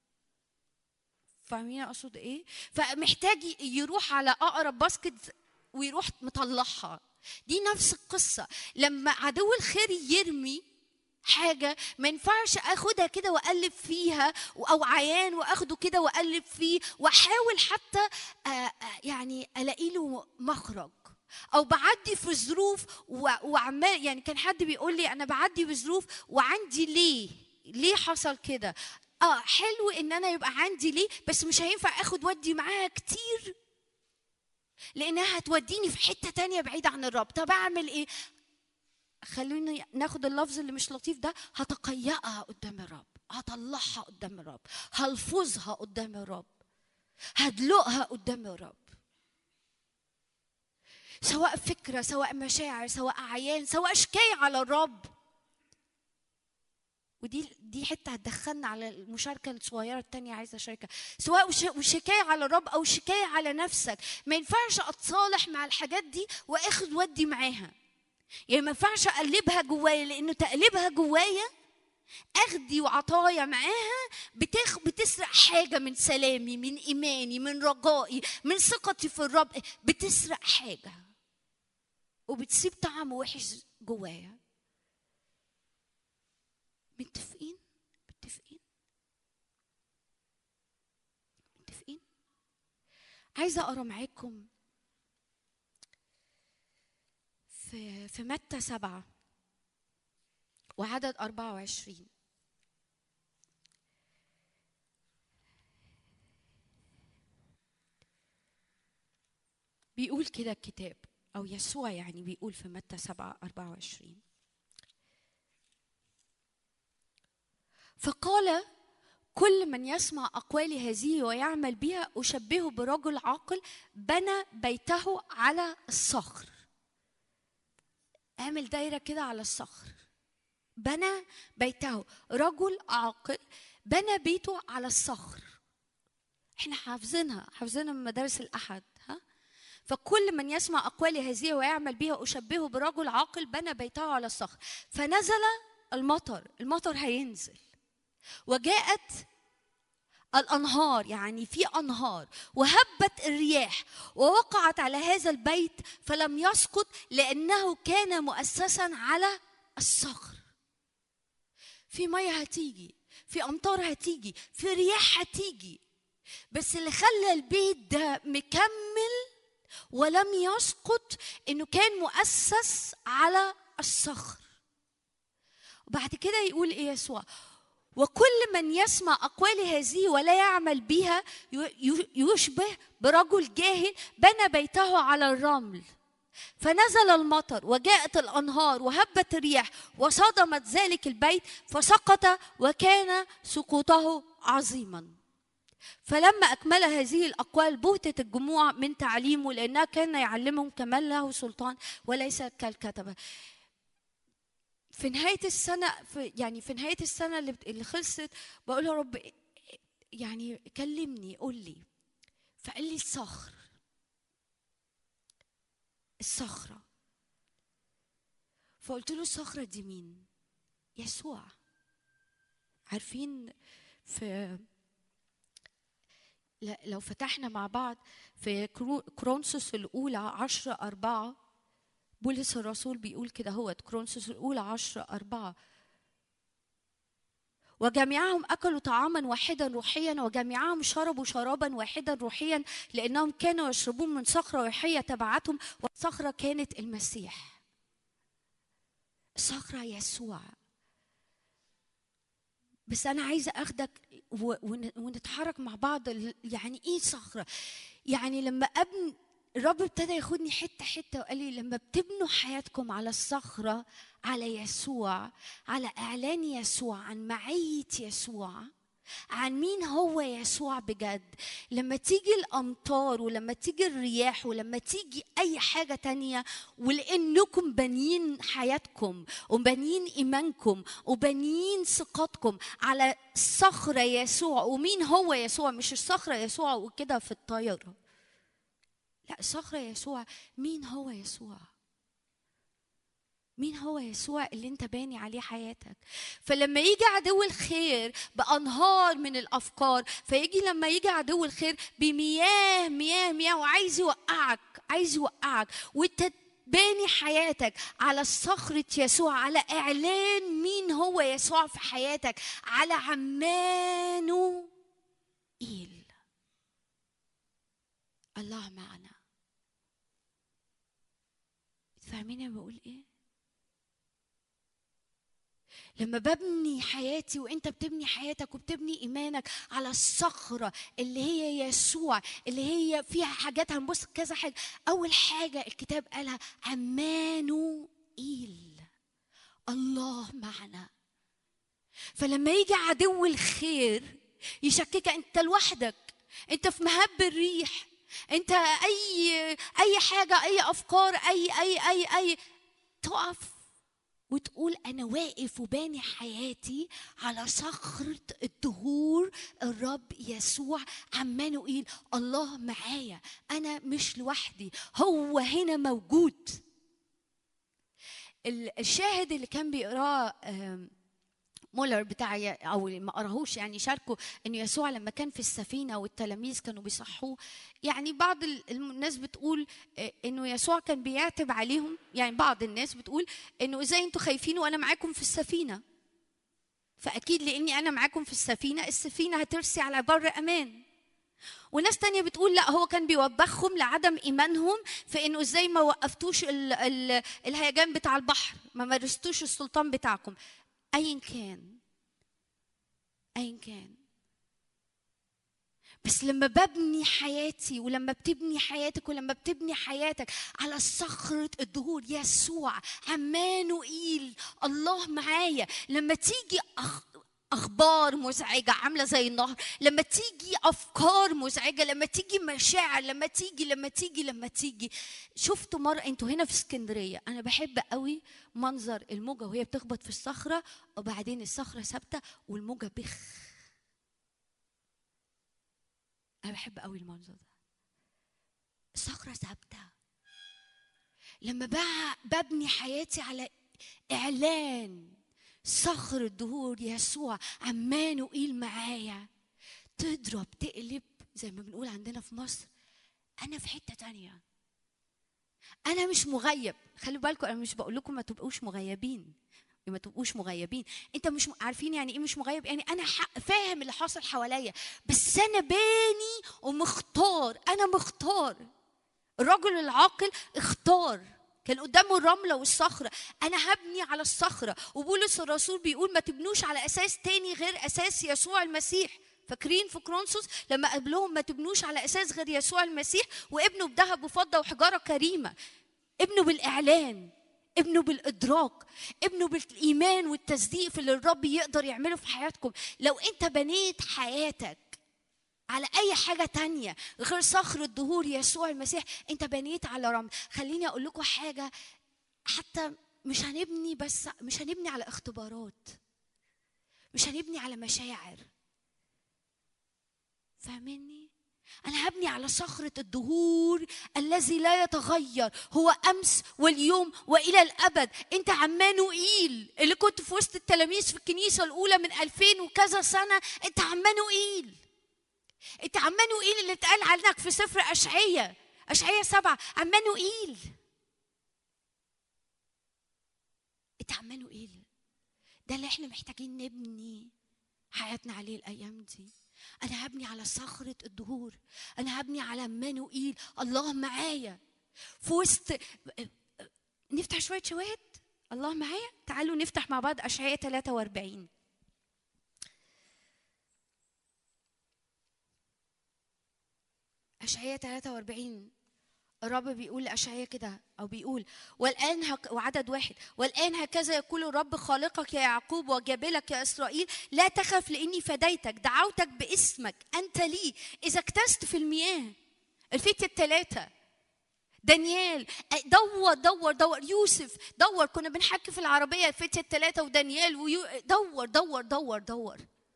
فاهمين اقصد ايه؟ فمحتاج يروح على اقرب باسكت ويروح مطلعها. دي نفس القصه. لما عدو الخير يرمي حاجه ما ينفعش اخدها كده واقلب فيها، او عيان واخده كده واقلب فيه واحاول حتى يعني الاقي له مخرج. او بعدي في ظروف وعمال، يعني كان حد بيقول لي انا بعدي بظروف وعندي ليه حصل كده. حلو ان انا يبقى عندي ليه، بس مش هينفع اخد ودي معاها كتير لانها هتوديني في حتة تانية بعيدة عن الرب. طب اعمل ايه؟ خلوني ناخد اللفظ اللي مش لطيف ده، هتقيأها قدام الرب، هطلعها قدام الرب، هلفظها قدام الرب، هدلقها قدام الرب. سواء فكرة، سواء مشاعر، سواء عيان، سواء شكاية على الرب. ودي حته هتدخلنا على المشاركه الصغيره الثانيه عايزه اشاركها. سواء شكايه على الرب او شكايه على نفسك، ما ينفعش اتصالح مع الحاجات دي واخد ودي معاها. يعني ما ينفعش اقلبها جوايا، لانه تقلبها جوايا اخدي وعطايا معاها بتسرق حاجه من سلامي، من ايماني، من رجائي، من ثقتي في الرب. بتسرق حاجه وبتسيب طعم وحش جوايا. متفقين؟ عايزة أقرأ معاكم في متى 7 وعدد 24. بيقول كده الكتاب، أو يسوع يعني بيقول في متى 7:24: فقال كل من يسمع أقوالي هذه ويعمل بها أشبهه برجل عاقل بنى بيته على الصخر. اعمل دايرة كده على الصخر. بنى بيته، رجل عاقل بنى بيته على الصخر. احنا حافظينها من مدارس الأحد. فكل من يسمع أقوالي هذه ويعمل بها أشبهه برجل عاقل بنى بيته على الصخر فنزل المطر هينزل، وجاءت الأنهار، يعني في أنهار، وهبت الرياح ووقعت على هذا البيت فلم يسقط لأنه كان مؤسسا على الصخر. في مية هتيجي، في أمطار هتيجي، في رياح هتيجي، بس اللي خلى البيت ده مكمل ولم يسقط إنه كان مؤسس على الصخر. وبعد كده يقول إيه يسوع؟ وكل من يسمع أقوالي هذه ولا يعمل بها يشبه برجل جاهل بنى بيته على الرمل فنزل المطر وجاءت الأنهار وهبت الرياح وصدمت ذلك البيت فسقط وكان سقوطه عظيما. فلما أكمل هذه الأقوال بهتت الجموع من تعليمه لأنه كان يعلمهم كمن له سلطان وليس كالكتبة. في نهاية السنة، في نهاية السنة اللي خلصت بقول يا رب يعني كلمني قول لي. فقال لي الصخرة. فقلت له الصخرة دي مين؟ يسوع. عارفين لو فتحنا مع بعض في كورنثوس الأولى 10:4 بولس الرسول بيقول كده، هو كورنثوس الأولى 10:4: وجميعهم أكلوا طعاما واحدا روحيا، وجميعهم شربوا شرابا واحدا روحيا، لأنهم كانوا يشربون من صخرة روحية تبعتهم، والصخرة كانت المسيح. الصخرة يسوع. بس أنا عايزة أخدك ونتحرك مع بعض. يعني إيه صخرة؟ يعني لما الرب ابتدى ياخدني حتة حتة وقال لي لما بتبنوا حياتكم على الصخرة، على يسوع، على إعلان يسوع، عن معية يسوع، عن مين هو يسوع بجد، لما تيجي الأمطار ولما تيجي الرياح ولما تيجي أي حاجة تانية، ولأنكم بانيين حياتكم وبانيين إيمانكم وبانيين ثقتكم على الصخرة يسوع. ومين هو يسوع؟ مش الصخرة يسوع وكده في الطيارة، لا، الصخرة يسوع. مين هو يسوع؟ مين هو يسوع اللي انت باني عليه حياتك؟ فلما يجي عدو الخير بأنهار من الأفكار، فيجي لما يجي عدو الخير بمياه مياه مياه وعايز يوقعك وانت باني حياتك على صخرة يسوع، على إعلان مين هو يسوع في حياتك، على عمانوئيل، الله معنا. فاهمين انا بقول ايه؟ لما ببني حياتي وانت بتبني حياتك وبتبني ايمانك على الصخرة اللي هي يسوع، اللي هي فيها حاجات، هنبص كذا حاجة. اول حاجة الكتاب قالها عمانوئيل، الله معنا. فلما يجي عدو الخير يشككك انت لوحدك، انت في مهب الريح، انت اي حاجة، اي افكار، اي تقف وتقول أنا واقف وباني حياتي على صخرة الدهور، الرب يسوع عمانوئيل، الله معايا، أنا مش لوحدي، هو هنا موجود. الشاهد اللي كان بيقراه مولر بتاع، او ما قراهوش يعني، شاركوا ان يسوع لما كان في السفينه والتلاميذ كانوا بيصحوه، يعني بعض الناس بتقول انه يسوع كان بيعتب عليهم، يعني بعض الناس بتقول انه ازاي انتوا خايفين وانا معاكم في السفينه؟ فاكيد لاني انا معاكم في السفينه هترسي على بر امان. وناس تانية بتقول لا، هو كان بيوبخهم لعدم إيمانهم في إنه إزاي ما وقفتوش الهيجان بتاع البحر، ما مارستوش السلطان بتاعكم. أيا كان، بس لما ببني حياتي ولما بتبني حياتك ولما بتبني حياتك على صخرة الدهور يسوع عمانوئيل، الله معايا، لما تيجي أخبار مزعجة عاملة زي النهر، لما تيجي أفكار مزعجة، لما تيجي مشاعر، لما تيجي. شفتوا مرة أنتوا هنا في اسكندرية، أنا بحب قوي منظر الموجة وهي بتخبط في الصخرة وبعدين الصخرة ثابتة والموجة أنا بحب قوي المنظر ده، الصخرة ثابتة. لما ببني حياتي على إعلان صخر الدهور يسوع عمانوئيل معايا، تضرب تقلب زي ما بنقول عندنا في مصر، أنا في حتة تانية، أنا مش مغيب. خلوا بالكم، أنا مش بقول لكم ما تبقوش مغيبين، انت مش عارفين يعني ايه مش مغيب، يعني انا فاهم اللي حاصل حواليا، بس انا باني ومختار، انا مختار. الرجل العاقل اختار، كان قدامه الرمله والصخره، انا هبني على الصخره. وبولس الرسول بيقول ما تبنوش على اساس تاني غير اساس يسوع المسيح. فاكرين في كورنثوس لما قبلهم ما تبنوش على اساس غير يسوع المسيح، وابنوا بذهب وفضه وحجاره كريمه، ابنوا بالاعلان، ابنوا بالإدراك، ابنوا بالإيمان والتصديق في اللي الرب يقدر يعمله في حياتكم. لو أنت بنيت حياتك على أي حاجة تانية غير صخر الدهور يسوع المسيح، أنت بنيت على رمل. خليني أقول لكم حاجة، حتى مش هنبني على اختبارات، مش هنبني على مشاعر، فاهميني؟ أنا هبني على صخرة الدهور الذي لا يتغير، هو أمس واليوم وإلى الأبد. أنت عمانوئيل اللي كنت في وسط التلاميذ في الكنيسة الأولى من 2000 وكذا سنة. أنت عمانوئيل. أنت عمانوئيل اللي اتقال عنك في سفر أشعياء 7. عمانوئيل. أنت عمانوئيل. ده اللي احنا محتاجين نبني حياتنا عليه الأيام دي. أنا هبني على صخرة الدهور، أنا هبني على عمانوئيل، الله معايا في وسط. نفتح شوية الله معايا. تعالوا نفتح مع بعض أشعياء 43. أشعياء 43 الرب بيقول لأشعياء كده، أو بيقول والآن وعدد 1: والآن هكذا يقول الرب خالقك يا يعقوب وجابلك يا إسرائيل، لا تخف لأني فديتك، دعوتك باسمك أنت لي إذا اكتست في المياه. الفتية الثلاثة، دانيال، دور يوسف، كنا بنحكي في العربية الفتية الثلاثة ودانيال دور.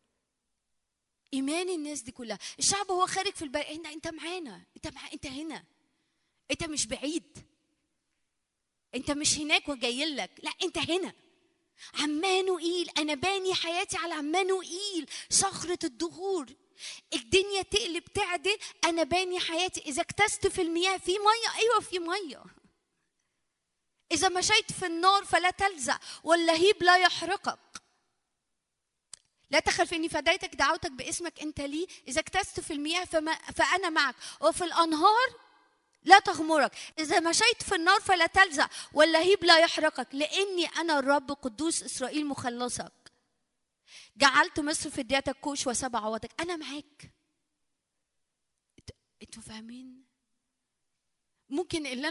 إيمان الناس دي كلها. الشعب هو خارج في البرية، أنت معانا، أنت هنا، أنت مش بعيد، أنت مش هناك وجاي لك، لا أنت هنا. عمانوئيل، أنا باني حياتي على عمانوئيل صخرة الدهور. الدنيا تقلب تعدل، أنا باني حياتي. إذا اكتست في المياه، في مية، أيوة في مية. إذا مشيت في النار فلا تلزع واللهيب لا يحرقك. لا تخف إني فديتك، دعوتك باسمك أنت لي، إذا اكتست في المياه فأنا معك، وفي الأنهار لا تغمرك. إذا مشيت في النار فلا تلزع واللهيب لا يحرقك، لأني أنا الرب قدوس إسرائيل مخلصك. جعلت مصر فديتك كوش وسبع عواتك. أنا معاك. أنتوا فاهمين؟ ممكن اللي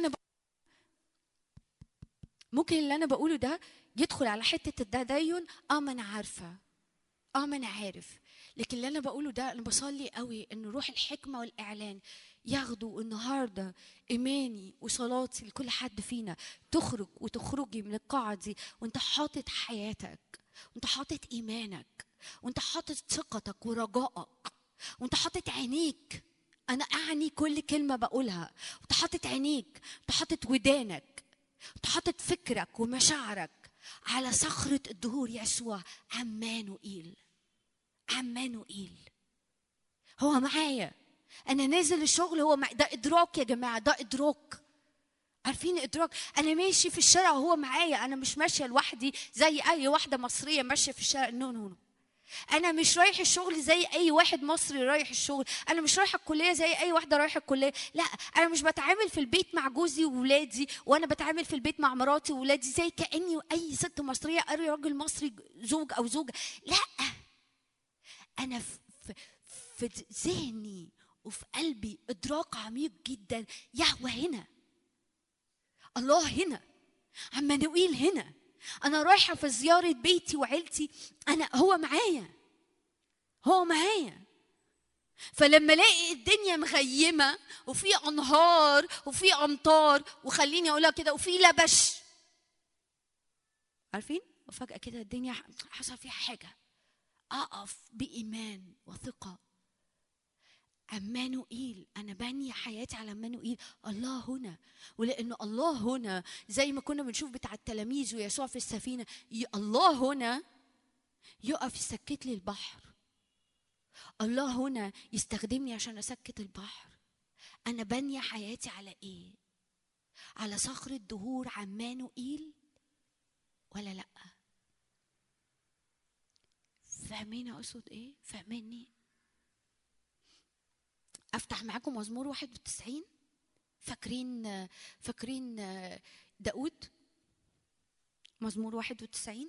أنا بقوله ده يدخل على حتة التدين. ما أنا عارفة، ما أنا عارف. لكن اللي أنا بقوله ده، أنا بصلي قوي إن روح الحكمة والإعلان ياخدوا النهارده إيماني وصلاتي لكل حد فينا. تخرج وتخرجي من القاعة دي وأنت حاطط حياتك، وأنت حاطط إيمانك، وأنت حاطط ثقتك ورجائك، وأنت حاطط عينيك. أنا أعني كل كلمة بقولها. وأنت حاطط عينيك، وأنت حاطط ودانك، وأنت حاطط فكرك ومشاعرك على صخرة الدهور يسوع. عمانوئيل، عمانوئيل هو معايا. أنا نازل الشغل هو ده إدراك يا جماعة، ده إدراك. عارفين إدراك؟ أنا ماشي في الشارع وهو معايا. أنا مش ماشية لوحدي زي أي واحدة مصرية ماشية في الشارع. نو. أنا مش رايح الشغل زي أي واحد مصري رايح الشغل. أنا مش رايحة الكلية زي أي واحدة رايحة الكلية. لا، أنا مش بتعامل في البيت مع جوزي وولادي، وأنا بتعامل في البيت مع مراتي وولادي زي كأني أي ست مصرية، أي راجل مصري زوج أو زوجة. لا، أنا في ذهني وفي قلبي إدراك عميق جدا. يهوه هنا، الله هنا، عمانوئيل هنا. أنا رايحة في زيارة بيتي وعيلتي، هو معايا. فلما الاقي الدنيا مغيمة وفي أنهار وفي أمطار، وخليني أقولها كده، وفي لبش، عارفين؟ وفجأة كده الدنيا حصل فيها حاجة، أقف بإيمان وثقة. عمانوئيل، أنا بانية حياتي على عمانوئيل، الله هنا. ولأنه الله هنا زي ما كنا بنشوف بتاع التلاميذ ويسوع في السفينة، الله هنا يقف يسكت لي البحر. الله هنا يستخدمني عشان أسكت البحر. أنا بانية حياتي على إيه؟ على صخرة دهور عمانوئيل ولا لأ؟ فاهمين أقصد إيه؟ فاهميني؟ أفتح معاكم مزمور 91. فاكرين داود؟ مزمور 91.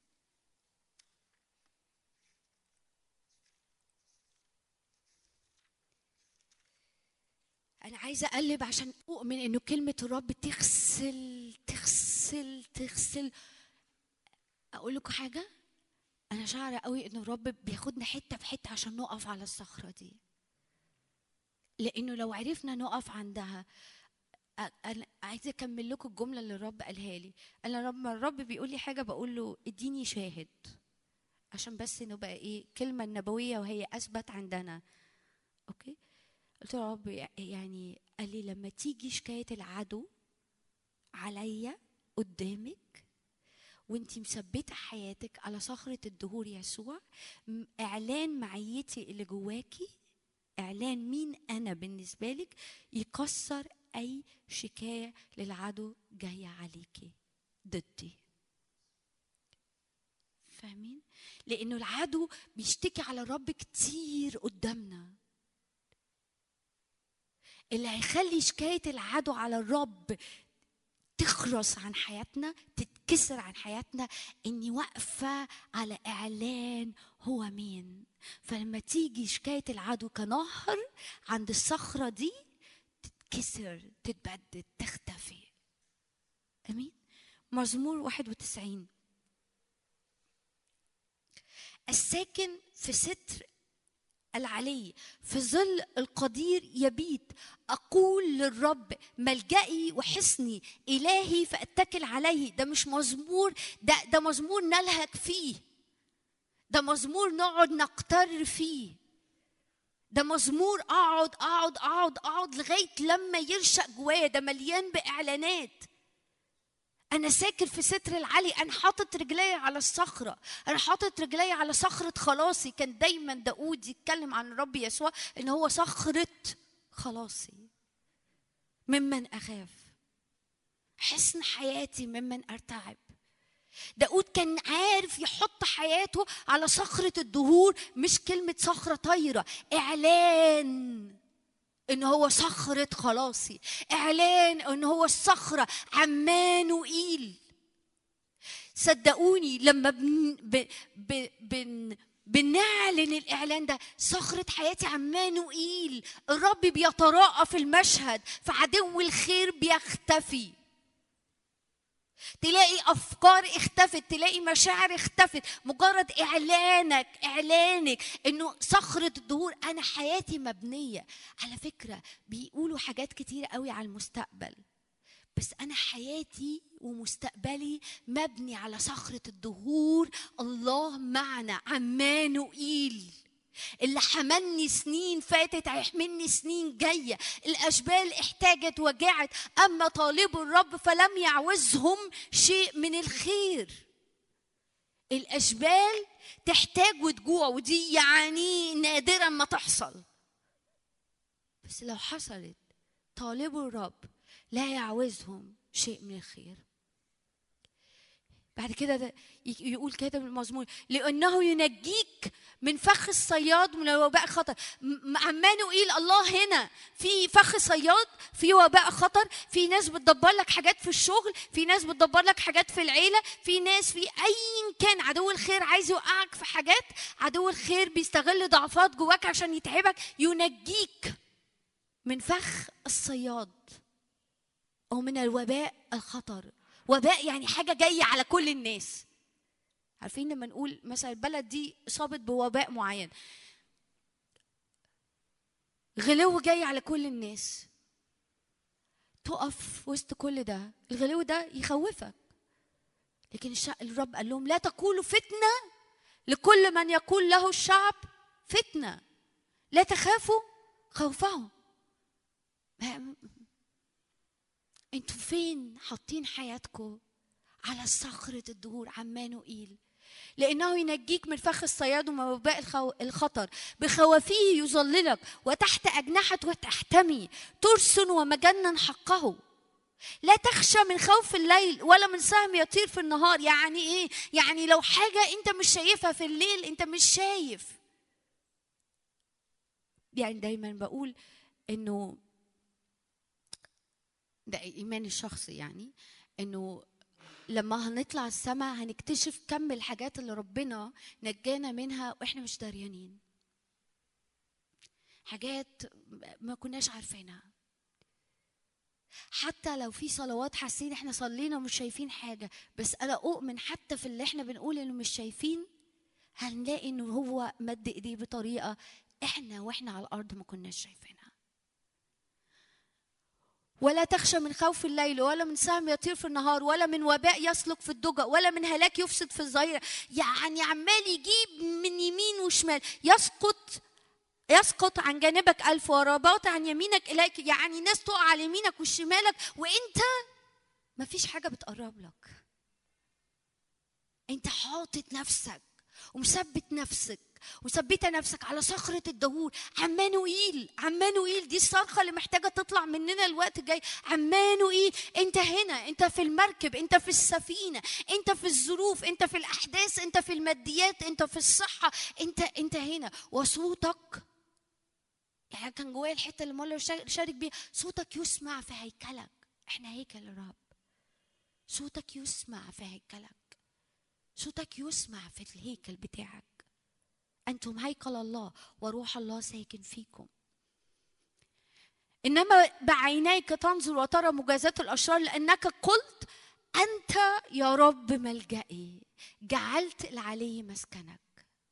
أنا عايزة أقلب عشان أؤمن إنه كلمة الرب تغسل تغسل تغسل. أقول لكم حاجة، أنا شاعرة قوي إن الرب بياخدنا حتة بحتة عشان نقف على الصخرة دي. لأنه لو عرفنا نقف عندها، أنا عايزة أكمل لكم الجملة اللي الرب قالها لي. أنا لما الرب بيقول لي حاجة بقول له اديني شاهد، عشان بس نبقى إيه، كلمة النبوية وهي أثبت عندنا. اوكي. قلت له يا رب يعني، قال لي لما تيجي شكايه العدو عليا قدامك وانتي مثبته حياتك على صخره الدهور يسوع، اعلان معيتي اللي جواكي، اعلان مين انا بالنسبه لك، يكسر اي شكايه للعدو جايه عليكي ضدي. فاهمين؟ لانه العدو بيشتكي على الرب كتير قدامنا. اللي هيخلي شكايه العدو على الرب تخرس عن حياتنا، تتكسر عن حياتنا، اني واقفه على اعلان هو مين. فلما تيجي شكايه العدو كنهر عند الصخره دي، تتكسر، تتبدد، تختفي. امين. مزمور 91. الساكن في ستر العلي في ظل القدير يبيت. أقول للرب ملجئي وحصني، إلهي فأتكل عليه. ده مش مزمور، ده مزمور نلهك فيه، ده مزمور نقعد نقتر فيه، ده مزمور أقعد لغاية لما يرشق جوايا. ده مليان بإعلانات. أنا ساكن في ستر العلي، أنا حاطط رجلي على الصخرة، أنا حاطط رجلي على صخرة خلاصي. كان دايما داود يتكلم عن الرب يسوع إن هو صخرة خلاصي، ممن أخاف، حصن حياتي ممن أرتعب. داود كان عارف يحط حياته على صخرة الدهور، مش كلمة صخرة طايرة، إعلان إن هو صخرة خلاصي، إعلان إن هو الصخرة عمانوئيل. صدقوني لما بنعلن الإعلان ده، صخرة حياتي عمانوئيل، الرب بيتراءى في المشهد، فعدو الخير بيختفي. تلاقي أفكار اختفت، تلاقي مشاعر اختفت، مجرد إعلانك إنه صخرة الدهور. أنا حياتي مبنية. على فكرة بيقولوا حاجات كتير قوي على المستقبل، بس أنا حياتي ومستقبلي مبني على صخرة الدهور. الله معنا، عمانوئيل، اللي حملني سنين فاتت هيحملني سنين جاية. الأشبال احتاجت وجعت، أما طالبوا الرب فلم يعوزهم شيء من الخير. الأشبال تحتاج وتجوع، ودي يعني نادرا ما تحصل، بس لو حصلت طالبوا الرب لا يعوزهم شيء من الخير. بعد كده يقول كاتب المزمور لأنه ينجيك من فخ الصياد من الوباء خطر. عمانوئيل، الله هنا في فخ صياد، في وباء خطر، في ناس بتدبر لك حاجات في الشغل، في ناس بتدبر لك حاجات في العيلة، في ناس في أي كان عدو الخير عايز يوقعك في حاجات. عدو الخير بيستغل ضعفات جواك عشان يتعبك. ينجيك من فخ الصياد أو من الوباء الخطر. وباء يعني حاجة جاية على كل الناس. عارفين لما نقول مثلا البلد دي اصابت بوباء معين، غلو جاي على كل الناس، تقف وسط كل ده. الغلو ده يخوفك، لكن الرب قال لهم لا تقولوا فتنة لكل من يقول له الشعب فتنة، لا تخافوا خوفه. انتوا فين حاطين حياتكم؟ على صخرة الدهور عمانوئيل. لأنه ينجيك من فخ الصياد ومن وباء الخطر، بخوافيه يظللك وتحت أجنحته تحتمي، ترسن ومجنن حقه. لا تخشى من خوف الليل ولا من سهم يطير في النهار. يعني إيه؟ يعني لو حاجة أنت مش شايفها في الليل، أنت مش شايف. يعني دايما بقول إنه ده إيماني الشخصي، يعني إنه لما هنطلع السماء هنكتشف كم الحاجات اللي ربنا نجانا منها وإحنا مش داريانين. حاجات ما كناش عارفينها. حتى لو في صلوات حاسين إحنا صلينا ومش شايفين حاجة، بس أنا أؤمن حتى في اللي إحنا بنقول إنه مش شايفين هنلاقي إنه هو مد إيديه بطريقة إحنا وإحنا على الأرض ما كناش شايفينها. ولا تخشى من خوف الليل ولا من سهم يطير في النهار ولا من وباء يسلك في الدجى ولا من هلاك يفسد في الظهيرة. يعني عمال يجيب من يمين وشمال. يسقط يسقط عن جانبك 1000 ورباط عن يمينك إليك. يعني ناس تقع على يمينك وشمالك وانت ما فيش حاجة بتقرب لك. انت حاطط نفسك ومثبت نفسك وثبت نفسك على صخرة الدهور. عمانوئيل، عمانوئيل، دي الصرخة اللي محتاجة تطلع مننا الوقت الجاي. عمانوئيل، انت هنا، انت في المركب، انت في السفينة، انت في الظروف، انت في الأحداث، انت في الماديات، انت في الصحة، انت هنا. وصوتك، يعني كان جوايا الحتة اللي مولا شارك بيها، صوتك يسمع في هيكلك. احنا هيكل الرب. صوتك يسمع في هيكلك، صوتك يسمع في الهيكل بتاعك. أنتم هيكل الله وروح الله ساكن فيكم. إنما بعينيك تنظر وترى مجازات الأشرار، لأنك قلت أنت يا رب ملجئي، جعلت العلي مسكنك.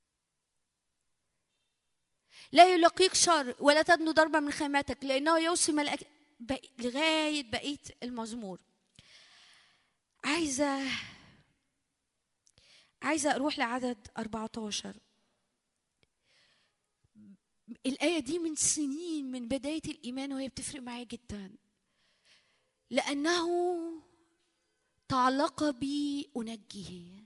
لا يلاقيك شر ولا تدنو ضربة من خيمتك، لأنه يوصي لغاية بقية المزمور. عايزة أروح لعدد 14. الآية دي من سنين، من بداية الإيمان وهي بتفرق معايا جدا، لأنه تعلق بي أنجيه،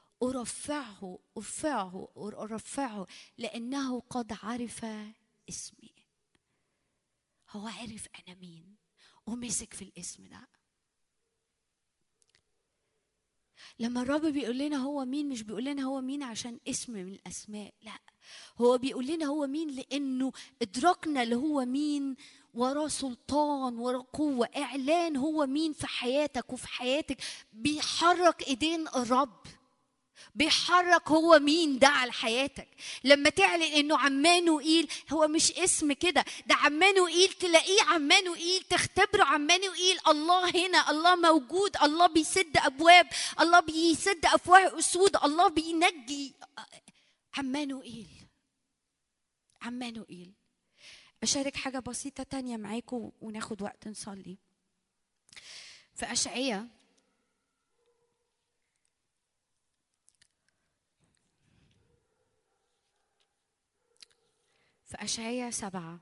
أرفعه لأنه قد عرف اسمي. هو عرف أنا مين ومسك في الاسم ده. لما الرب بيقول لنا هو مين، مش بيقول لنا هو مين عشان اسم من الأسماء، لا، هو بيقول لنا هو مين لأنه إدراكنا اللي هو مين وراه سلطان، وراه قوة. إعلان هو مين في حياتك وفي حياتك بيحرك إيدين الرب، بيحرك هو مين ده على حياتك. لما تعلن انه عمانوئيل، هو مش اسم كده، ده عمانوئيل، تلاقيه عمانوئيل، تختبره عمانوئيل. الله هنا، الله موجود، الله بيسد ابواب، الله بيسد افواه اسود، الله بينجي. عمانوئيل، عمانوئيل. اشارك حاجه بسيطه تانية معاكم وناخد وقت نصلي. في أشعياء 7.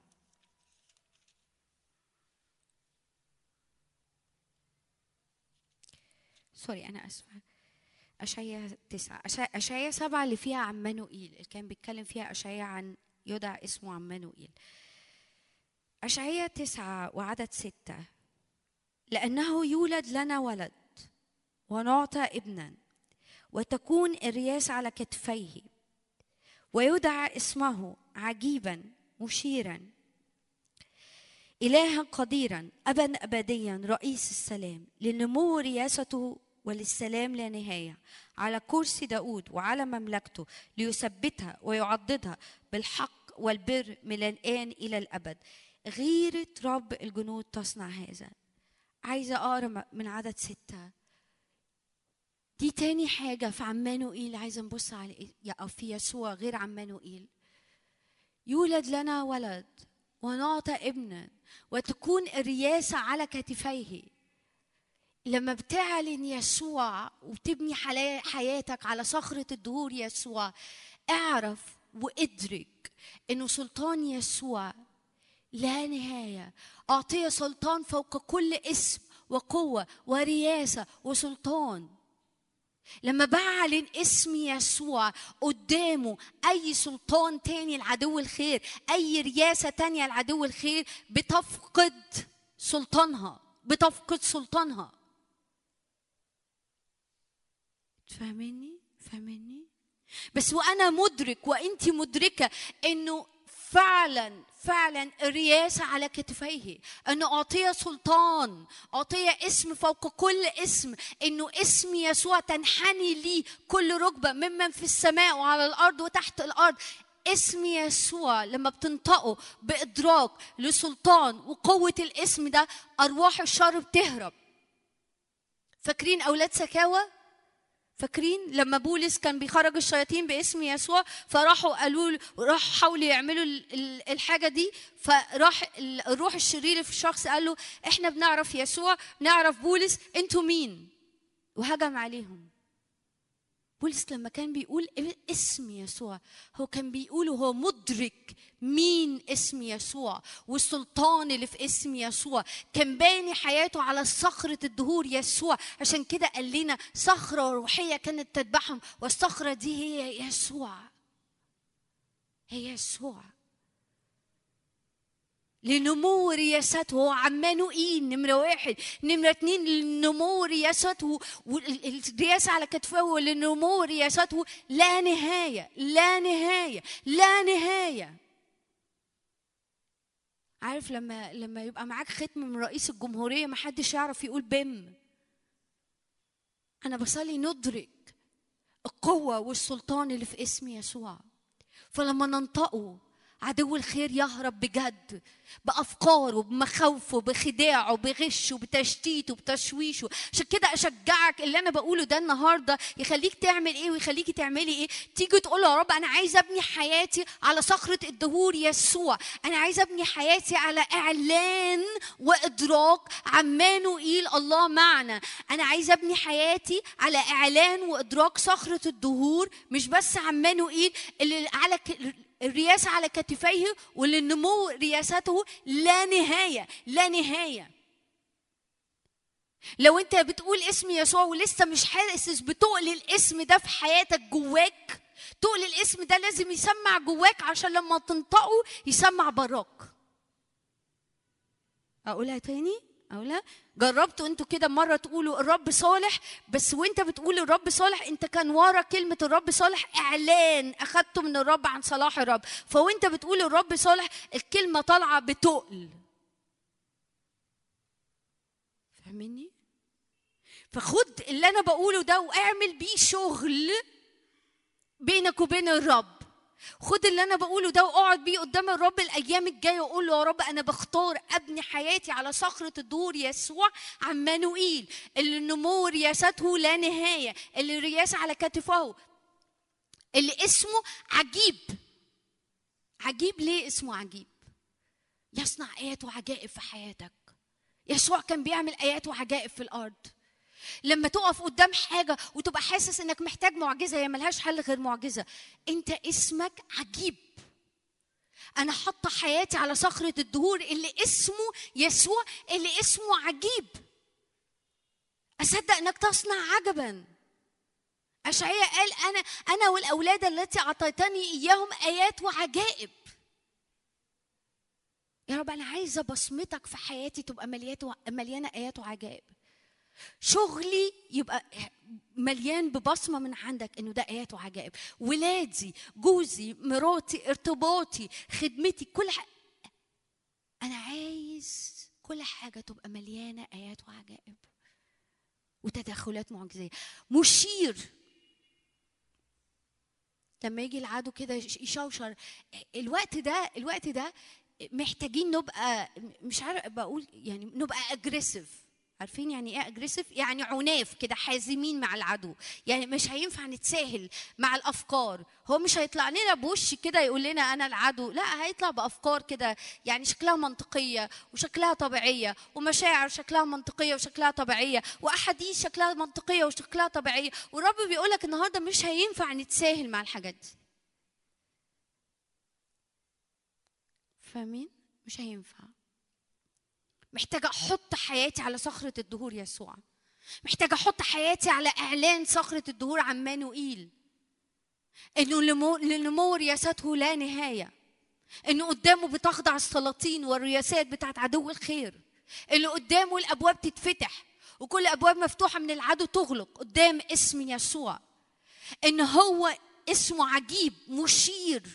أنا أسفة. أشعياء 9. أشعياء 7 اللي فيها عمانوئيل، اللي كان بيتكلم فيها أشعياء عن يدعى اسمه عمانوئيل. أشعياء 9 وعدد 6: لأنه يولد لنا ولد ونعطى ابنا وتكون الرياسة على كتفيه ويدعى اسمه عجيبا، مشيرا، إلها قديرا، أبا أبديا، رئيس السلام. لنمو رياسته وللسلام لا نهاية على كرسي داود وعلى مملكته، ليثبتها ويعضدها بالحق والبر من الآن إلى الأبد. غيرة رب الجنود تصنع هذا. عايزة أقرأ من عدد 6. دي تاني حاجة في عمانوئيل عايزة نبص على في يسوع غير عمانوئيل. يولد لنا ولد ونعطى ابنا وتكون الرياسة على كتفيه. لما بتعلن يسوع وبتبني حياتك على صخرة الدهور يسوع، اعرف وادرك انه سلطان يسوع لا نهاية. أعطيه سلطان فوق كل اسم وقوة ورياسة وسلطان. لما بعلن اسم يسوع قدامه، أي سلطان تاني العدو الخير، أي رياسة تانية العدو الخير بتفقد سلطانها، بتفقد سلطانها. فاهميني؟ بس وأنا مدرك وأنتي مدركة إنه فعلا الرياسة على كتفيه، أنه أعطيه سلطان، أعطيه اسم فوق كل اسم، أنه اسم يسوع تنحني لي كل ركبة ممن في السماء وعلى الأرض وتحت الأرض. اسم يسوع لما بتنطقه بإدراك لسلطان وقوة الاسم ده، أرواح الشر بتهرب. فاكرين أولاد سكاوى؟ فاكرين لما بولس كان بيخرج الشياطين باسم يسوع، فراحوا قالوا له، راح حاولوا يعملوا الحاجه دي، فراح الروح الشرير في الشخص قال له احنا بنعرف يسوع، نعرف بولس، انتوا مين؟ وهجم عليهم. بولس لما كان بيقول اسم يسوع هو كان بيقول هو مدرك مين اسم يسوع والسلطان اللي في اسم يسوع. كان باني حياته على صخرة الدهور يسوع. عشان كده قال لنا صخرة روحية كانت تتبعهم، والصخرة دي هي يسوع. هي يسوع. لنمو رياسته عمانوئيل نمرة 1. نمرة 2 لنمو رياسته، والرياسة على كتفه، ولنمو رياسته لا نهاية لا نهاية لا نهاية. عارف لما يبقى معاك ختم من رئيس الجمهورية ما حدش يعرف يقول بم. أنا بصلي ندرك القوة والسلطان اللي في اسم يسوع، فلما ننطقه عدو الخير يهرب بجد بأفكاره بمخاوفه بخداعه بغشه بتشتيته بتشويشه. عشان كده أشجعك اللي أنا بقوله ده النهاردة يخليك تعمل إيه ويخليكي تعملي إيه. تيجي تقول يا رب أنا عايز أبني حياتي على صخرة الدهور يسوع. أنا عايز أبني حياتي على إعلان وإدراك عمانوئيل الله معنا. أنا عايز أبني حياتي على إعلان وإدراك صخرة الدهور، مش بس عمانوئيل اللي على الرياسة على كتفيه، وللنمو رياسته لا نهاية لا نهاية. لو انت بتقول اسم يسوع ولسه مش حاسس بتقل الاسم ده في حياتك جواك، تقل الاسم ده لازم يسمع جواك عشان لما تنطقه يسمع براك. اقولها تاني؟ أولا جربتوا انتوا كده مرة تقولوا الرب صالح، بس وانت بتقول الرب صالح انت كان ورا كلمة الرب صالح اعلان اخدته من الرب عن صلاح الرب، فوانت بتقول الرب صالح الكلمة طالعة بتقل. فاهميني؟ فخد اللي انا بقوله ده واعمل بيه شغل بينك وبين الرب. خد اللي انا بقوله ده واقعد بيه قدام الرب الايام الجايه وقول له يا رب انا بختار ابني حياتي على صخره الدور يسوع عمانوئيل اللي نمو رياسته لا نهايه، اللي رياسه على كتفه، اللي اسمه عجيب. عجيب ليه اسمه عجيب؟ يصنع ايات وعجائب في حياتك. يسوع كان بيعمل ايات وعجائب في الارض. لما تقف قدام حاجة وتبقى حاسس انك محتاج معجزة، هي ملهاش حل غير معجزة. انت اسمك عجيب. انا حاطة حياتي على صخرة الدهور اللي اسمه يسوع، اللي اسمه عجيب. اصدق انك تصنع عجبا. اشعياء قال انا والاولاد التي اعطيتني اياهم ايات وعجائب. يا رب انا عايزة بصمتك في حياتي تبقى مليانة ايات وعجائب. شغلي يبقى مليان ببصمة من عندك انه ده ايات وعجائب. ولادي، جوزي، مراتي، ارتباطي، خدمتي، كل حاجة انا عايز كل حاجة تبقى مليانة ايات وعجائب وتدخلات معجزية. مشير لما يجي العدو كده يشوشر، الوقت ده محتاجين نبقى مش عارف بقول يعني نبقى اجريسيف. عارفين يعني ايه اجريسيف؟ يعني عناف كده، حازمين مع العدو. يعني مش هينفع نتساهل مع الافكار. هو مش هيطلع لنا بوش كده يقول لنا انا العدو، لا هيطلع بافكار كده يعني شكلها منطقيه وشكلها طبيعيه، ومشاعر شكلها منطقيه وشكلها طبيعيه، واحاديث شكلها منطقيه وشكلها طبيعيه. والرب بيقول لك النهارده مش هينفع نتساهل مع الحاجات دي. فاهمين؟ مش هينفع. محتاجة أحط حياتي على صخرة الدهور يسوع. محتاجة أحط حياتي على إعلان صخرة الدهور عمانوئيل، إنه لنمو رياسته لا نهاية، إنه قدامه بتخضع السلاطين والرياسات بتاعت عدو الخير، اللي قدامه الأبواب تتفتح وكل أبواب مفتوحة من العدو تغلق قدام اسم يسوع. إن هو اسمه عجيب مشير.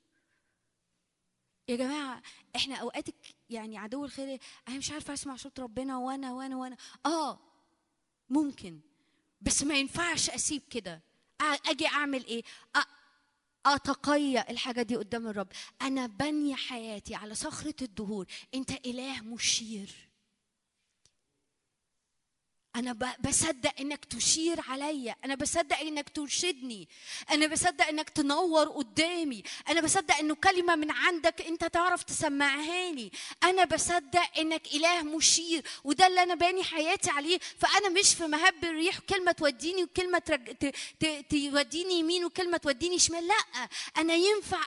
يا جماعة احنا اوقاتك يعني عدو الخير انا مش عارفه اسمع صوت ربنا وانا ممكن، بس ما ينفعش اسيب كده. اجي اعمل ايه؟ اتقيأ الحاجه دي قدام الرب. انا بني حياتي على صخره الدهور. انت اله مشير. أنا بصدق إنك تشير عليا، أنا بصدق إنك ترشدني، أنا بصدق إنك تنور قدامي، أنا بصدق إنه كلمة من عندك أنت تعرف تسمعهاني، أنا بصدق إنك إله مشير، وده اللي أنا باني حياتي عليه. فأنا مش في مهب الريح، كلمة توديني وكلمة توديني يمين وكلمة توديني شمال. لأ، أنا ينفع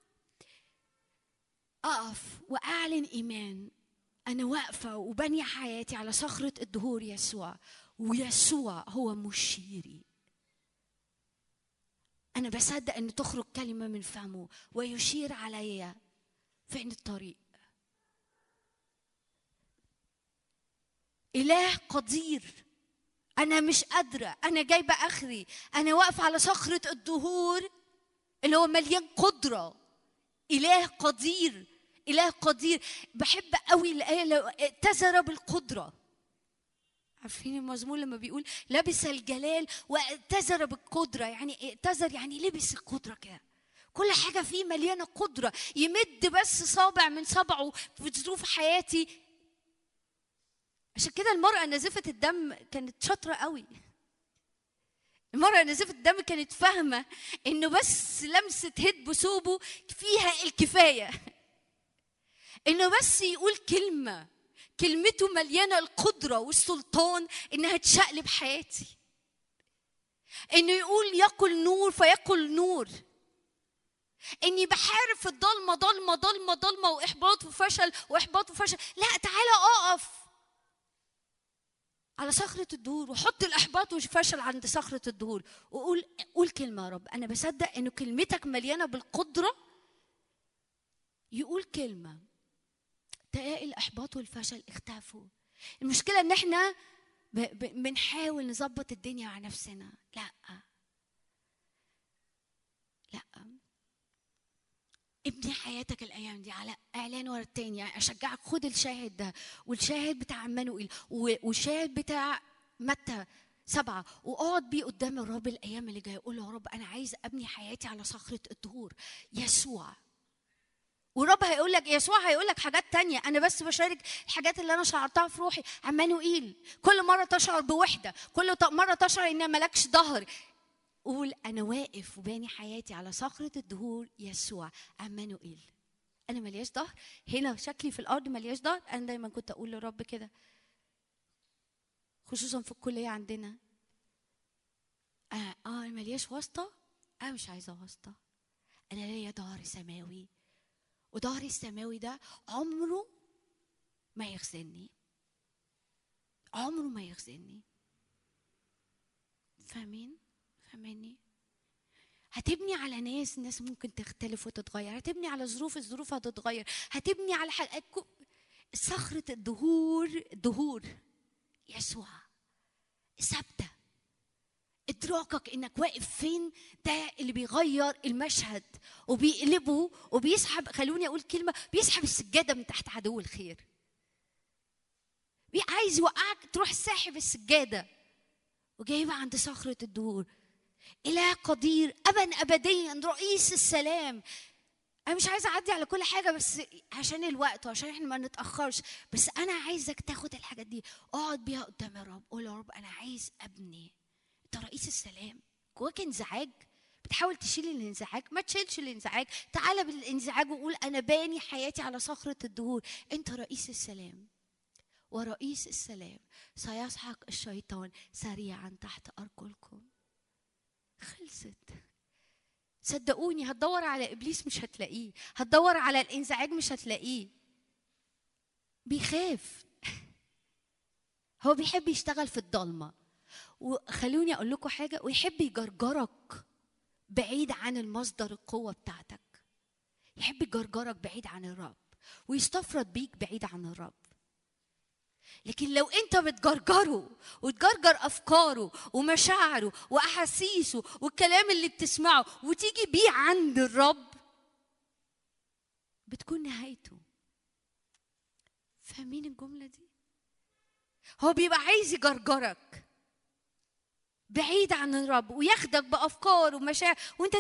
أقف وأعلن إيمان. أنا واقفة وبني حياتي على صخرة الدهور يسوع، ويسوع هو مشيري. أنا بصدق أن تخرج كلمة من فمه ويشير عليا فين الطريق. إله قدير، أنا مش قادرة، أنا جايبة آخري، أنا واقفة على صخرة الدهور اللي هو مليان قدرة. إله قدير، إله قدير. بحب قوي الآية لو ائتزر بالقدرة. عارفين المزمور لما بيقول لبس الجلال وائتزر بالقدرة؟ يعني ائتزر يعني لبس القدرة كده، كل حاجة فيه مليانة قدرة. يمد بس صابع من صبعه في ظروف حياتي. عشان كده المرأة نازفة الدم كانت شاطرة قوي. المرأة نازفة الدم كانت فاهمة إنه بس لمسة هد بثوبه فيها الكفاية. إنه بس يقول كلمته مليانة القدرة والسلطان إنها تشقلب حياتي. إنه يقول يقل نور فيقل نور. إني بحارب في الضلمة ضلمة ضلمة ضلمة وإحباط وفشل وإحباط وفشل. لا، تعالى أقف على صخرة الدهور وحط الإحباط والفشل عند صخرة الدهور وقول كلمة يا رب. أنا بصدق إنه كلمتك مليانة بالقدرة. يقول كلمة تلاقي الإحباط والفشل اختفوا. المشكلة إن إحنا بنحاول نظبط الدنيا مع نفسنا. لا، ابني حياتك الأيام دي على إعلان ورا التاني. يعني أشجعك خد الشاهد ده والشاهد بتاع عمانوئيل والشاهد بتاع متى 7 واقعد بيه قدام الرب الأيام اللي جاية. قول له يا رب أنا عايز أبني حياتي على صخرة الدهور يسوع. والرب هيقول لك، يسوع هيقول لك حاجات تانية. أنا بس بشارك الحاجات اللي أنا شعرتها في روحي. عمانوئيل، كل مرة تشعر بوحدة، كل مرة تشعر إن مالكش ظهر، قول أنا واقف وباني حياتي على صخرة الدهور يسوع عمانوئيل. أنا ملياش ظهر هنا، شكلي في الأرض ملياش ظهر. أنا دايما كنت أقول للرب كده، خصوصا في الكلية عندنا، ملياش واسطة. أنا مش عايزة واسطة، أنا ليا ظهر سماوي، وظهري السماوي ده عمره ما يخزني، عمره ما يخزني. فاهميني؟ هتبني على ناس ممكن تختلف وتتغير، هتبني على الظروف هتتغير، هتبني على صخرة الدهور يسوع ثابتة. ادراكك انك واقف فين ده اللي بيغير المشهد وبيقلبه وبيسحب. خلوني اقول كلمة، بيسحب السجادة من تحت عدو الخير. عايز يوقعك تروح ساحب السجادة وجايبها عند صخرة الدهور. إله قدير أبا أبديا رئيس السلام. أنا مش عايزة أعدي على كل حاجة بس عشان الوقت وعشان إحنا ما نتأخرش، بس أنا عايزك تاخد الحاجات دي اقعد بيها قدام الرب. قول يا رب أنا عايز أبني. أنت رئيس السلام. جواك انزعاج بتحاول تشيل الانزعاج، ما تشيلش الانزعاج. تعالى بالانزعاج وقول أنا باني حياتي على صخرة الدهور. أنت رئيس السلام، ورئيس السلام سيسحق الشيطان سريعا تحت أرجلكم. خلصت. صدقوني هتدور على إبليس مش هتلاقيه، هتدور على الانزعاج مش هتلاقيه. بيخاف. هو بيحب يشتغل في الضلمة. وخلوني أقول لكم حاجة، ويحب يجرجرك بعيد عن المصدر القوة بتاعتك. يحب يجرجرك بعيد عن الرب ويستفرد بيك بعيد عن الرب. لكن لو انت بتجرجره وتجرجر افكاره ومشاعره واحاسيسه والكلام اللي بتسمعه وتيجي بيه عند الرب، بتكون نهايته. فاهمين الجملة دي؟ هو بيبقى عايز يجرجرك بعيد عن الرب وياخدك بافكار ومشاعر وانت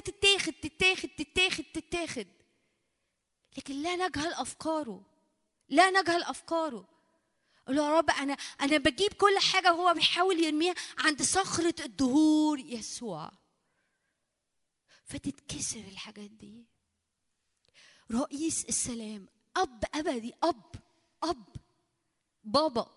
تتاخد. لكن لا نجهل افكاره، لا نجهل افكاره. قول له يا رب انا بجيب كل حاجه هو بيحاول يرميها عند صخره الدهور يسوع، فتتكسر الحاجات دي. رئيس السلام، اب ابدي، اب بابا،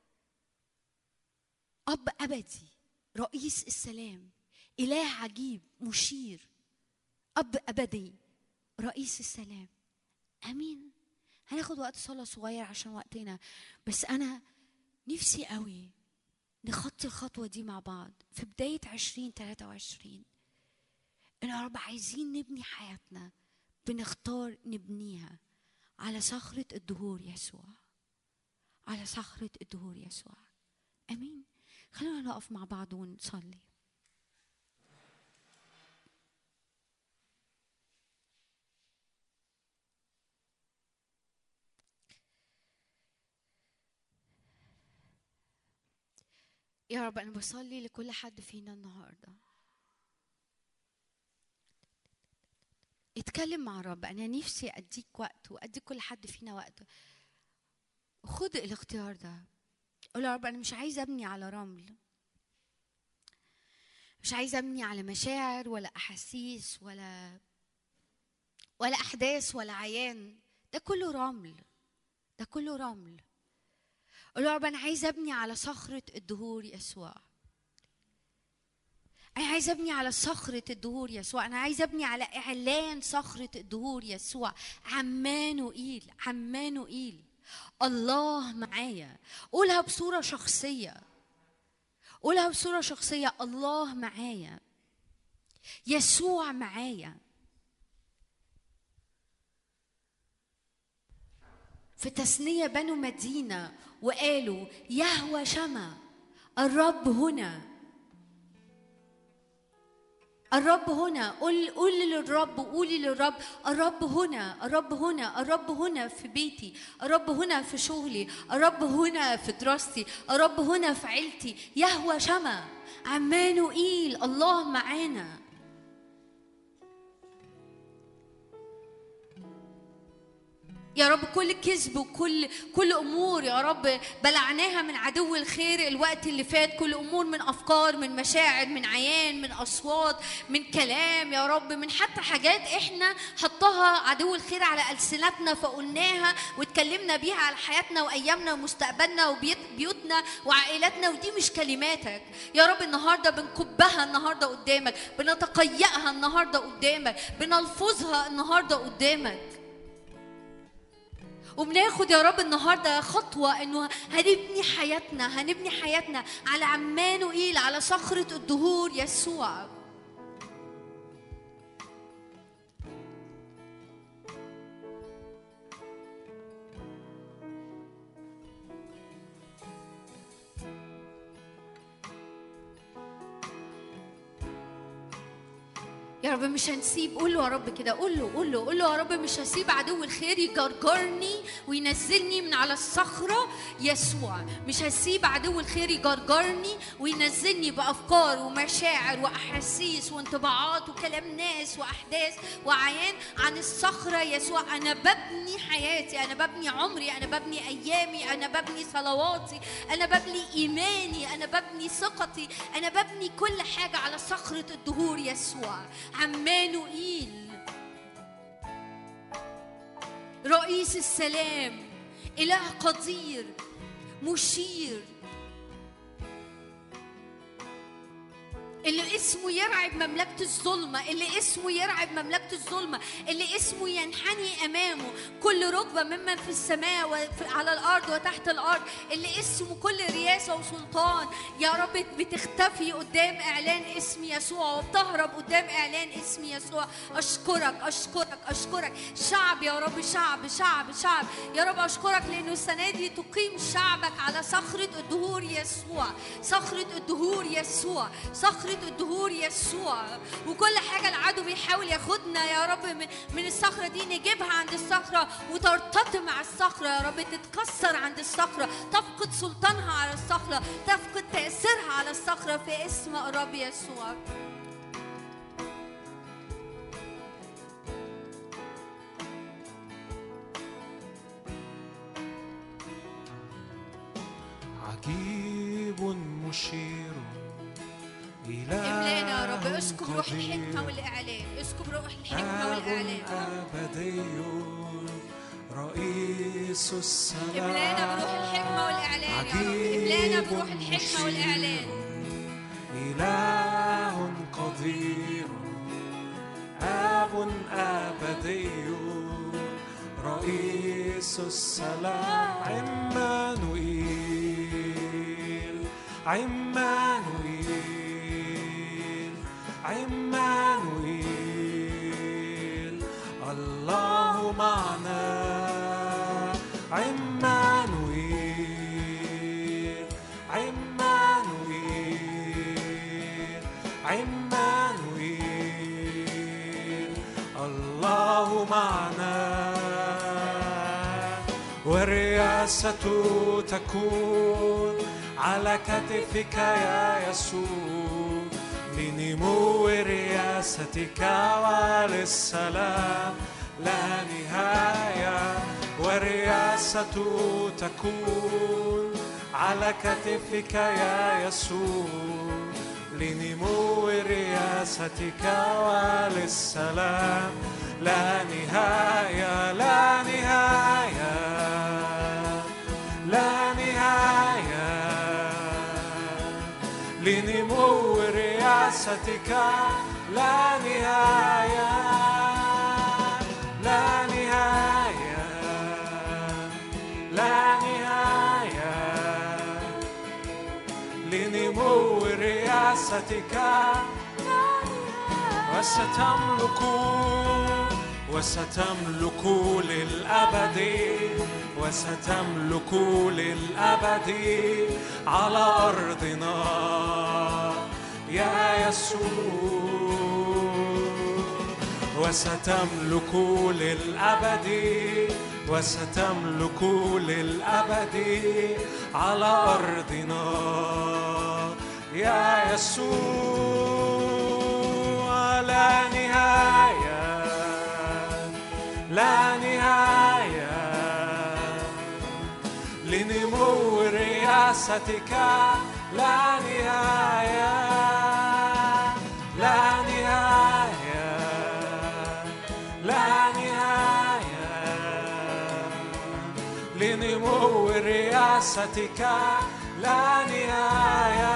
اب ابدي، رئيس السلام، اله عجيب، مشير، اب ابدي، رئيس السلام. امين. هناخد وقت صلاة صغير عشان وقتنا، بس انا نفسي قوي نخطي الخطوة دي مع بعض في بداية 2023. إن يا رب عايزين نبني حياتنا، بنختار نبنيها على صخرة الدهور يسوع، على صخرة الدهور يسوع. أمين. خلونا نقف مع بعض ونصلي. يا رب أنا بصلي لكل حد فينا النهاردة، اتكلم مع الرب. أنا نفسي أديك وقت وأدي كل حد فينا وقت. خد الاختيار ده، قول يا رب أنا مش عايز أبني على رمل، مش عايز أبني على مشاعر ولا أحاسيس ولا أحداث ولا عيان. ده كله رمل، ده كله رمل. قول يا رب أنا عايز أبني على صخرة الدهور يسوع. أنا عايز أبني على صخرة الدهور يسوع. أنا عايز أبني على إعلان صخرة الدهور يسوع. عمانوئيل، عمانوئيل، الله معايا. قولها بصورة شخصية، قولها بصورة شخصية. الله معايا، يسوع معايا. في تثنية بنو مدينة وقالوا يهوى شمع، الرب هنا، الرب هنا. قول للرب، قولي للرب الرب هنا، الرب هنا، الرب هنا في بيتي، الرب هنا في شغلي، الرب هنا في دراستي، الرب هنا في عيلتي. يهوى شمع، عمانوئيل، الله معانا. يا رب كل كذب وكل امور يا رب بلعناها من عدو الخير الوقت اللي فات، كل امور من افكار، من مشاعر، من عيان، من اصوات، من كلام يا رب، من حتى حاجات احنا حطها عدو الخير على السنتنا فقلناها واتكلمنا بيها على حياتنا وايامنا ومستقبلنا وبيوتنا وعائلاتنا، ودي مش كلماتك يا رب. النهارده بنكبها النهارده قدامك، بنتقيأها النهارده قدامك، بنلفظها النهارده قدامك، وبناخد يا رب النهارده خطوه انه هنبني حياتنا على عمانوئيل، على صخره الدهور يسوع. يا رب مش هنسيب. قول له يا رب كده، قول له يا رب مش هسيب عدو الخير يجرجرني وينزلني من على الصخرة يسوع. مش هسيب عدو الخير يجرجرني وينزلني بأفكار ومشاعر وأحاسيس وانطباعات وكلام ناس وأحداث وعيان عن الصخرة يسوع. أنا ببني حياتي، أنا ببني عمري، أنا ببني أيامي، أنا ببني صلواتي، أنا ببني إيماني، أنا ببني ثقتي، أنا ببني كل حاجة على صخرة الدهور يسوع. عمانوئيل، رئيس السلام، إله قدير، مشير، اللي اسمه يرعب مملكة الظلمة، اللي اسمه يرعب مملكة الظلمة، اللي اسمه ينحني أمامه كل ركبة ممن في السماء وعلى الأرض وتحت الأرض، اللي اسمه كل رياسة وسلطان يا رب بتختفي قدام إعلان اسم يسوع وبتهرب قدام إعلان اسم يسوع. أشكرك أشكرك أشكرك. شعب يا رب، شعب يا رب، أشكرك لأنه السنة دي تقيم شعبك على صخرة الدهور يسوع، صخرة الدهور يسوع، صخرة الدهور يسوع. وكل حاجة العدو بيحاول ياخدنا يا رب من الصخرة دي نجيبها عند الصخرة وترتطم مع الصخرة يا رب، تتكسر عند الصخرة، تفقد سلطانها على الصخرة، تفقد تأثيرها على الصخرة في اسم الرب يسوع. عجيب مشير املانا يا رب. إله اسكب روح الحكمة قدير والإعلان. اسكب روح الحكمة والإعلان. أبدي رئيس السلام. املانا بروح الحكمة والإعلان يا رب. املانا بروح الحكمة والإعلان. إله قدير آب أبدي رئيس السلام. عمانوئيل عمانوئيل عمانوئيل الله معنا. عمانوئيل عمانوئيل عمانوئيل الله معنا. والرياسة تكون على كتفك يا يسوع لنمو رياستك وللسلام لا نهاية. والرياسة تكون على كتفك يا يسوع لنمو رياستك وللسلام لا نهاية. لا نهاية لا نهاية لنمو رياستك. لا نهاية لا نهاية لا نهاية لنمو رياستك. وستملك للأبد وستملك للأبد على أرضنا يا يسوع. وستملك للأبد وستملك للأبد على أرضنا يا يسوع. لا نهاية لا نهاية لنمو رياستك. لا نهاية لا نهاية لا نهاية لنمو رياستك. لا نهاية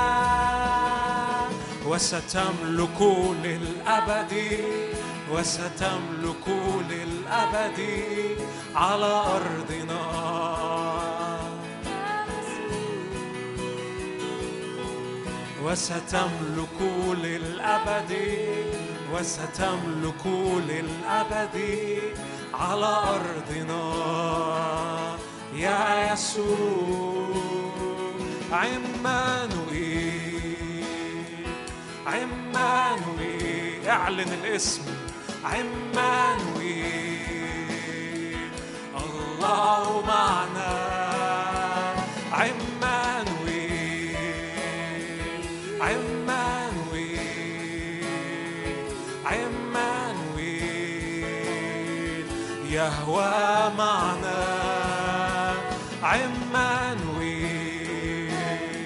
وستملك للأبد وستملك للأبد على أرضنا. وستملك للأبد وستملك للأبد على أرضنا يا يسوع. عمانوئيل عمانوئيل اعلن الاسم. عمانوئيل الله معنا. عمانوئيل عمانوئيل عمانوئيل يهوى معنا. عمانوئيل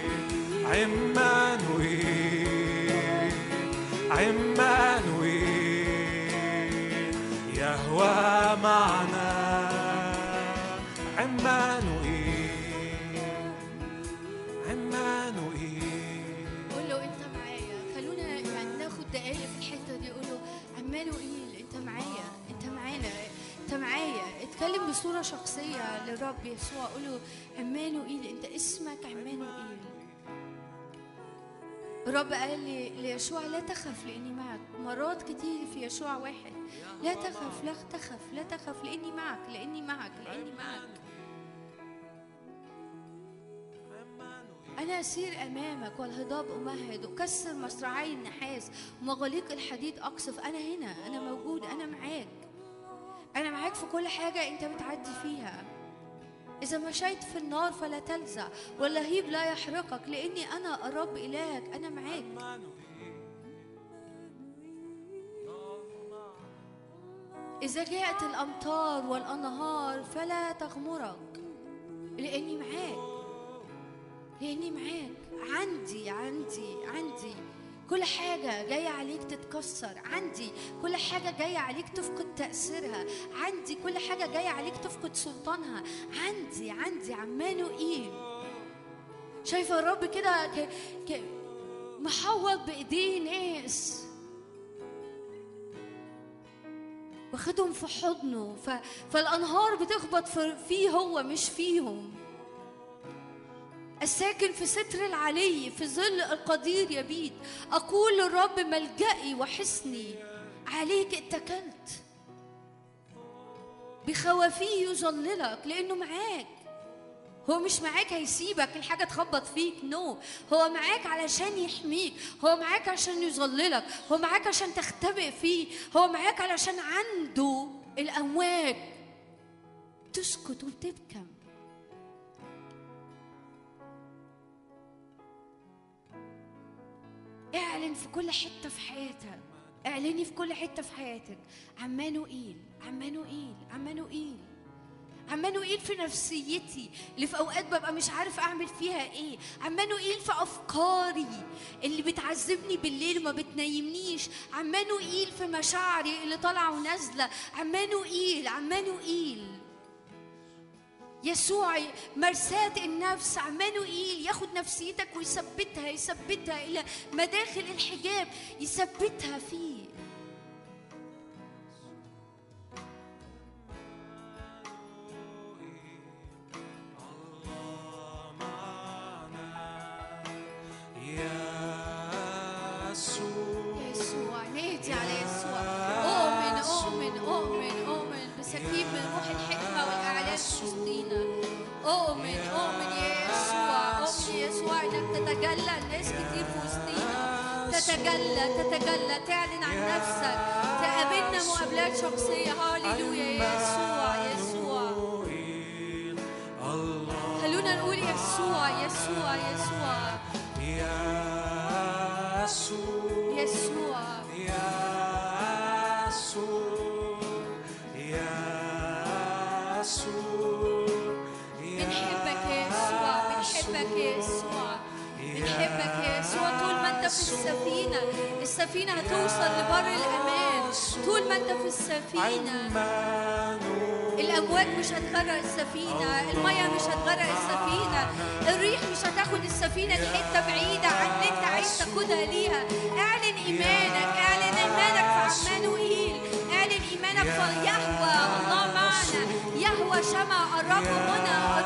عمانوئيل عمانوئيل يهوى معنا. عمانوئيل عمانوئيل. قول له انت معايا. خلونا يعني ناخد دقايق في الحته دي. قول له عمانوئيل انت معايا انت معانا انت معايا. اتكلم بصوره شخصيه للرب يسوع. قول له عمانوئيل انت اسمك عمانوئيل. الرب قال ليشوع لا تخف لاني معك. مرات كتير في يشوع واحد لا تخف لا تخف لا تخف لاني معك لاني معك لاني معك. أنا أسير أمامك والهضاب أمهد أكسر مصراعي النحاس ومغاليق الحديد أقصف. أنا هنا أنا موجود أنا معاك. أنا معاك في كل حاجة أنت بتعدي فيها. إذا مشيت في النار فلا تلزع واللهيب لا يحرقك لأني أنا الرب إلهك. أنا معاك. إذا جاءت الأمطار والأنهار فلا تغمرك لأني معاك. لأني معاك. عندي كل حاجة جاية عليك تتكسر، عندي كل حاجة جاية عليك تفقد تأثيرها، عندي كل حاجة جاية عليك تفقد سلطانها، عندي عمانوئيل. شايفة الرب كده محوط بإيديه ناس واخدهم في حضنه، فالأنهار بتخبط فيه هو مش فيهم. الساكن في ستر العلي في ظل القدير يبيت. أقول للرب ملجئي وحصني، عليك اتكلت، بخوافيه يظللك، لأنه معاك. هو مش معاك هيسيبك الحاجة تخبط فيك، هو معاك علشان يحميك، هو معاك عشان يظللك، هو معاك عشان تختبئ فيه، هو معاك علشان عنده الأمواج تسكت وتبكم. اعلن في كل حتة في حياتك، اعلني في كل حتة في حياتك عمانوئيل عمانوئيل عمانوئيل عمانوئيل في نفسيتي اللي في أوقات ببقى مش عارف أعمل فيها إيه، عمانوئيل في أفكاري اللي بتعذبني بالليل وما بتنيمنيش، عمانوئيل في مشاعري اللي طالعة ونازلة، عمانوئيل يسوع مرساة النفس، عمانوئيل ياخد نفسيتك ويثبتها إلى مداخل الحجاب، يثبتها فيه. يسوع نهدي على يسوع. أؤمن بسكيب من روح الحكمة والإعلان في وسطينا. أؤمن يا يسوع إنك تتجلى الناس كتير في وسطينا، تتجلى تعلن عن نفسك، تقابلنا مقابلات شخصية. هاليلويا يا يسوع. خلونا نقول يسوع. بنحبك يا يسوع. طول ما انت في السفينة هتوصل لبر الأمان. طول ما انت في السفينة الأمواج مش هتغرق السفينة، المية مش هتغرق السفينة، الريح مش هتاخد السفينة لحتة بعيدة عن اللي انت عايز تاخدها ليها. اعلن إيمانك في عمانوئيل، اعلن إيمانك في يهوى الله معنا، يهوى شمع الرب هنا.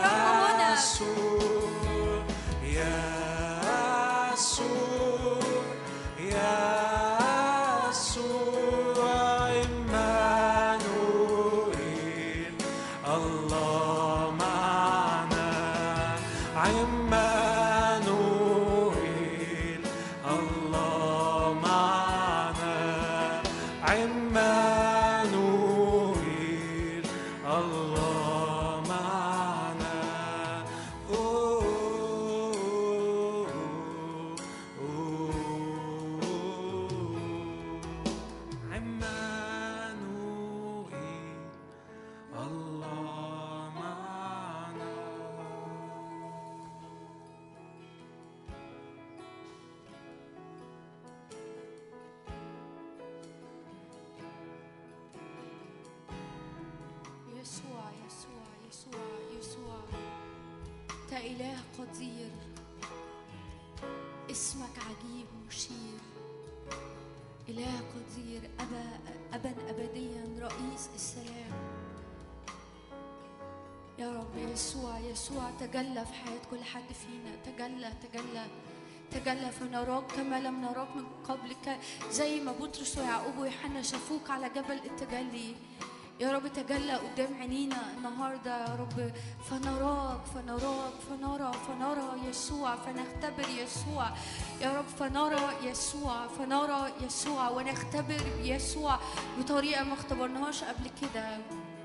يسوع أنت إله قدير، اسمك عجيب مشير، إله قدير، أبا أبديا، رئيس السلام. يا رب يسوع تجلى في حياة كل حد فينا، تجلى فنراك كما لم نراك من قبل، زي ما بطرس ويعقوب ويوحنا شافوك على جبل التجلي. يا رب تجلى قدام عينينا النهارده يا رب، فنرى يسوع، فنختبر يسوع يا رب، فنرى يسوع ونختبر يسوع بطريقه ما اختبرناهاش قبل كده.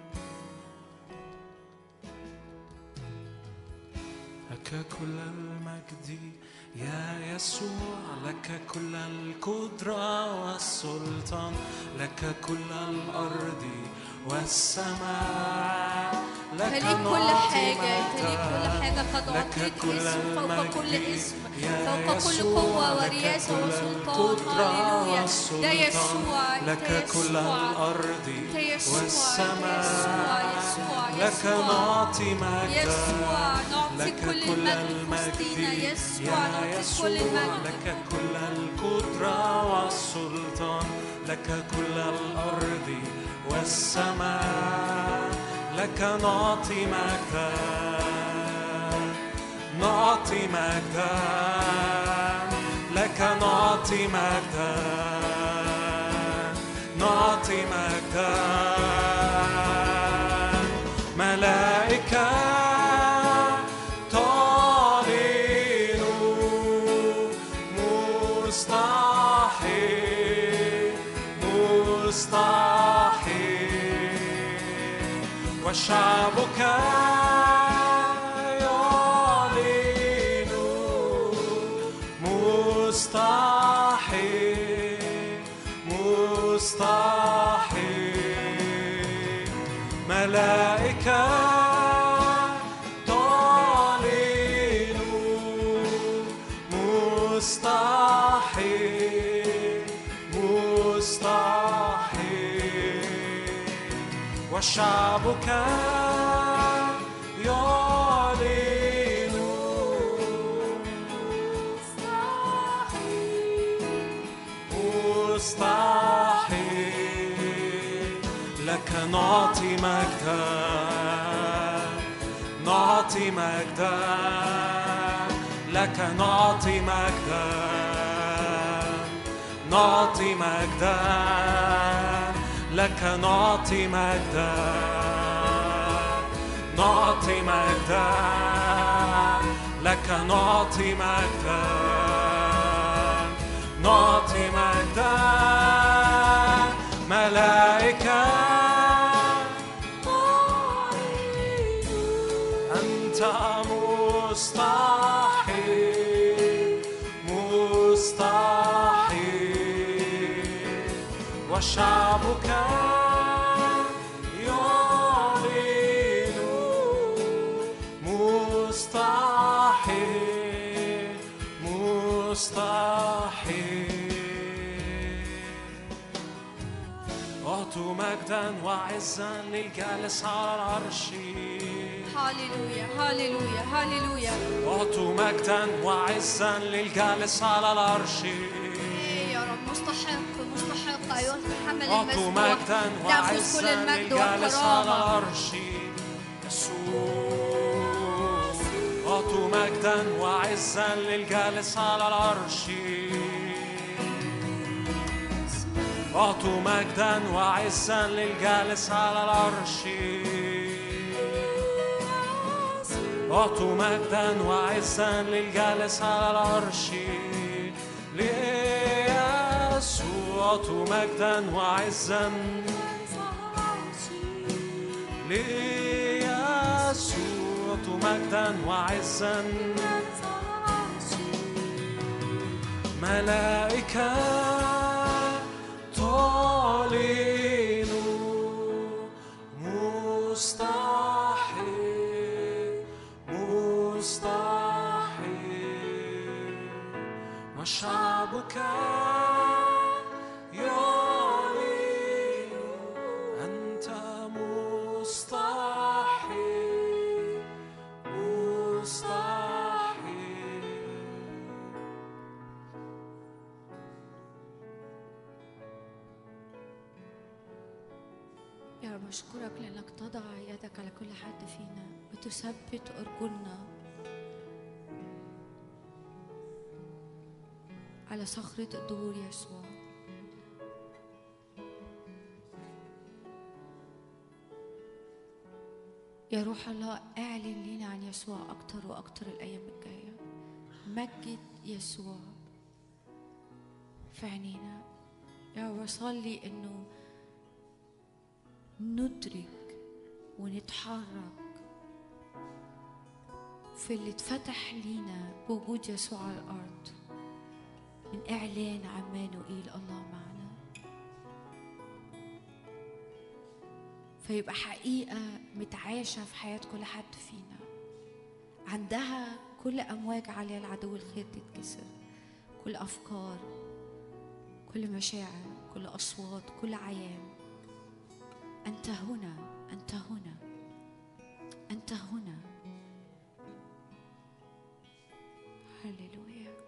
لك كل المجد يا يسوع، لك كل القدرة والسلطان، لك كل الأرض والسماء، لك كل حاجة، لك كل حاجة. قد أعطيت اسم فوق كل اسم، فوق كل قوة ورياسة وسلطان. هاليلويا. ده يسوع، لك كل الأرض والسماء. لك نعطي مجدا، يسوع نعطي كل المجد فينا. يسوع نعطي كل المجد. لك كل القدرة والسلطان. لك كل الأرض والسماء. لك نعطي مجدا، نعطي مجدا. لك نعطي مجدا، نعطي مجدا. ملائكة تعلن مستحيل، مستحيل. وشعبك يعلن مستحيل، مستحيل. ملائكة تعلن مستحيل، مستحيل. وشعبك يعلن مستحيل. لك نعطي مجدا، نعطي مجدا. لك نعطي مجدا، نعطي مجدا. لك نعطي مجدا، نعطي مجدا. لك نعطي مجدا، نعطي مجدا. ملائكة أنت مستحيل، مستحيل. وشعبك يعلن مستحيل، مستحيل. أعطوا مجدا وعزا للجالس على العرش. هاليلويا، هاليلويا، هاليلويا. أعطوا مجدا وعزا للجالس على العرش. يا رب مستحق، مستحق أيها المحمل أعطوا المسبوح. مجدا تأخذ كل وعزا المجد للجالس على والكرامة. العرش. يسوع. أعطوا مجدا وعزا للجالس على العرش. أعطوا مجدا وعزا للجالس على العرش. أعطوا مجدا وعزا للجالس على العرش. ليسوع. أعطوا مجدا وعزا ليسوع. أعطوا مجدا وعزا. ملائكة تعلن مستحيل، مستحيل. وشعبك يعلن أنت مستحيل، مستحيل. يا رب أشكرك لأنك تضع يدك على كل حد فينا وتثبت أرجلنا على صخرة الدهور. يسوع يا روح الله اعلن لينا عن يسوع أكتر وأكتر الأيام الجاية. مجد يسوع في عينينا. يا رب أصلي إنه ندرك ونتحرك في اللي اتفتح لينا بوجود يسوع على الأرض من إعلان عمانوئيل الله معنا. فيبقى حقيقة متعاشة في حياة كل حد فينا، عندها كل أمواج عالية العدو الخير تتكسر، كل أفكار، كل مشاعر، كل أصوات، كل عيان. أنت هنا، أنت هنا، أنت هنا. هللويا.